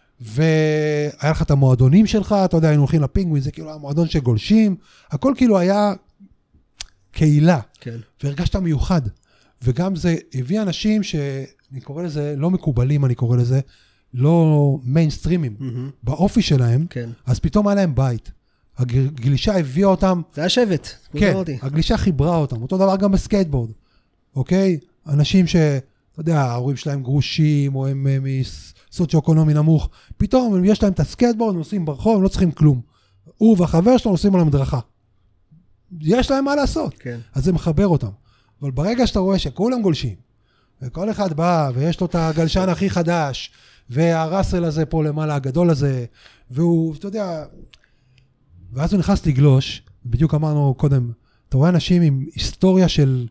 והיה לך את המועדונים שלך, אתה יודע, היינו הולכים לפינגווין, זה כאילו המועדון שגולשים, הכל כאילו היה קהילה, כן. והרגשת מיוחד, וגם זה הביא אנשים שאני קורא לזה, לא מקובלים אני קורא לזה, לא מיינסטרימים, באופי שלהם, כן. אז פתאום היה להם בית, הגלישה הביאה אותם, זה היה שבט, כן, הגלישה חיברה אותם, אותו דבר גם בסקייטבורד, אוקיי? אנשים ש, אתה יודע, ההורים שלהם גרושים, או הם סוציו-אקונומי נמוך, פתאום יש להם את הסקייטבורד, הם נוסעים ברחוב, הם לא צריכים כלום. הוא והחבר שלו נוסעים על המדרכה. יש להם מה לעשות. כן. אז זה מחבר אותם. אבל ברגע שאתה רואה שכולם גולשים, וכל אחד בא, ויש לו את הגלשן הכי חדש, והרסל הזה פה למעלה, הגדול הזה, והוא, אתה יודע, ואז הוא נכנס לגלוש, בדיוק אמרנו קודם, אתה רואה אנשים עם היסטוריה של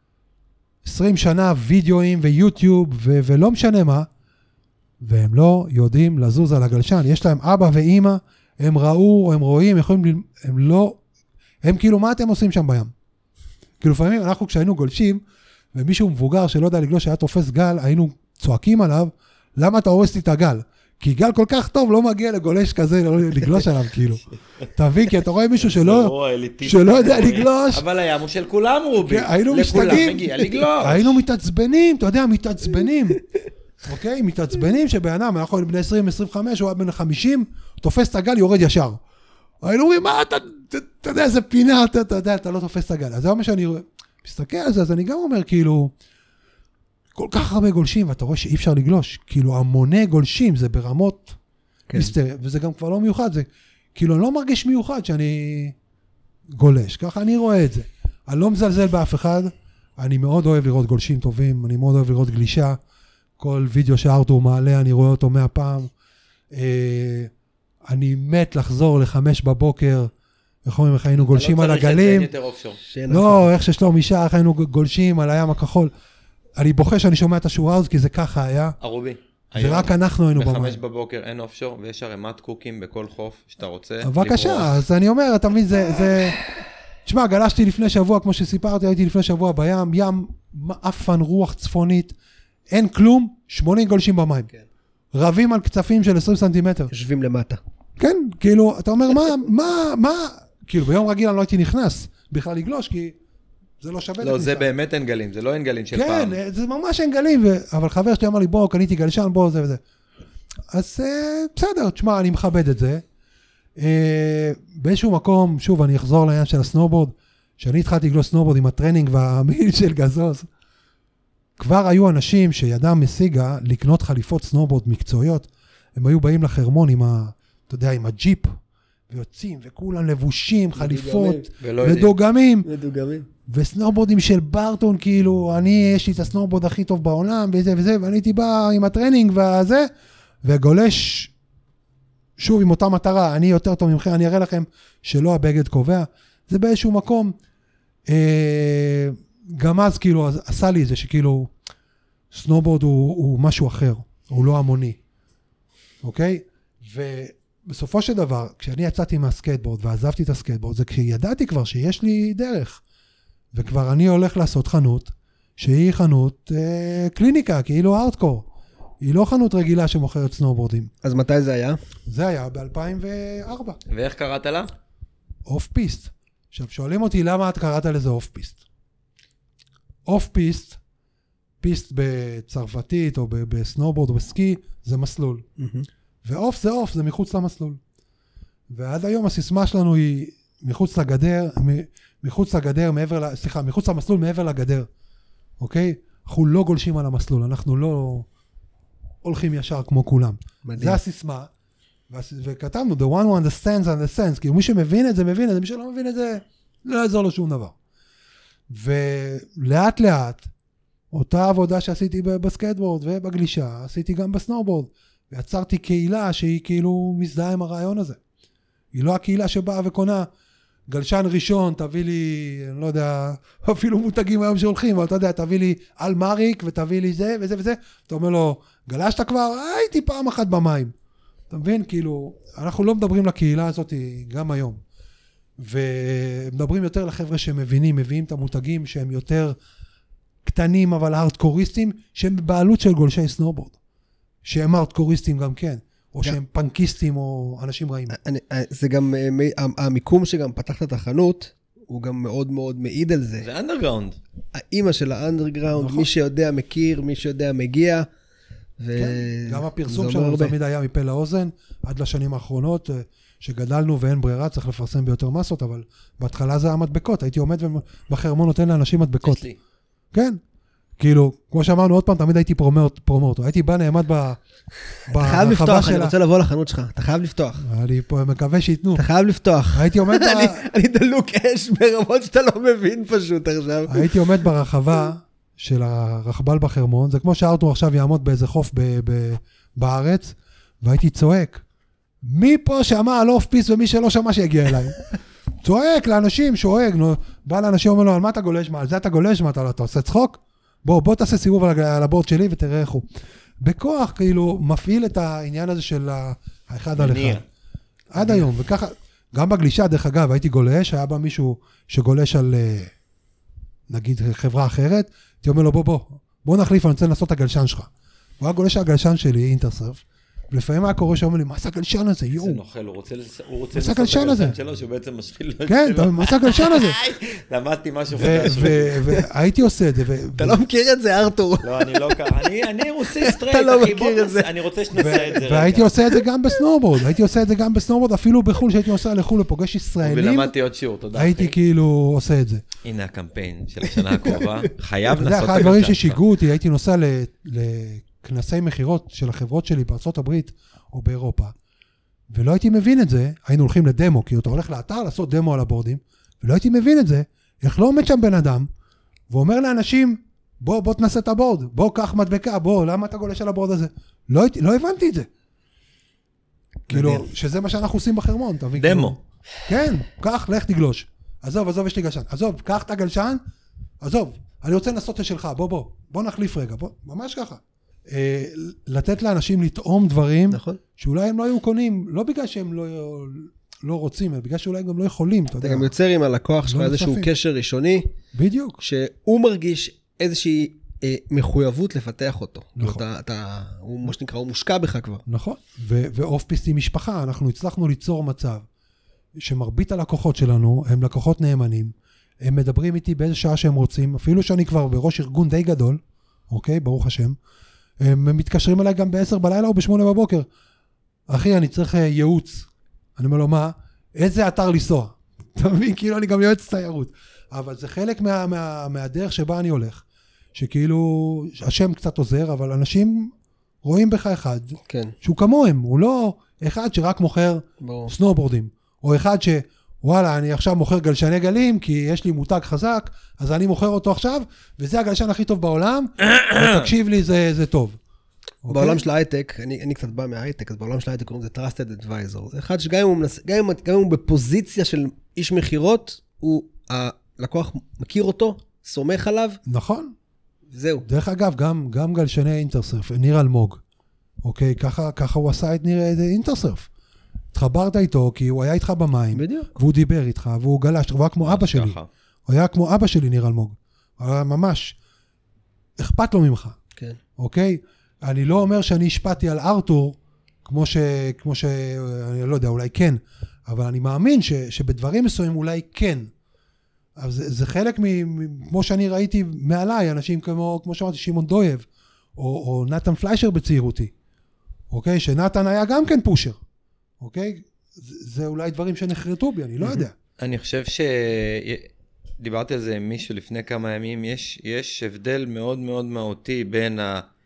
20 שנה, וידאוים ויוטיוב, ולא משנה מה, והם לא יודעים לזוז על הגלשן. יש להם אבא ואמא, הם ראו, הם רואים, הם לא, הם כאילו, מה אתם עושים שם בים? כאילו לפעמים אנחנו כשהיינו גולשים, ומישהו מבוגר שלא יודע לגלוש, היה תופס גל, היינו צועקים עליו, למה אתה הורס לי את הגל? כי גל כל כך טוב לא מגיע לגולש כזה, לגלוש עליו כאילו. תבין, כי אתה רואה מישהו שלא יודע לגלוש. אבל הים הוא של כולם רובי. היינו משתגעים. היינו מתעצבנים, אתה יודע, מתעצבנים. אוקיי? מתעצבנים שבענם, אנחנו בני 20-25, הוא היה בן 50, תופס את הגל, יורד ישר. היינו אומרים, מה אתה יודע, זה פינה, אתה יודע, אתה לא תופס את הגל. אז זה מה שאני מסתכל על זה, אז אני גם אומר, כאילו, כל כך הרבה גולשים, ואתה רואה שאי אפשר לגלוש, כאילו, המוני גולשים, זה ברמות מיסטריה, וזה גם כבר לא מיוחד, זה, כאילו, אני לא מרגיש מיוחד שאני גולש, ככה אני רואה את זה. אני לא מזלזל באף אחד, אני מאוד אוהב לראות גולשים טובים, אני מאוד אוהב לראות גלישה, כל וידאו שארתור מעלה, אני רואה אותו 100 פעם, אני מת לחזור ל5 בבוקר, איך אומרים, איך היינו גולשים על הגלים, לא, איך ששלום אישה, איך היינו גולשים על הים הכחול, אני בוכה שאני שומע את השורה הזאת, כי זה ככה היה. ערובי. ורק אנחנו היינו במים. ב5 בבוקר אין אופשור, ויש ערימת קוקים בכל חוף שאתה רוצה. בבקשה, אז אני אומר, אתה מבין, זה... תשמע, גלשתי לפני שבוע, כמו שסיפרתי, הייתי לפני שבוע בים, ים מאפן רוח צפונית, אין כלום, 80 גולשים במים. רבים על קצפים של 20 סנטימטר. יושבים למטה. כן, כאילו, אתה אומר, מה, כאילו ביום רגיל אני לא הייתי נכנס בכלל לגלוש, כי זה לא שווה. לא, זה באמת אין גלים, זה לא אין גלים של פעם. כן, זה ממש אין גלים, אבל חבר שלי אמר לי, בוא, קניתי גלשן, בוא, זה וזה. אז בסדר, תשמע, אני מכבד את זה. באיזשהו מקום, שוב, אני אחזור לעניין של הסנובורד, שאני התחלתי לגלוש סנובורד עם הטרנינג והמעיל של גזוז, כבר היו אנשים שידם משיגה לקנות חליפות סנובורד מקצועיות, הם היו באים לחרמון עם אתה יודע, עם הג'יפ, ויוצאים, וכולם לבושים, חליפות, מדוגמים, וסנובורדים של ברטון, כאילו, יש לי את הסנובורד הכי טוב בעולם, וזה וזה, ואני הייתי בא עם הטרנינג וזה, וגולש, שוב, עם אותה מטרה, אני יותר טוב ממכם, אני אראה לכם שלא הבגד קובע, זה באיזשהו מקום, גם אז כאילו, עשה לי את זה שכאילו, סנובורד הוא משהו אחר, הוא לא המוני, אוקיי? ובסופו של דבר, כשאני יצאתי מהסקייטבורד ועזבתי את הסקייטבורד, זה כשידעתי כבר שיש לי דרך, וכבר אני הולך לעשות חנות, שהיא חנות קליניקה, כאילו הארדקור. היא לא חנות רגילה שמוכרת סנובורדים. אז מתי זה היה? זה היה ב-2004. ואיך קראת לה? אוף פיסט. עכשיו, שואלים אותי למה את קראת לזה אוף פיסט. אוף פיסט, פיסט בצרפתית או בסנובורד או בסקי, זה מסלול. ואוף זה אוף, זה מחוץ למסלול. ועד היום הסיסמה שלנו היא מחוץ לגדר, מחוץ למסלול מעבר לגדר. אוקיי? אנחנו לא גולשים על המסלול, אנחנו לא הולכים ישר כמו כולם. מדהים. זה הסיסמה, וכתבנו, the one who understands, כאילו מי שמבין את זה, מבין את זה, מי שלא מבין את זה, לא יעזור לו שום דבר. ולאט לאט, אותה עבודה שעשיתי בסקייטבורד ובגלישה, עשיתי גם בסנובורד, ויצרתי קהילה שהיא כאילו מזדהה עם הרעיון הזה. היא לא הקהילה שבאה וקונה, גלשן ראשון, תביא לי, אני לא יודע, אפילו מותגים היום שהולכים, אבל אתה יודע, תביא לי על מריק, ותביא לי זה וזה וזה, אתה אומר לו, גלשת כבר? הייתי פעם אחת במים. אתה מבין? כאילו, אנחנו לא מדברים לקהילה הזאת גם היום. ומדברים יותר לחבר'ה שמבינים, מביאים את המותגים שהם יותר קטנים, אבל הארדקוריסטים, שהם בבעלות של גולשי סנובורד. שהם הארדקוריסטים גם כן. או שהם פנקיסטים או אנשים רעים. זה גם, המיקום שגם פתחת את החנות, הוא גם מאוד מאוד מעיד על זה. זה אנדרגראונד. האמא של האנדרגראונד, מי שיודע מכיר, מי שיודע מגיע. גם הפרסום שלנו תמיד היה מפה לאוזן, עד לשנים האחרונות, שגדלנו ואין ברירה, צריך לפרסם ביותר מסות, אבל בהתחלה זה המדבקות, הייתי עומד בחרמון נותן לאנשים מדבקות. כן. כאילו, כמו שאמרנו עוד פעם, תמיד הייתי פרומוטו. הייתי בא נעמד אתה חייב לפתוח, אני רוצה לבוא לחנות שלך. אתה חייב לפתוח. אני מקווה שיתנו. אתה חייב לפתוח. הייתי עומד אני דלוק אש ברמות שאתה לא מבין פשוט עכשיו. הייתי עומד ברחבה של הרכבל בחרמון, זה כמו שארתור עכשיו יעמוד באיזה חוף בארץ, והייתי צועק. מי פה שמע על אוף פיס ומי שלא שמע שיגיע אליי? צועק לאנשים, שואג, בא לאנשים אומר לו, על מה אתה גולש? על זה אתה גולש? מה אתה עושה צחוק? בוא תעשה סיבוב על הבורד שלי ותראה איך הוא. בכוח כאילו מפעיל את העניין הזה של האחד על אחד. עד היום, וככה, גם בגלישה דרך אגב, הייתי גולש, היה בה מישהו שגולש על נגיד חברה אחרת, הייתי אומר לו בוא נחליף, אני רוצה לנסות את הגלשן שלך. הוא היה גולש על הגלשן שלי, אינטרסרף, ולפעמים היה קורא שאומר לי, מה זה הגלשן הזה? זה נוכל, הוא רוצה לנסות את הגלשן שלו, שהוא בעצם משחיל לו את כן, מה זה הגלשן הזה? למדתי משהו חדש. והייתי עושה את זה. אתה לא מכיר את זה, ארתור. לא, אני לא ככה. אני רוסי סטרייט, אני רוצה שנעשה את זה. והייתי עושה את זה גם בסנובורד. אפילו בחול, שהייתי עושה לחול לפוגש ישראלים. ולמדתי עוד שיעור, תודה. הייתי כאילו עושה את זה. הנה הקמפיין של השנה הקרובה. חייב לעשות את אחד הדברים ששיגעו אותי, הייתי נוסע כנסי מחירות של החברות שלי בארצות הברית או באירופה, ולא הייתי מבין את זה, היינו הולכים לדמו, כי אתה הולך לאתר לעשות דמו על הבורדים, ולא הייתי מבין את זה, איך לא עומד שם בן אדם, ואומר לאנשים, בוא תנסה את הבורד, בוא קח מדבקה, למה אתה גולש על הבורד הזה? לא הבנתי את זה. כאילו, שזה מה שאנחנו עושים בחרמון, אתה מבין? דמו. כן, קח, לך תגלוש. עזוב, יש לי גלשן. עזוב, קח את הגלשן, עזוב, אני רוצה לנסות את שלך, בוא נחליף רגע, ממש ככה. לתת לאנשים לטעום דברים, נכון. שאולי הם לא היו קונים, לא בגלל שהם לא רוצים, אלא בגלל שאולי הם גם לא יכולים. אתה גם יוצר עם הלקוח שלך איזשהו קשר ראשוני, בדיוק. שהוא מרגיש איזושהי מחויבות לפתח אותו. נכון. הוא מה שנקרא, הוא מושקע בך כבר. נכון, ואוף פיסט היא משפחה, אנחנו הצלחנו ליצור מצב, שמרבית הלקוחות שלנו הם לקוחות נאמנים, הם מדברים איתי באיזה שעה שהם רוצים, אפילו שאני כבר בראש ארגון די גדול, אוקיי, ברוך השם, הם מתקשרים אליי גם ב-10 בלילה או ב-8 בבוקר. אחי, אני צריך ייעוץ. אני אומר לו, מה? איזה אתר לנסוע? אתה מבין? כאילו אני גם יועץ תיירות. אבל זה חלק מהדרך שבה אני הולך. שכאילו, השם קצת עוזר, אבל אנשים רואים בך אחד, כן. שהוא כמוהם, הוא לא אחד שרק מוכר סנובורדים, או אחד שוואלה, אני עכשיו מוכר גלשני גלים, כי יש לי מותג חזק, אז אני מוכר אותו עכשיו, וזה הגלשן הכי טוב בעולם, ותקשיב לי, זה טוב. בעולם של ההייטק, אני קצת בא מההייטק, אז בעולם של ההייטק קוראים לזה Trusted Advisor. זה אחד שגם אם הוא בפוזיציה של איש מחירות, הלקוח מכיר אותו, סומך עליו. נכון. זהו. דרך אגב, גם גלשני אינטרסרף, ניר אלמוג, אוקיי, ככה הוא עשה את אינטרסרף. התחברת איתו, כי הוא היה איתך במים, בדיוק. והוא דיבר איתך, והוא גלש, הוא היה כמו אבא שלי. הוא היה כמו אבא שלי, ניר אלמוג. ממש, אכפת לו ממך. כן. אוקיי? אני לא אומר שאני השפעתי על ארתור, כמו ש... אני לא יודע, אולי כן, אבל אני מאמין שבדברים מסוים אולי כן. אז זה חלק כמו שאני ראיתי מעליי, אנשים כמו שאמרתי, שמעון דויב, או נתן פליישר בצעירותי. אוקיי? שנתן היה גם כן פושר. אוקיי? זה אולי דברים שנחרטו בי, אני לא יודע. אני חושב דיברתי על זה עם מישהו לפני כמה ימים, יש הבדל מאוד מאוד מהותי בין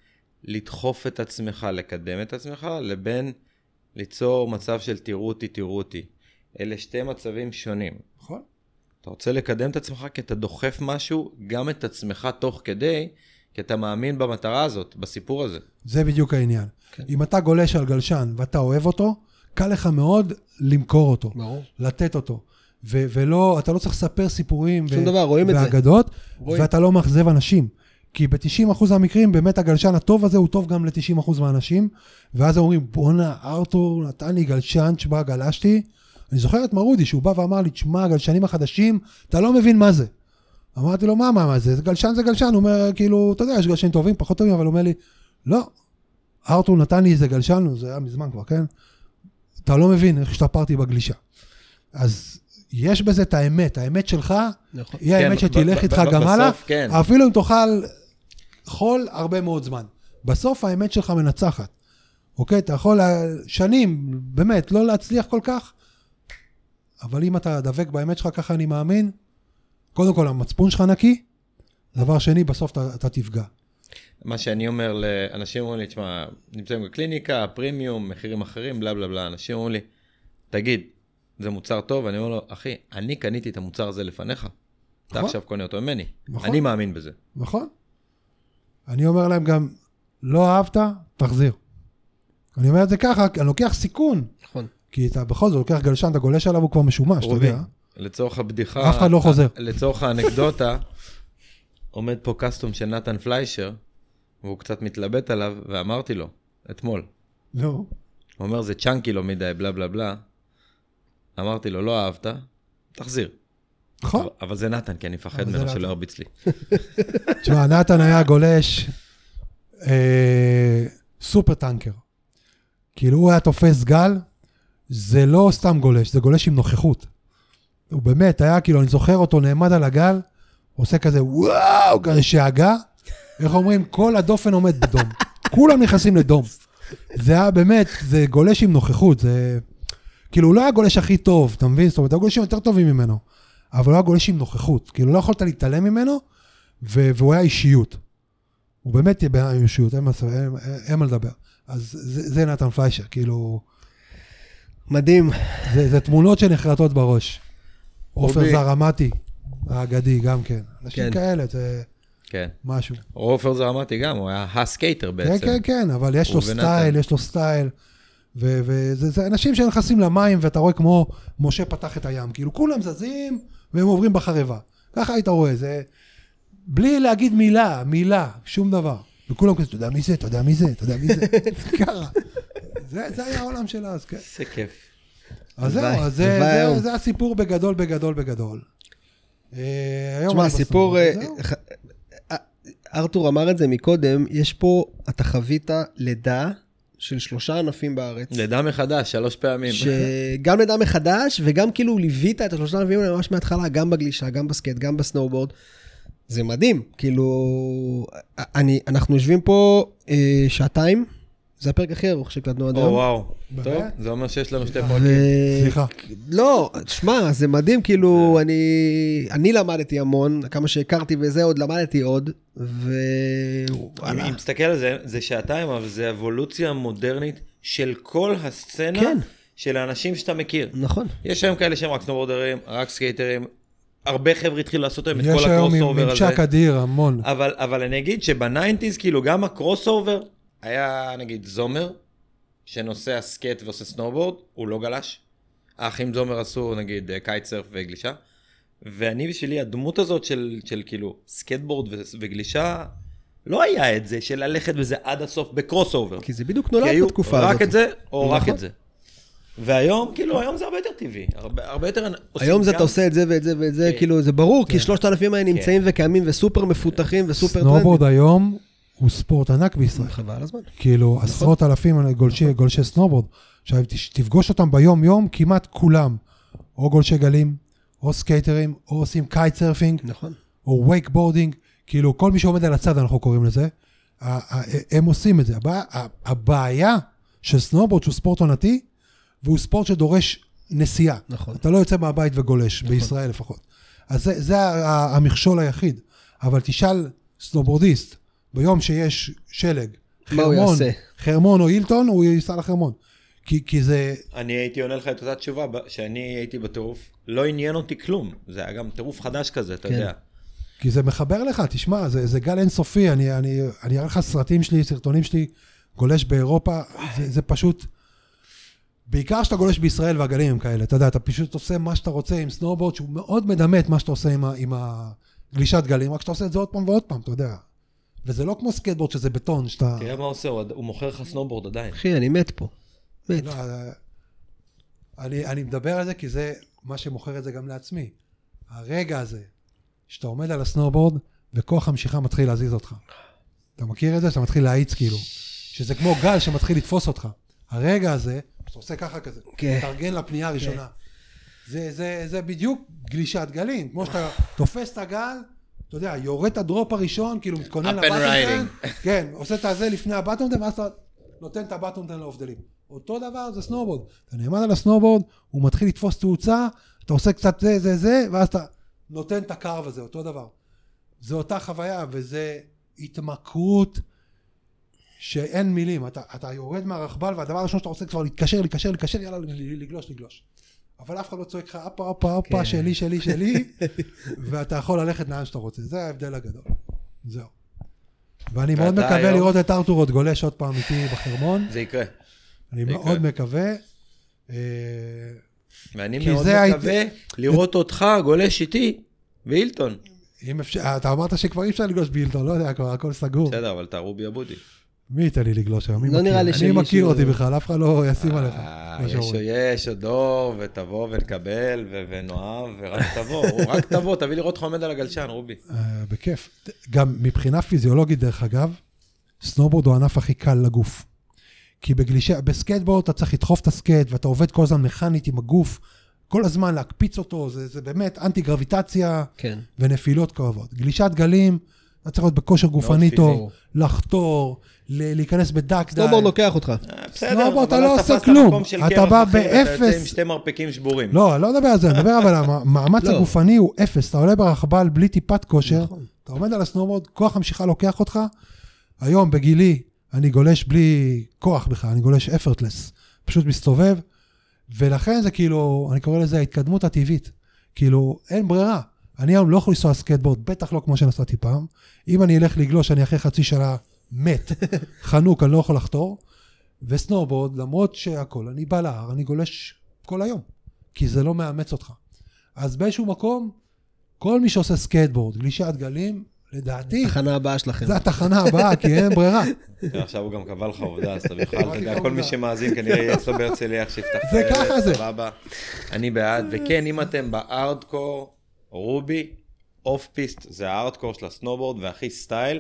לדחוף את עצמך, לקדם את עצמך, לבין ליצור מצב של תראו אותי. אלה שתי מצבים שונים. נכון. אתה רוצה לקדם את עצמך כי אתה דוחף משהו, גם את עצמך תוך כדי, כי אתה מאמין במטרה הזאת, בסיפור הזה. זה בדיוק העניין. כן. אם אתה גולש על גלשן ואתה אוהב אותו, קל לך מאוד למכור אותו, לתת אותו. ולא, אתה לא צריך לספר סיפורים ואגדות, ואתה לא מאכזב אנשים. כי ב-90% מהמקרים, באמת הגלשן הטוב הזה הוא טוב גם ל-90% מהאנשים, ואז הם אומרים, בונה, ארתור נתן לי גלשן שבה גלשתי, אני זוכר את מרודי שהוא בא ואמר לי, תשמע, הגלשנים החדשים, אתה לא מבין מה זה. אמרתי לו, מה זה? גלשן זה גלשן, הוא אומר, כאילו, אתה יודע, יש גלשנים טובים, פחות טובים, אבל הוא אומר לי, לא, ארתור נתן לי איזה גלשן, זה היה מזמן כבר, כן? אתה לא מבין איך השתפרתי בגלישה. אז יש בזה את האמת שלך, היא האמת שתלך איתך גם הלאה, אפילו אם תאכל חול הרבה מאוד זמן. בסוף האמת שלך מנצחת. אוקיי? אתה יכול שנים, באמת, לא להצליח כל כך, אבל אם אתה דבק באמת שלך, ככה אני מאמין, קודם כל המצפון שלך נקי, דבר שני, בסוף אתה תפגע. מה שאני אומר לאנשים אומרים לי, תשמע, נמצאים בקליניקה, פרימיום, מחירים אחרים, בלה בלה בלה, אנשים אומרים לי, תגיד, זה מוצר טוב, אני אומר לו, אחי, אני קניתי את המוצר הזה לפניך. אתה עכשיו קונה אותו ממני. אני מאמין בזה. נכון. אני אומר להם גם, לא אהבת, תחזיר. אני אומר את זה ככה, אני לוקח סיכון. נכון. כי אתה בכל זאת לוקח גלשן, אתה גולש עליו, הוא כבר משומש, אתה יודע. לצורך הבדיחה, אף אחד לא חוזר. לצורך האנקדוטה, עומד פה קסטום של נתן פליישר, והוא קצת מתלבט עליו, ואמרתי לו, אתמול. לא. הוא אומר, זה צ'אנקי לו מדי, בלה בלה בלה. אמרתי לו, לא אהבת, תחזיר. נכון. אבל זה נתן, כי אני מפחד ממנו שלא ירביץ לי. תשמע, נתן היה גולש סופר טנקר. כאילו הוא היה תופס גל, זה לא סתם גולש, זה גולש עם נוכחות. הוא באמת היה, כאילו, אני זוכר אותו, נעמד על הגל, עושה כזה, וואו, כזה שעגה. איך אומרים? כל הדופן עומד בדום. כולם נכנסים לדום. זה היה באמת, זה גולש עם נוכחות, זה... כאילו, הוא לא היה גולש הכי טוב, אתה מבין? זאת אומרת, היו גולשים יותר טובים ממנו, אבל הוא היה גולש עם נוכחות. כאילו, לא יכולת להתעלם ממנו, והוא היה אישיות. הוא באמת היה אישיות, אין מה לדבר. אז זה נתן פליישר, כאילו... מדהים. זה תמונות שנחרטות בראש. עופר זרמתי, האגדי, גם כן. אנשים כאלה, זה... כן. משהו. עופר זרמתי גם, הוא היה הסקייטר בעצם. כן, אבל יש לו סטייל, וזה אנשים שנכנסים למים, ואתה רואה כמו משה פתח את הים, כאילו כולם זזים, והם עוברים בחרבה. ככה היית רואה, זה בלי להגיד מילה, שום דבר. וכולם כזה, אתה יודע מי זה? ככה. זה היה העולם שלה, אז כן. זה כיף. אז זהו, זה הסיפור בגדול. תשמע, הסיפור... ארתור אמר את זה מקודם, יש פה, אתה חווית לידה של 3 ענפים בארץ. לידה מחדש, 3 פעמים. שגם לידה מחדש, וגם כאילו ליווית את 3 ענפים האלה ממש מההתחלה, גם בגלישה, גם בסקייט, גם בסנואובורד. זה מדהים, כאילו, אנחנו יושבים פה 2 זה הפרק הכי ארוך שקלטנו עד היום. וואו, טוב, זה אומר שיש לנו 2 פרקים. סליחה. לא, תשמע, זה מדהים, כאילו, אני למדתי המון, כמה שהכרתי וזה, עוד למדתי עוד, אם תסתכל על זה, זה 2 אבל זה אבולוציה מודרנית של כל הסצנה של האנשים שאתה מכיר. נכון. יש היום כאלה שהם רק סנובורדרים, רק סקייטרים, הרבה חבר'ה התחילו לעשות היום את כל יש היום הקרוס אובר הזה. ממשק אדיר, המון. אבל אני אגיד שבניינטיז, כאילו גם הקרוס אובר, היה נגיד זומר, שנוסע סקייט ועושה סנובורד, הוא לא גלש. האחים זומר עשו נגיד קייטסרף וגלישה. ואני בשבילי, הדמות הזאת של כאילו סקייטבורד וגלישה, לא היה את זה של ללכת בזה עד הסוף בקרוס אובר. כי זה בדיוק נולד בתקופה הזאת. רק את זה, או רק את זה. והיום, כאילו, היום זה הרבה יותר טבעי. הרבה יותר... היום זה אתה עושה את זה ואת זה ואת זה, כאילו, זה ברור, כי 3,000 האלה נמצאים וקיימים וסופר מפותחים וסופר טרנדים. סנובורד היום הוא ספורט ענק בישראל. חבל על הזמן. כאילו, עשרות אלפים גולשי סנובורד. עכשיו, תפגוש אותם ביום יום, כמעט כולם. או גולשי גלים, או סקייטרים, או עושים קייט סרפינג, נכון. או וייקבורדינג. כאילו, כל מי שעומד על הצד, אנחנו קוראים לזה, הם עושים את זה. הבעיה של סנובורד, שהוא ספורט עונתי, והוא ספורט שדורש נסיעה. נכון. אתה לא יוצא מהבית וגולש, נכון. בישראל לפחות. אז זה המכשול היחיד. אבל תשאל סנובורדיסט, ביום שיש שלג, חרמון או אילטון, הוא ייסע לחרמון. כי זה... אני הייתי עונה לך את אותה תשובה, שאני הייתי בטירוף, לא עניין אותי כלום. זה היה גם טירוף חדש כזה, אתה יודע. כי זה מחבר לך, תשמע, זה גל אינסופי, אני אראה לך סרטים שלי, סרטונים שלי, גולש באירופה, זה פשוט... בעיקר שאתה גולש בישראל והגלים הם כאלה, אתה יודע, אתה פשוט עושה מה שאתה רוצה עם סנובורד, שהוא מאוד מדמה את מה שאתה עושה עם הגלישת גלים, רק שאתה עושה את זה עוד פעם ועוד פעם, אתה יודע. וזה לא כמו סקייטבורד שזה בטון, שאתה... תראה מה עושה, הוא מוכר לך סנובורד עדיין. אחי, אני מת פה. מת. לא, אני מדבר על זה כי זה מה שמוכר את זה גם לעצמי. הרגע הזה, שאתה עומד על הסנובורד, וכוח המשיכה מתחיל להזיז אותך. אתה מכיר את זה? שאתה מתחיל להאיץ כאילו. שזה כמו גל שמתחיל לתפוס אותך. הרגע הזה, שאתה עושה ככה כזה, תארגן לפנייה הראשונה. זה בדיוק גלישת גלים. כמו שאתה תופס את הגל, אתה יודע, יורד את הדרופ הראשון, כאילו מתכונן לבטונטן. כן, עושה את זה לפני הבטונטן, ואז אתה נותן את הבטונטן להובדלים. אותו דבר זה סנובורד. אתה נעמד על הסנובורד, הוא מתחיל לתפוס תאוצה, אתה עושה קצת זה, ואז אתה נותן את הקרב הזה, אותו דבר. זה אותה חוויה, וזה התמכרות שאין מילים. אתה יורד מהרכבל, והדבר הראשון שאתה רוצה כבר להתקשר, יאללה, לגלוש. אבל אף אחד לא צועק לך, אפה, שלי, ואתה יכול ללכת לאן שאתה רוצה. זה ההבדל הגדול. זהו. ואני מאוד מקווה לראות את ארתור עוד גולש עוד פעם איתי בחרמון. זה יקרה. אני מאוד מקווה. ואני מאוד מקווה לראות אותך גולש איתי באילטון. אתה אמרת שכבר אי אפשר לגלוש באילטון, לא יודע, כבר הכל סגור. בסדר, אבל אתה רובי אבודי. מי ייתן לי לגלוש היום? לא נראה לי אני מכיר אותי בכלל, אף אחד לא ישים עליך. יש עוד דור, ותבוא ונקבל, ונאהב, ורק תבוא, תביא לראות לך עומד על הגלשן, רובי. בכיף. גם מבחינה פיזיולוגית, דרך אגב, סנובורד הוא הענף הכי קל לגוף. כי בסקייטבורד אתה צריך לדחוף את הסקייט, ואתה עובד כל הזמן מכנית עם הגוף, כל הזמן להקפיץ אותו, זה באמת אנטי גרביטציה, ונפילות כואבות. גלישת גלים, אתה צריך להיות בכושר גופני טוב, לחתור, להיכנס בדק. סנובורד לוקח אותך. בסדר, אתה לא עושה כלום. אתה בא באפס. אתה יוצא עם 2 מרפקים שבורים. לא נדבר על זה, נדבר אבל המאמץ הגופני הוא אפס. אתה עולה ברכבל בלי טיפת כושר, אתה עומד על הסנובורד, כוח המשיכה לוקח אותך. היום בגילי, אני גולש בלי כוח בכלל, אני גולש effortless, פשוט מסתובב, ולכן זה כאילו, אני קורא לזה ההתקדמות הטבעית. כאילו, אין ברירה. אני היום לא יכול לנסוע סקייטבורד, בטח לא כמו שנסעתי פעם. אם אני אלך לגלוש, אני אחרי חצי שנה מת, חנוק, אני לא יכול לחתור. וסנובורד, למרות שהכל, אני בא להר, אני גולש כל היום, כי זה לא מאמץ אותך. אז באיזשהו מקום, כל מי שעושה סקייטבורד, גלישת גלים, לדעתי, התחנה הבאה שלכם. זה התחנה הבאה, כי אין ברירה. עכשיו הוא גם קבע לך עובדה, אז אתה בכלל, כל מי שמאזין כנראה יהיה אצלו בהרצליה, שיפתח זה ככה זה. אני בעד, וכן, אם אתם בארדקור, רובי, אוף פיסט, זה הארדקור של הסנובורד, והכי סטייל,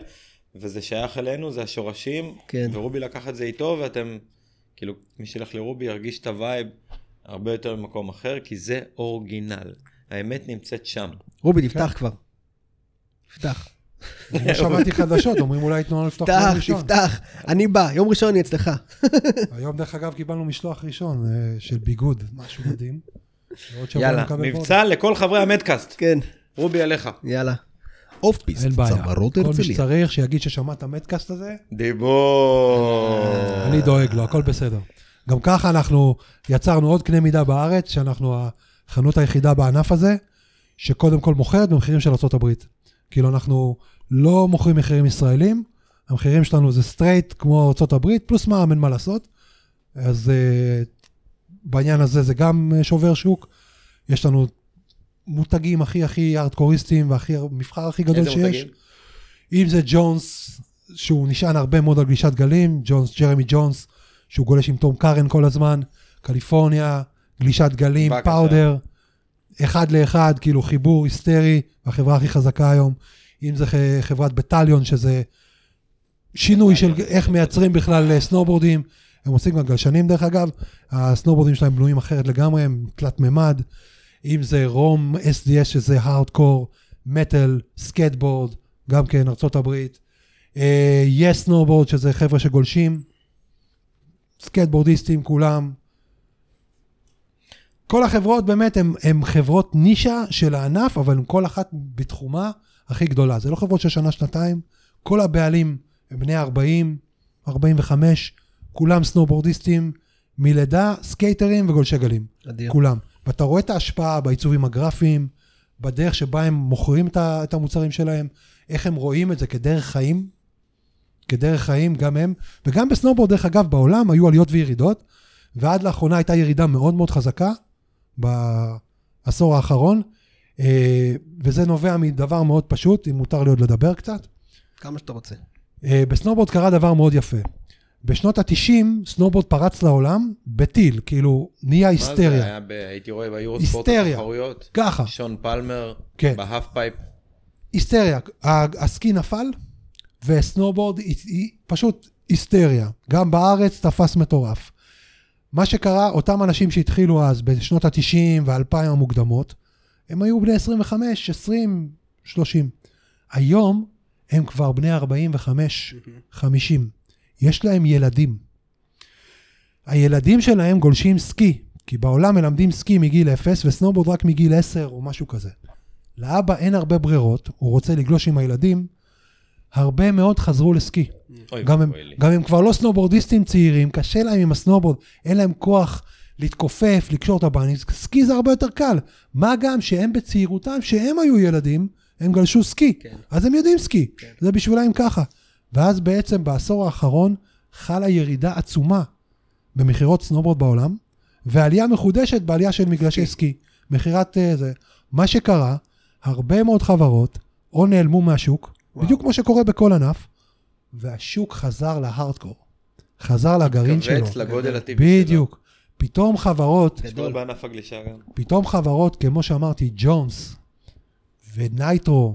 וזה שייך אלינו, זה השורשים, כן. ורובי לקח את זה איתו, ואתם, כאילו, מי שילך לרובי ירגיש את הווייב הרבה יותר ממקום אחר, כי זה אורגינל. האמת נמצאת שם. רובי, תפתח כבר. תפתח. לא שמעתי חדשות, אומרים אולי יתנו לנו לפתוח יום ראשון. תפתח. אני בא, יום ראשון אני אצלך. היום דרך אגב קיבלנו משלוח ראשון של ביגוד, משהו מדהים. יאללה, מבצע לכל חברי המדקאסט. כן. רובי עליך. יאללה. אוף פיסט, אין בעיה. צמרות כל מי הרצליה. שצריך שיגיד ששמע את המדקאסט הזה, דיבור. אני דואג לו, הכל בסדר. גם ככה אנחנו יצרנו עוד קנה מידה בארץ, שאנחנו החנות היחידה בענף הזה, שקודם כל מוכרת במחירים של ארצות הברית. כאילו אנחנו לא מוכרים מחירים ישראלים, המחירים שלנו זה סטרייט כמו ארצות הברית, פלוס מע"מ, אין מה לעשות. אז בעניין הזה זה גם שובר שוק. יש לנו מותגים הכי ארטקוריסטים, והמבחר הכי גדול שיש. איזה מותגים? אם זה ג'ונס, שהוא נשען הרבה מאוד על גלישת גלים, ג'רמי ג'ונס, שהוא גולש עם תום קארן כל הזמן, קליפורניה, גלישת גלים, פאודר, אחד לאחד, כאילו חיבור היסטרי, החברה הכי חזקה היום. אם זה חברת בטליון, שזה שינוי של איך מייצרים בכלל סנובורדים, הם עושים גם גלשנים דרך אגב, הסנובורדים שלהם בנויים אחרת לגמרי, הם תלת ממד, אם זה רום SDS, שזה הארדקור, מטל, סקייטבורד, גם כן ארצות הברית, יש סנובורד, שזה חבר'ה שגולשים, סקייטבורדיסטים כולם, כל החברות באמת הם חברות נישה של הענף, אבל הם כל אחת בתחומה הכי גדולה. זה לא חברות של שנה, שנתיים, כל הבעלים הם בני 40, 45, כולם סנובורדיסטים, מלידה, סקייטרים וגולשי גלים. אדיר. כולם. ואתה רואה את ההשפעה בעיצובים הגרפיים, בדרך שבה הם מוכרים את המוצרים שלהם, איך הם רואים את זה כדרך חיים גם הם, וגם בסנובורד דרך אגב בעולם היו עליות וירידות, ועד לאחרונה הייתה ירידה מאוד מאוד חזקה, בעשור האחרון, וזה נובע מדבר מאוד פשוט, אם מותר לי עוד לדבר קצת. כמה שאתה רוצה. בסנובורד קרה דבר מאוד יפה. בשנות ה-90, סנובורד פרץ לעולם בטיל, כאילו נהיה היסטריה. מה זה היה, הייתי רואה ביורוספורט התחרויות? ככה. שון פלמר, כן. בהאף פייפ. היסטריה, הסקי נפל, וסנובורד היא פשוט היסטריה. גם בארץ תפס מטורף. מה שקרה, אותם אנשים שהתחילו אז בשנות ה-90 וה-2000 המוקדמות, הם היו בני 25, 20, 30. היום הם כבר בני 45, 50. יש להם ילדים. הילדים שלהם גולשים סקי, כי בעולם מלמדים סקי מגיל 0 וסנובורד רק מגיל 10 או משהו כזה. לאבא אין הרבה ברירות, הוא רוצה לגלוש עם הילדים, הרבה מאוד חזרו לסקי. גם הם כבר לא סנובורדיסטים צעירים, קשה להם עם הסנובורד, אין להם כוח להתכופף, לקשור את הבנים, סקי זה הרבה יותר קל. מה גם שהם בצעירותם, שהם היו ילדים, הם גלשו סקי, כן. אז הם יודעים סקי, כן. זה בשבילם ככה. ואז בעצם בעשור האחרון חלה ירידה עצומה במחירות סנובורד בעולם, ועלייה מחודשת בעלייה של מגלשי סקי, מחירת זה. מה שקרה, הרבה מאוד חברות או נעלמו מהשוק, בדיוק כמו שקורה בכל ענף, והשוק חזר להארדקור, חזר לגרעין שלו. התכווץ לגודל הטבעי שלו. בדיוק. פתאום חברות, גדול בענף הגלישה גם. פתאום חברות, כמו שאמרתי, ג'ונס ונייטרו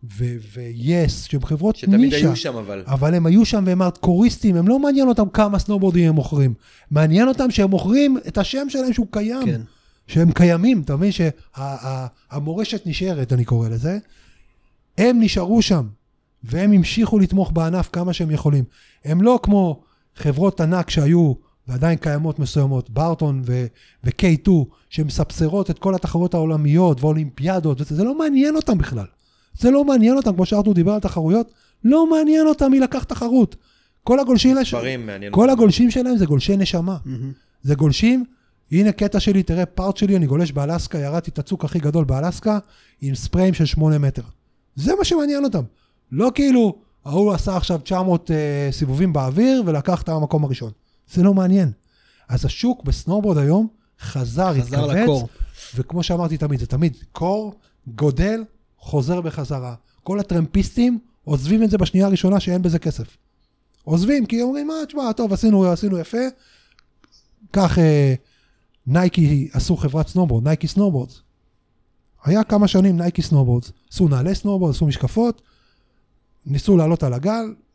ויס, שהן חברות נישה. שתמיד היו שם אבל הם היו שם והם ארטקוריסטים, הם לא מעניין אותם כמה סנובורדים הם מוכרים. מעניין אותם שהם מוכרים את השם שלהם שהוא קיים. כן. שהם קיימים, אתה מבין שהמורשת נשארת, אני קורא לזה. הם נשארו שם, והם המשיכו לתמוך בענף כמה שהם יכולים. הם לא כמו חברות ענק שהיו, ועדיין קיימות מסוימות, בארטון ו-K2, שמספסרות את כל התחרויות העולמיות ואולימפיאדות, זה לא מעניין אותם בכלל. זה לא מעניין אותם, כמו שארתור דיבר על תחרויות, לא מעניין אותם מי לקח תחרות. כל הגולשים שלהם זה גולשי נשמה. זה גולשים, הנה קטע שלי, תראה פארט שלי, אני גולש באלסקה, ירדתי את הצוק הכי גדול באלסקה, עם ספריים של 8 מטר. זה מה שמעניין אותם. לא כאילו, הוא עשה עכשיו 900 סיבובים באוויר, ולקח את המקום הראשון. זה לא מעניין. אז השוק בסנובורד היום חזר התכווץ, וכמו שאמרתי תמיד, זה תמיד קור, גודל, חוזר בחזרה. כל הטרמפיסטים עוזבים את זה בשנייה הראשונה שאין בזה כסף. עוזבים, כי אומרים, תשמע, טוב, עשינו יפה. כך נייקי עשו חברת סנובורד, נייקי סנובורד. היה כמה שנים נייקי סנובורד. עשו נעלי סנובורד, עשו משקפות, ניסו לעלות על הגל,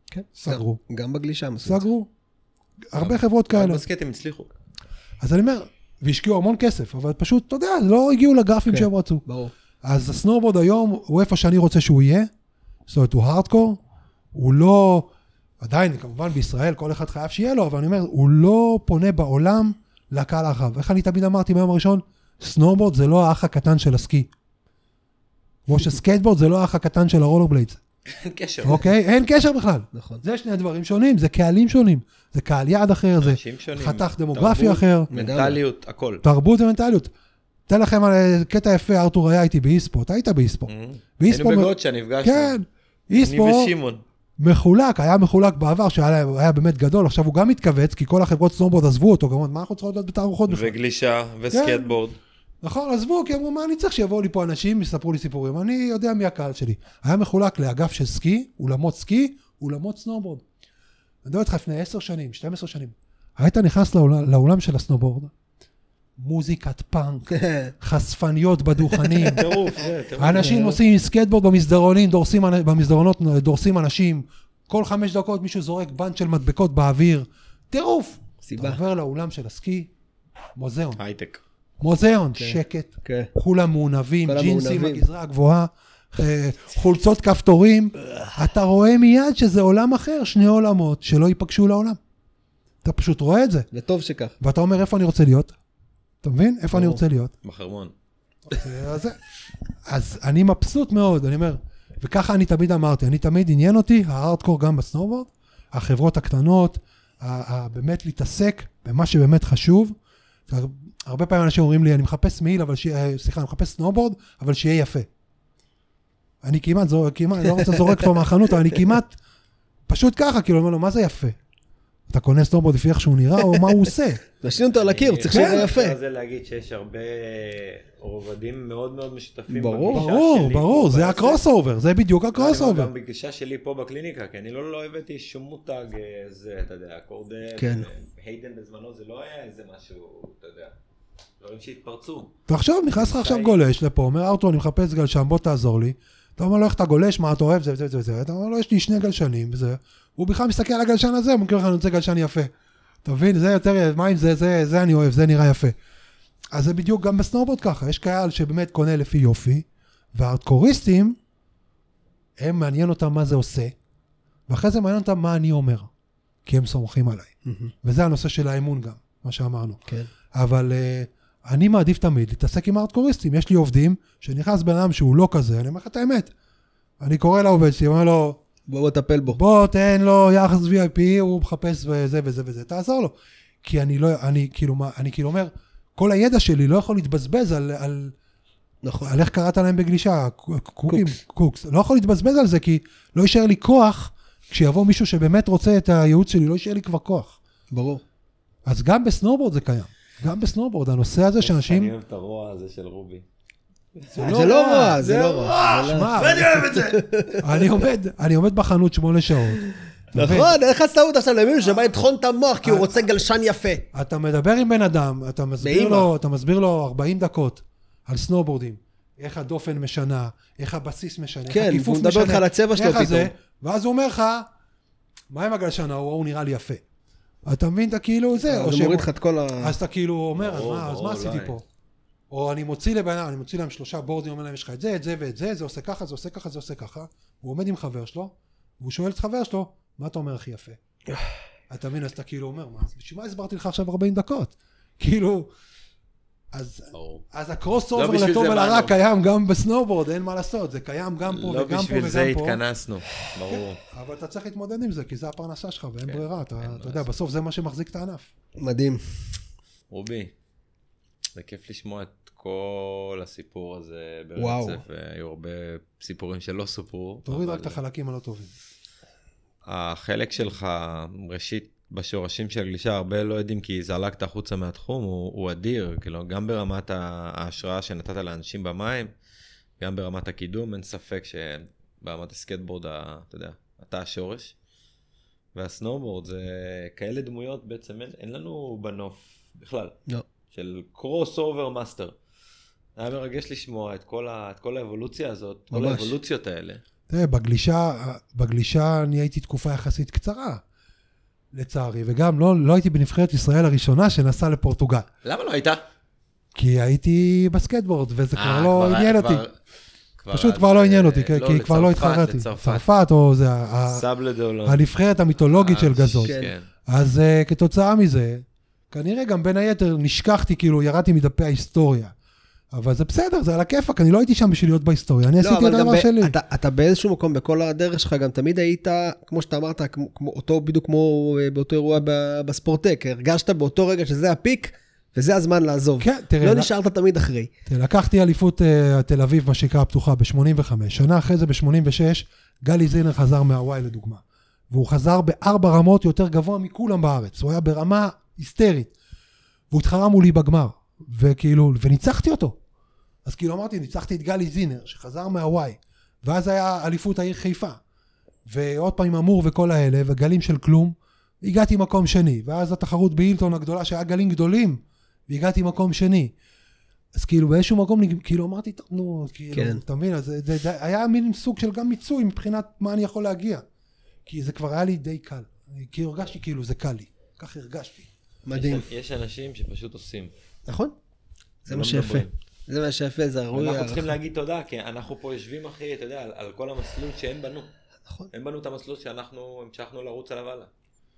כן. סגרו. גם בגלישה הם עשו את זה. סגרו. הרבה חברות רק כאלה. בסקייט הם הצליחו. אז אני אומר, והשקיעו המון כסף, אבל פשוט, אתה יודע, לא הגיעו לגרפים כן. שהם רצו. ברור. אז הסנובורד היום הוא איפה שאני רוצה שהוא יהיה, זאת אומרת, הוא הארדקור, הוא לא, עדיין, כמובן בישראל, כל אחד חייב שיהיה לו, אבל אני אומר, הוא לא פונה בעולם לקהל הרחב. איך אני תמיד אמרתי מהיום הראשון? סנובורד זה לא האח הקטן של הסקי. כמו שסקייטבורד זה לא האח הקטן של הרולרבליידס. אין קשר. אוקיי? אין קשר בכלל. נכון. זה שני דברים שונים, זה קהלים שונים, זה קהל יעד אחר, זה אנשים שונים. חתך דמוגרפי תרבות, אחר, מנטליות, הכל. תרבות ומנטליות. תן לכם על קטע יפה, ארתור היה איתי באיספו, אתה היית באיספו. היינו בגודשה, נפגשנו. כן, אני איספו ושימון. מחולק, היה מחולק בעבר, שהיה באמת גדול, עכשיו הוא גם מתכווץ, כי כל החברות סנובורד עזבו אותו, כמובן, מה אנחנו צריכים להיות בתערוכות בכלל? וגלישה, וסקייטבורד. נכון, עזבו, כי אמרו, מה אני צריך שיבואו לי פה אנשים, יספרו לי סיפורים, אני יודע מי הקהל שלי. היה מחולק לאגף של סקי, אולמות סקי, אולמות סנובורד. אני מדבר איתך לפני 10 שנים, 12 שנים. היית נכנס לאולם של הסנובורד, מוזיקת פאנק, חשפניות בדוכנים, טירוף, האנשים עושים סקייטבורד במסדרונים, במסדרונות דורסים אנשים, כל 5 דקות מישהו זורק בנד של מדבקות באוויר, טירוף. סיבה. אתה עובר לאולם של הסקי, מוזיאון. הייטק. מוזיאון, שקט, כן. כולם מעונבים, כולם ג'ינסים, מעונבים. הגזרה הגבוהה, חולצות כפתורים, אתה רואה מיד שזה עולם אחר, 2 עולמות שלא ייפגשו לעולם. אתה פשוט רואה את זה, וטוב שכך. ואתה אומר איפה אני רוצה להיות, אתה מבין? איפה אני רוצה להיות? בחרמון. אז אני מבסוט מאוד, אני אומר, וככה אני תמיד אמרתי, אני תמיד עניין אותי, הארדקור גם בסנובורד, החברות הקטנות, באמת להתעסק במה שבאמת חשוב. הרבה פעמים אנשים אומרים לי, אני מחפש מעיל, אני מחפש סנובורד, אבל שיהיה יפה. אני כמעט, לא רוצה זורק אותו מהחנות, אבל אני כמעט, פשוט ככה, כאילו, אומר לו, מה זה יפה? אתה קונה סנובורד לפי איך שהוא נראה, או מה הוא עושה? נשאיר אותו על הקיר, צריך שיהיה יפה. אני רוצה להגיד שיש הרבה רובדים מאוד מאוד משותפים. ברור. ברור, זה הקרוס אובר, זה בדיוק הקרוס אובר. גם בגישה שלי פה בקליניקה, כי אני לא הבאתי שום מותג, זה, אתה יודע, קורדל, כן. היידן בזמנו, זה לא היה איזה משהו, אתה יודע, דברים שהתפרצו. תחשוב, נכנס לך עכשיו גולש לפה, אומר ארתור, אני מחפש גלשן, בוא תעזור לי. אתה אומר לו, איך אתה גולש, מה אתה אוהב, זה. אתה אומר לו, יש לי 2 גלשנים, וזה. הוא בכלל מסתכל על הגלשן הזה, הוא מכיר לך, אני רוצה גלשן יפה. אתה מבין, זה יותר, מה אם זה אני אוהב, זה נראה יפה. אז זה בדיוק גם בסנובורד ככה, יש קהל שבאמת קונה לפי יופי, והארדקוריסטים, הם מעניין אותם מה זה עושה, ואחרי זה מעניין אותם מה אני אומר, כי הם סומכים עליי. וזה הנושא של האמון גם, מה שאמרנו. כן. אבל אני מעדיף תמיד להתעסק עם הארדקוריסטים. יש לי עובדים שנכנס בן אדם שהוא לא כזה, אני אומר לך את האמת. אני קורא לעובד שלי, אומר לו, בוא תטפל בו. בוא תן לו יחס VIP, הוא מחפש וזה וזה וזה, תעזור לו. כי אני כאילו אומר, כל הידע שלי לא יכול להתבזבז נכון. על איך קראת להם בגלישה, קוקס. לא יכול להתבזבז על זה, כי לא יישאר לי כוח, כשיבוא מישהו שבאמת רוצה את הייעוץ שלי, לא יישאר לי כבר כוח. ברור. אז גם בסנובורד זה קיים. גם בסנובורד, הנושא הזה שאנשים... אני אוהב את הרוע הזה של רובי. זה לא רע, זה לא רע. שמע, ואני אוהב את זה! אני עומד בחנות 8 שעות. נכון, איך עשו עכשיו למישהו שבא לטחון את המוח כי הוא רוצה גלשן יפה. אתה מדבר עם בן אדם, אתה מסביר לו 40 דקות על סנובורדים, איך הדופן משנה, איך הבסיס משנה, איך כן, הכיפוף הוא מדבר איתך על הצבע שלו פתאום. ואז הוא אומר לך, מה עם הגלשן הוא נראה לי יפה. אתה מבין, אתה כאילו זה. אז הוא מוריד לך את כל ה... אז אתה כאילו אומר, אז מה עשיתי פה? או אני מוציא להם 3 בורדים, אומר להם, יש לך את זה, את זה ואת זה, זה עושה ככה, זה עושה ככה, זה עושה ככה. הוא עומד עם חבר שלו, והוא שואל את חבר שלו, מה אתה אומר הכי יפה? אתה מבין, אז אתה כאילו אומר, מה, בשביל מה הסברתי לך עכשיו 40 דקות? כאילו, אז הקרוס אובר לטוב ולרע קיים גם בסנובורד, אין מה לעשות, זה קיים גם פה וגם פה וגם פה. לא בשביל זה התכנסנו, ברור. אבל אתה צריך להתמודד עם זה, כי זה הפרנסה שלך ואין ברירה, אתה יודע, בסוף זה מה שמחזיק את הענף. מדהים. רובי, זה כיף לשמוע את כל הסיפור הזה ברצף, והיו הרבה סיפורים שלא סופרו. תוריד רק את החלקים הלא טובים. החלק שלך, ראשית, בשורשים של גלישה, הרבה לא יודעים כי זלגת החוצה מהתחום, הוא אדיר, כאילו, גם ברמת ההשראה שנתת לאנשים במים, גם ברמת הקידום, אין ספק שברמת הסקייטבורד, אתה יודע, אתה השורש. והסנובורד זה כאלה דמויות בעצם, אין לנו בנוף בכלל. לא. של קרוס אובר מאסטר. היה מרגש לשמוע את כל האבולוציה הזאת, כל האבולוציות האלה. תראה, בגלישה אני הייתי תקופה יחסית קצרה, לצערי, וגם לא הייתי בנבחרת ישראל הראשונה שנסעה לפורטוגל. למה לא היית? כי הייתי בסקטבורד, וזה כבר לא עניין אותי. פשוט כבר לא עניין אותי, כי כבר לא התחרתי. צרפת, או זה הנבחרת המיתולוגית של גזוז. אז כתוצאה מזה, כנראה גם בין היתר נשכחתי, כאילו ירדתי מדפי ההיסטוריה. אבל זה בסדר, זה על הכיפק, אני לא הייתי שם בשביל להיות בהיסטוריה, אני עשיתי את הדבר שלי. אתה באיזשהו מקום, בכל הדרך שלך, גם תמיד היית, כמו שאתה אמרת, בדיוק כמו באותו אירוע בספורטק, הרגשת באותו רגע שזה הפיק, וזה הזמן לעזוב. כן, תראה. לא נשארת תמיד אחרי. לקחתי אליפות תל אביב, מה שנקרא הפתוחה, ב-85. שנה אחרי זה, ב-86, גלי זינר חזר מהוואי לדוגמה. והוא חזר ב4 רמות יותר גבוה מכולם בארץ. הוא היה ברמה היסטרית. והוא התחרה מולי בגמר. וכאילו, וניצחתי אותו. אז כאילו אמרתי, ניצחתי את גלי זינר, שחזר מהוואי. ואז היה אליפות העיר חיפה. ועוד פעם אמור וכל האלה, וגלים של כלום. הגעתי מקום שני. ואז התחרות בהילטון הגדולה, שהיה גלים גדולים. והגעתי מקום שני. אז כאילו באיזשהו מקום, כאילו אמרתי, נו, כאילו, כן. אתה מבין, אז זה היה מין סוג של גם מיצוי מבחינת מה אני יכול להגיע. כי זה כבר היה לי די קל. כאילו הרגשתי כאילו זה קל לי. כך הרגשתי. מדהים. יש אנשים שפשוט עושים. נכון. זה מה שיפה. זה מה שיפה, זה ראוי. אנחנו צריכים להגיד תודה, כי אנחנו פה יושבים אחי, אתה יודע, על כל המסלול שהם בנו. נכון. הם בנו את המסלול שאנחנו המשכנו לרוץ עליו הלאה.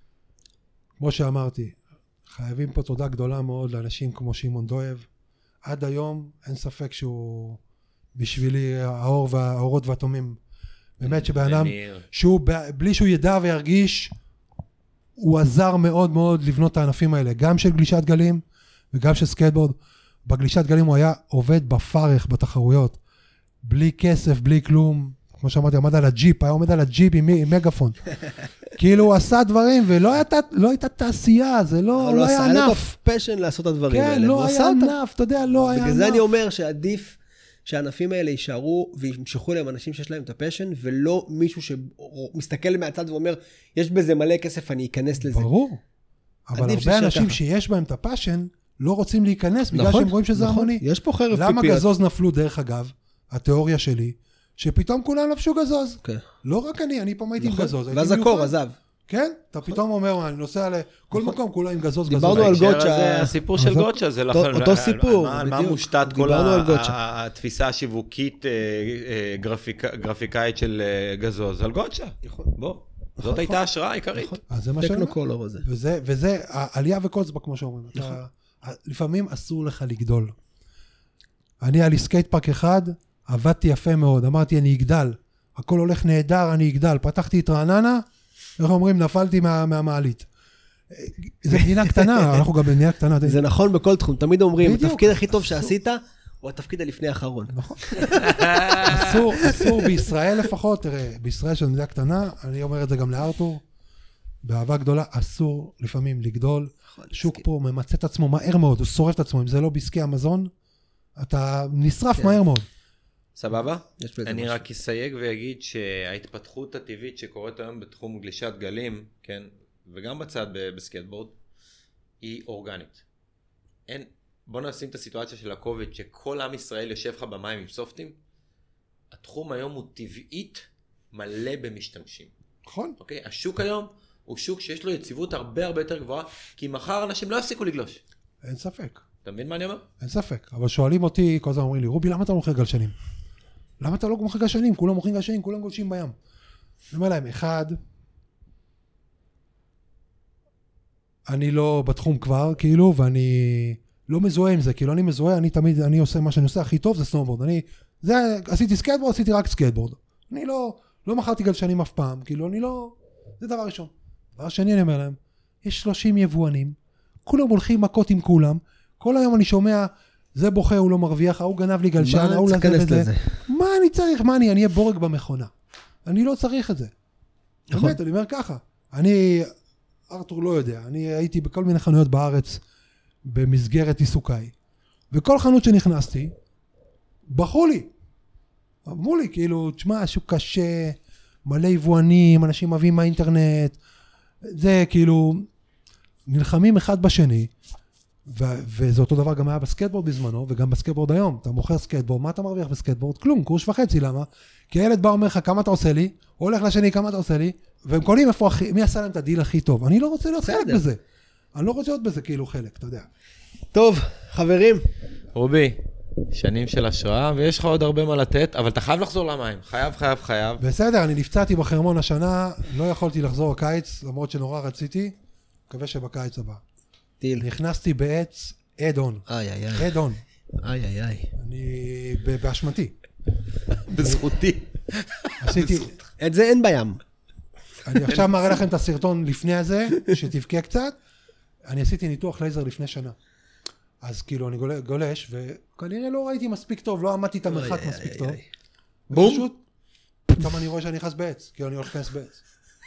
כמו שאמרתי, חייבים פה תודה גדולה מאוד לאנשים כמו שמעון דויב. עד היום אין ספק שהוא בשבילי האורות והתומים. באמת שבאדם, שהוא בלי שהוא ידע וירגיש, הוא עזר מאוד מאוד לבנות את הענפים האלה, גם של גלישת גלים וגם של סקייטבורד. בגלישת גלים הוא היה עובד בפרך בתחרויות, בלי כסף, בלי כלום. כמו שאמרתי, עמד על הג'יפ, היה עומד על הג'יפ עם מגפון. כאילו הוא עשה דברים, ולא הייתה תעשייה, זה לא היה ענף. היה לו פשן לעשות את הדברים האלה. כן, לא היה ענף, אתה יודע, לא היה ענף. בגלל זה אני אומר שעדיף שהענפים האלה יישארו, וימשכו להם אנשים שיש להם את הפשן, ולא מישהו שמסתכל מהצד ואומר, יש בזה מלא כסף, אני אכנס לזה. ברור. אבל הרבה אנשים שיש בהם את הפשן, לא רוצים להיכנס, בגלל שהם רואים שזה המוני. יש פה חרב פיפיות. למה גזוז נפלו דרך אגב, התיאוריה שלי, שפתאום כולם לבשו גזוז. לא רק אני פעם הייתי עם גזוז. ואז הקור עזב. כן, אתה פתאום אומר, אני נוסע לכל מקום, כולם עם גזוז. דיברנו על גוצ'ה. הסיפור של גוצ'ה, זה אותו סיפור. על מה מושתת כל התפיסה השיווקית גרפיקאית של גזוז, על גוצ'ה. בוא, זאת הייתה השראה העיקרית. אז זה מה טכנוקולור הזה. וזה עלייה וקוצבה, כמו שאומרים. לפעמים אסור לך לגדול. אני היה לי סקייט פארק אחד, עבדתי יפה מאוד, אמרתי אני אגדל, הכל הולך נהדר, אני אגדל, פתחתי את רעננה, איך אומרים, נפלתי מהמעלית. זה מדינה קטנה, אנחנו גם במדינה קטנה. זה נכון בכל תחום, תמיד אומרים, התפקיד הכי טוב שעשית, הוא התפקיד הלפני האחרון. נכון. אסור בישראל לפחות, תראה, בישראל של מדינה קטנה, אני אומר את זה גם לארתור, באהבה גדולה, אסור לפעמים לגדול, שוק פה ממצא את עצמו מהר מאוד, הוא שורף את עצמו, אם זה לא בעסקי המזון, אתה נשרף מהר מאוד. סבבה? אני רק אסייג ויגיד שההתפתחות הטבעית שקורית היום בתחום גלישת גלים, כן, וגם בצד בסקייטבורד, היא אורגנית. בוא נשים את הסיטואציה של הקוביד, שכל עם ישראל יושב לך במים עם סופטים, התחום היום הוא טבעית מלא במשתמשים. נכון. אוקיי? השוק היום הוא שוק שיש לו יציבות הרבה הרבה יותר גבוהה, כי מחר אנשים לא יפסיקו לגלוש. אין ספק. אתה מבין מה אני אומר? אין ספק. אבל שואלים אותי, כל הזמן אומרים לי, רובי, למה אתה לא מוכר גלשנים? למה אתה לא מוכר גלשנים? כולם מוכרים גלשנים, כולם גולשים בים. אני אומר להם, אחד, אני לא בתחום כבר, כאילו, ואני לא מזוהה עם זה, כאילו אני מזוהה, אני עושה מה שאני עושה הכי טוב, זה סנובורד. עשיתי סקייטבורד, עשיתי רק סקייטבורד. אני לא מכרתי גלשנים אף פעם, כאילו אני לא, זה דבר ראשון. דבר שני אני אומר להם, יש 30 יבואנים, כולם הולכים מכות עם כולם, כל היום אני שומע, זה בוכה, הוא לא מרוויח, הוא גנב לי גלשן, הוא לזה. מה אני צריך? אני אהיה בורג במכונה. אני לא צריך את זה. באמת, אני אומר ככה. ארתור לא יודע, אני הייתי בכל מיני חנויות בארץ, במסגרת עיסוקיי, וכל חנות שנכנסתי, בחו לי. אמרו לי, כאילו, תשמע, שוק קשה, מלא יבואנים, אנשים מביאים מהאינטרנט, זה כאילו, נלחמים אחד בשני, וזה אותו דבר גם היה בסקייטבורד בזמנו, וגם בסקייטבורד היום. אתה מוכר סקייטבורד, מה אתה מרוויח בסקייטבורד? כלום, קרוש וחצי, למה? כי הילד בא אומר לך, כמה אתה עושה לי? הולך לשני, כמה אתה עושה לי? והם קולים איפה, מי עשה להם את הדיל הכי טוב? אני לא רוצה להיות חלק בזה. אני לא רוצה להיות בזה כאילו חלק, אתה יודע. טוב, חברים. רובי, שנים של השראה, ויש לך עוד הרבה מה לתת, אבל אתה חייב לחזור למים. חייב. בסדר, אני נפצעתי בחרמון השנה, לא יכולתי לחזור הקיץ, למרות שנורא רציתי, מקווה שבקיץ הבא. טיל. נכנסתי בעץ אדון. אדון. איי. אני באשמתי. בזכותי. עשיתי, את זה אין בים. אני עכשיו מראה לכם את הסרטון לפני הזה, שתבכה קצת. אני עשיתי ניתוח לייזר לפני שנה. אז כאילו אני גולש, וכנראה לא ראיתי מספיק טוב, לא עמדתי את המרחק מספיק טוב. בום. פשוט, פתאום אני רואה שאני נכנס בעץ, כאילו אני הולך להיכנס בעץ.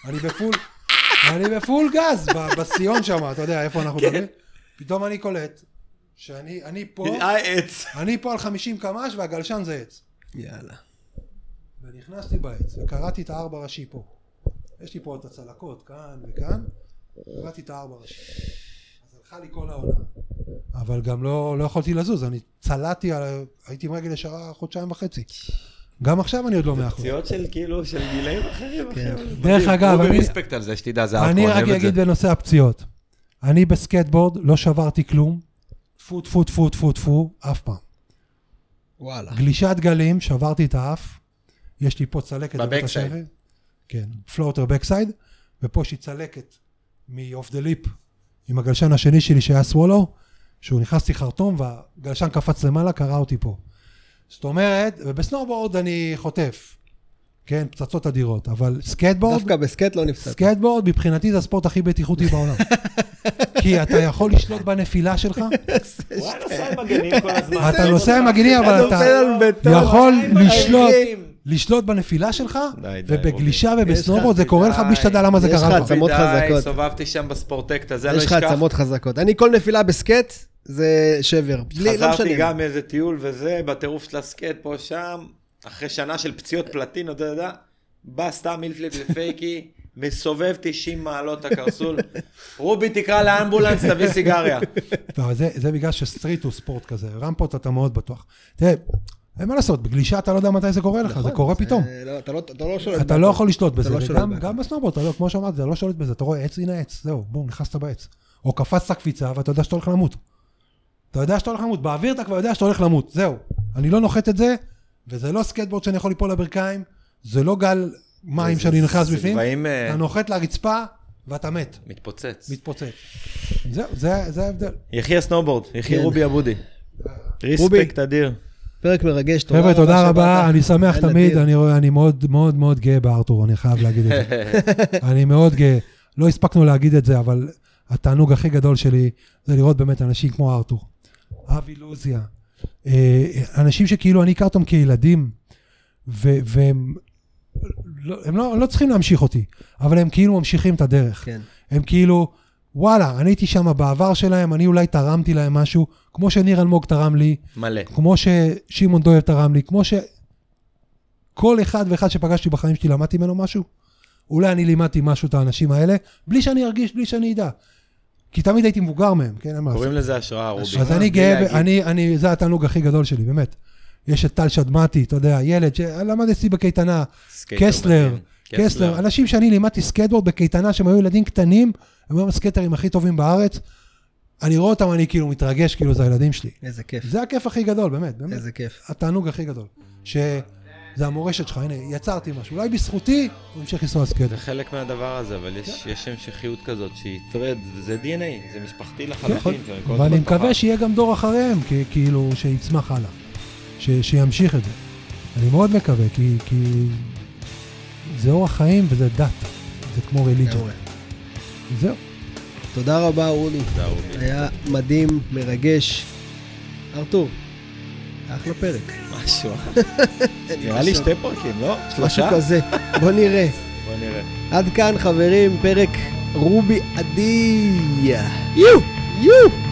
אני בפול גז, בסיון שם, אתה יודע איפה אנחנו מדברים. פתאום אני קולט, שאני פה על 50 קמ"ש והגלשן זה עץ. יאללה. ונכנסתי בעץ, וקראתי את 4 ראשי פה. יש לי פה את הצלקות, כאן וכאן, קראתי את 4 ראשי. אז הלכה לי כל העונה. אבל גם לא יכולתי לזוז, אני צלעתי, הייתי עם רגל ישרה 1.5 חודשים. גם עכשיו אני עוד לא 100%. פציעות של כאילו, של גילאים אחרים. דרך אגב, רובי ריספקט על זה, שתדע, זה אני רק אגיד בנושא הפציעות. אני בסקייטבורד לא שברתי כלום, טפו, אף פעם. וואלה. גלישת גלים, שברתי את האף, יש לי פה צלקת. בבקסייד. כן, פלוטר בקסייד, ופה יש לי צלקת מ-off the lip, עם הגלשן השני שלי שהיה סוולו, שהוא נכנסתי חרטום, והגלשן קפץ למעלה, קרא אותי פה. זאת אומרת, ובסנובורד אני חוטף, כן, פצצות אדירות, אבל סקייטבורד... דווקא בסקייט לא נפצעת. סקייטבורד מבחינתי זה הספורט הכי בטיחותי בעולם. כי אתה יכול לשלוט בנפילה שלך. וואי, נוסע עם מגנים כל הזמן. אתה נוסע עם מגנים, אבל אתה יכול לשלוט בנפילה שלך, ובגלישה ובסנובורד זה קורה לך בלי שתדע למה זה קרה לך. יש לך עצמות חזקות. סובבתי שם בספורטקט הזה, לא יש לך אשכח. עצמות חזקות. אני כל נפילה בסקייט זה שבר. חזרתי גם מאיזה טיול וזה, בטירוף של הסקייט פה שם, אחרי שנה של פציעות פלטין, אתה יודע, בא סתם מילפליפ לפייקי, מסובב 90 מעלות הקרסול, רובי תקרא לאמבולנס, תביא סיגריה. זה בגלל שסטריט הוא ספורט כזה, רמפות אתה מאוד בטוח. תראה, אין מה לעשות, בגלישה אתה לא יודע מתי זה קורה לך, זה קורה פתאום. אתה לא יכול לשלוט בזה, גם בסנובורד, כמו שאמרת, אתה לא שולט בזה, אתה רואה עץ, הנה עץ, זהו, בואו, נכנסת בעץ. או קפצת קפיצה ואתה יודע שאתה הולך למות. אתה יודע שאתה הולך למות, באוויר אתה כבר יודע שאתה הולך למות, זהו. אני לא נוחת את זה, וזה לא סקייטבורד שאני יכול ליפול לברכיים, זה לא גל מים שאני נכנס בפנים, אתה נוחת לרצפה ואתה מת. מתפוצץ. זהו, זה ההבדל. יחי הסנובורד, יחי רובי אבודי. ריספקט אדיר. פרק מרגש, חבר'ה, תודה רבה, אני שמח תמיד, אני מאוד מאוד מאוד גאה בארתור, אני חייב להגיד את זה. אני מאוד גאה, לא הספקנו להגיד את זה, אבל התענוג הכי גדול שלי זה לראות באמת אנשים כמו ארתור. אבי לוזיה. אנשים שכאילו אני הכר אותם כילדים, והם לא צריכים להמשיך אותי, אבל הם כאילו ממשיכים את הדרך. הם כאילו, וואלה, אני הייתי שם בעבר שלהם, אני אולי תרמתי להם משהו, כמו שניר אלמוג תרם לי, מלא. כמו ששימון דויב תרם לי, כמו שכל אחד ואחד שפגשתי בחיים שלי למדתי ממנו משהו, אולי אני לימדתי משהו את האנשים האלה, בלי שאני ארגיש, בלי שאני אדע. כי תמיד הייתי מבוגר מהם, כן? קוראים לזה השראה, רובי. אז אני גאה, זה התענוג הכי גדול שלי, באמת. יש את טל שדמתי, אתה יודע, ילד שלמד אצלי בקייטנה, קסלר, אנשים שאני לימדתי סקייטבורד בקייטנה, שהם היו ילדים קטנים, הם היו הסקייטרים הכי טובים בארץ, אני רואה אותם, אני כאילו מתרגש, כאילו זה הילדים שלי. איזה כיף. זה הכיף הכי גדול, באמת. איזה כיף. התענוג הכי גדול. שזה המורשת שלך, הנה, יצרתי משהו. אולי בזכותי, הוא המשך לנסוע סקייט. זה חלק מהדבר הזה, אבל יש המשכיות כזאת שהיא thread, זה DNA, זה משפחתי לחלוטין. ואני מקווה שיהיה גם דור אחריהם, כאילו, שיצמח הלאה. שימשיך את זה. אני מאוד מקווה, כי זה אורח חיים וזה דת. זה כמו רליג'ן. זהו. תודה רבה, רובי. היה מדהים, מרגש. ארתור, אחלה פרק. משהו. נראה לי 2 פרקים, לא? 3? משהו כזה. בוא נראה. עד כאן, חברים, פרק רובי עדי. יו!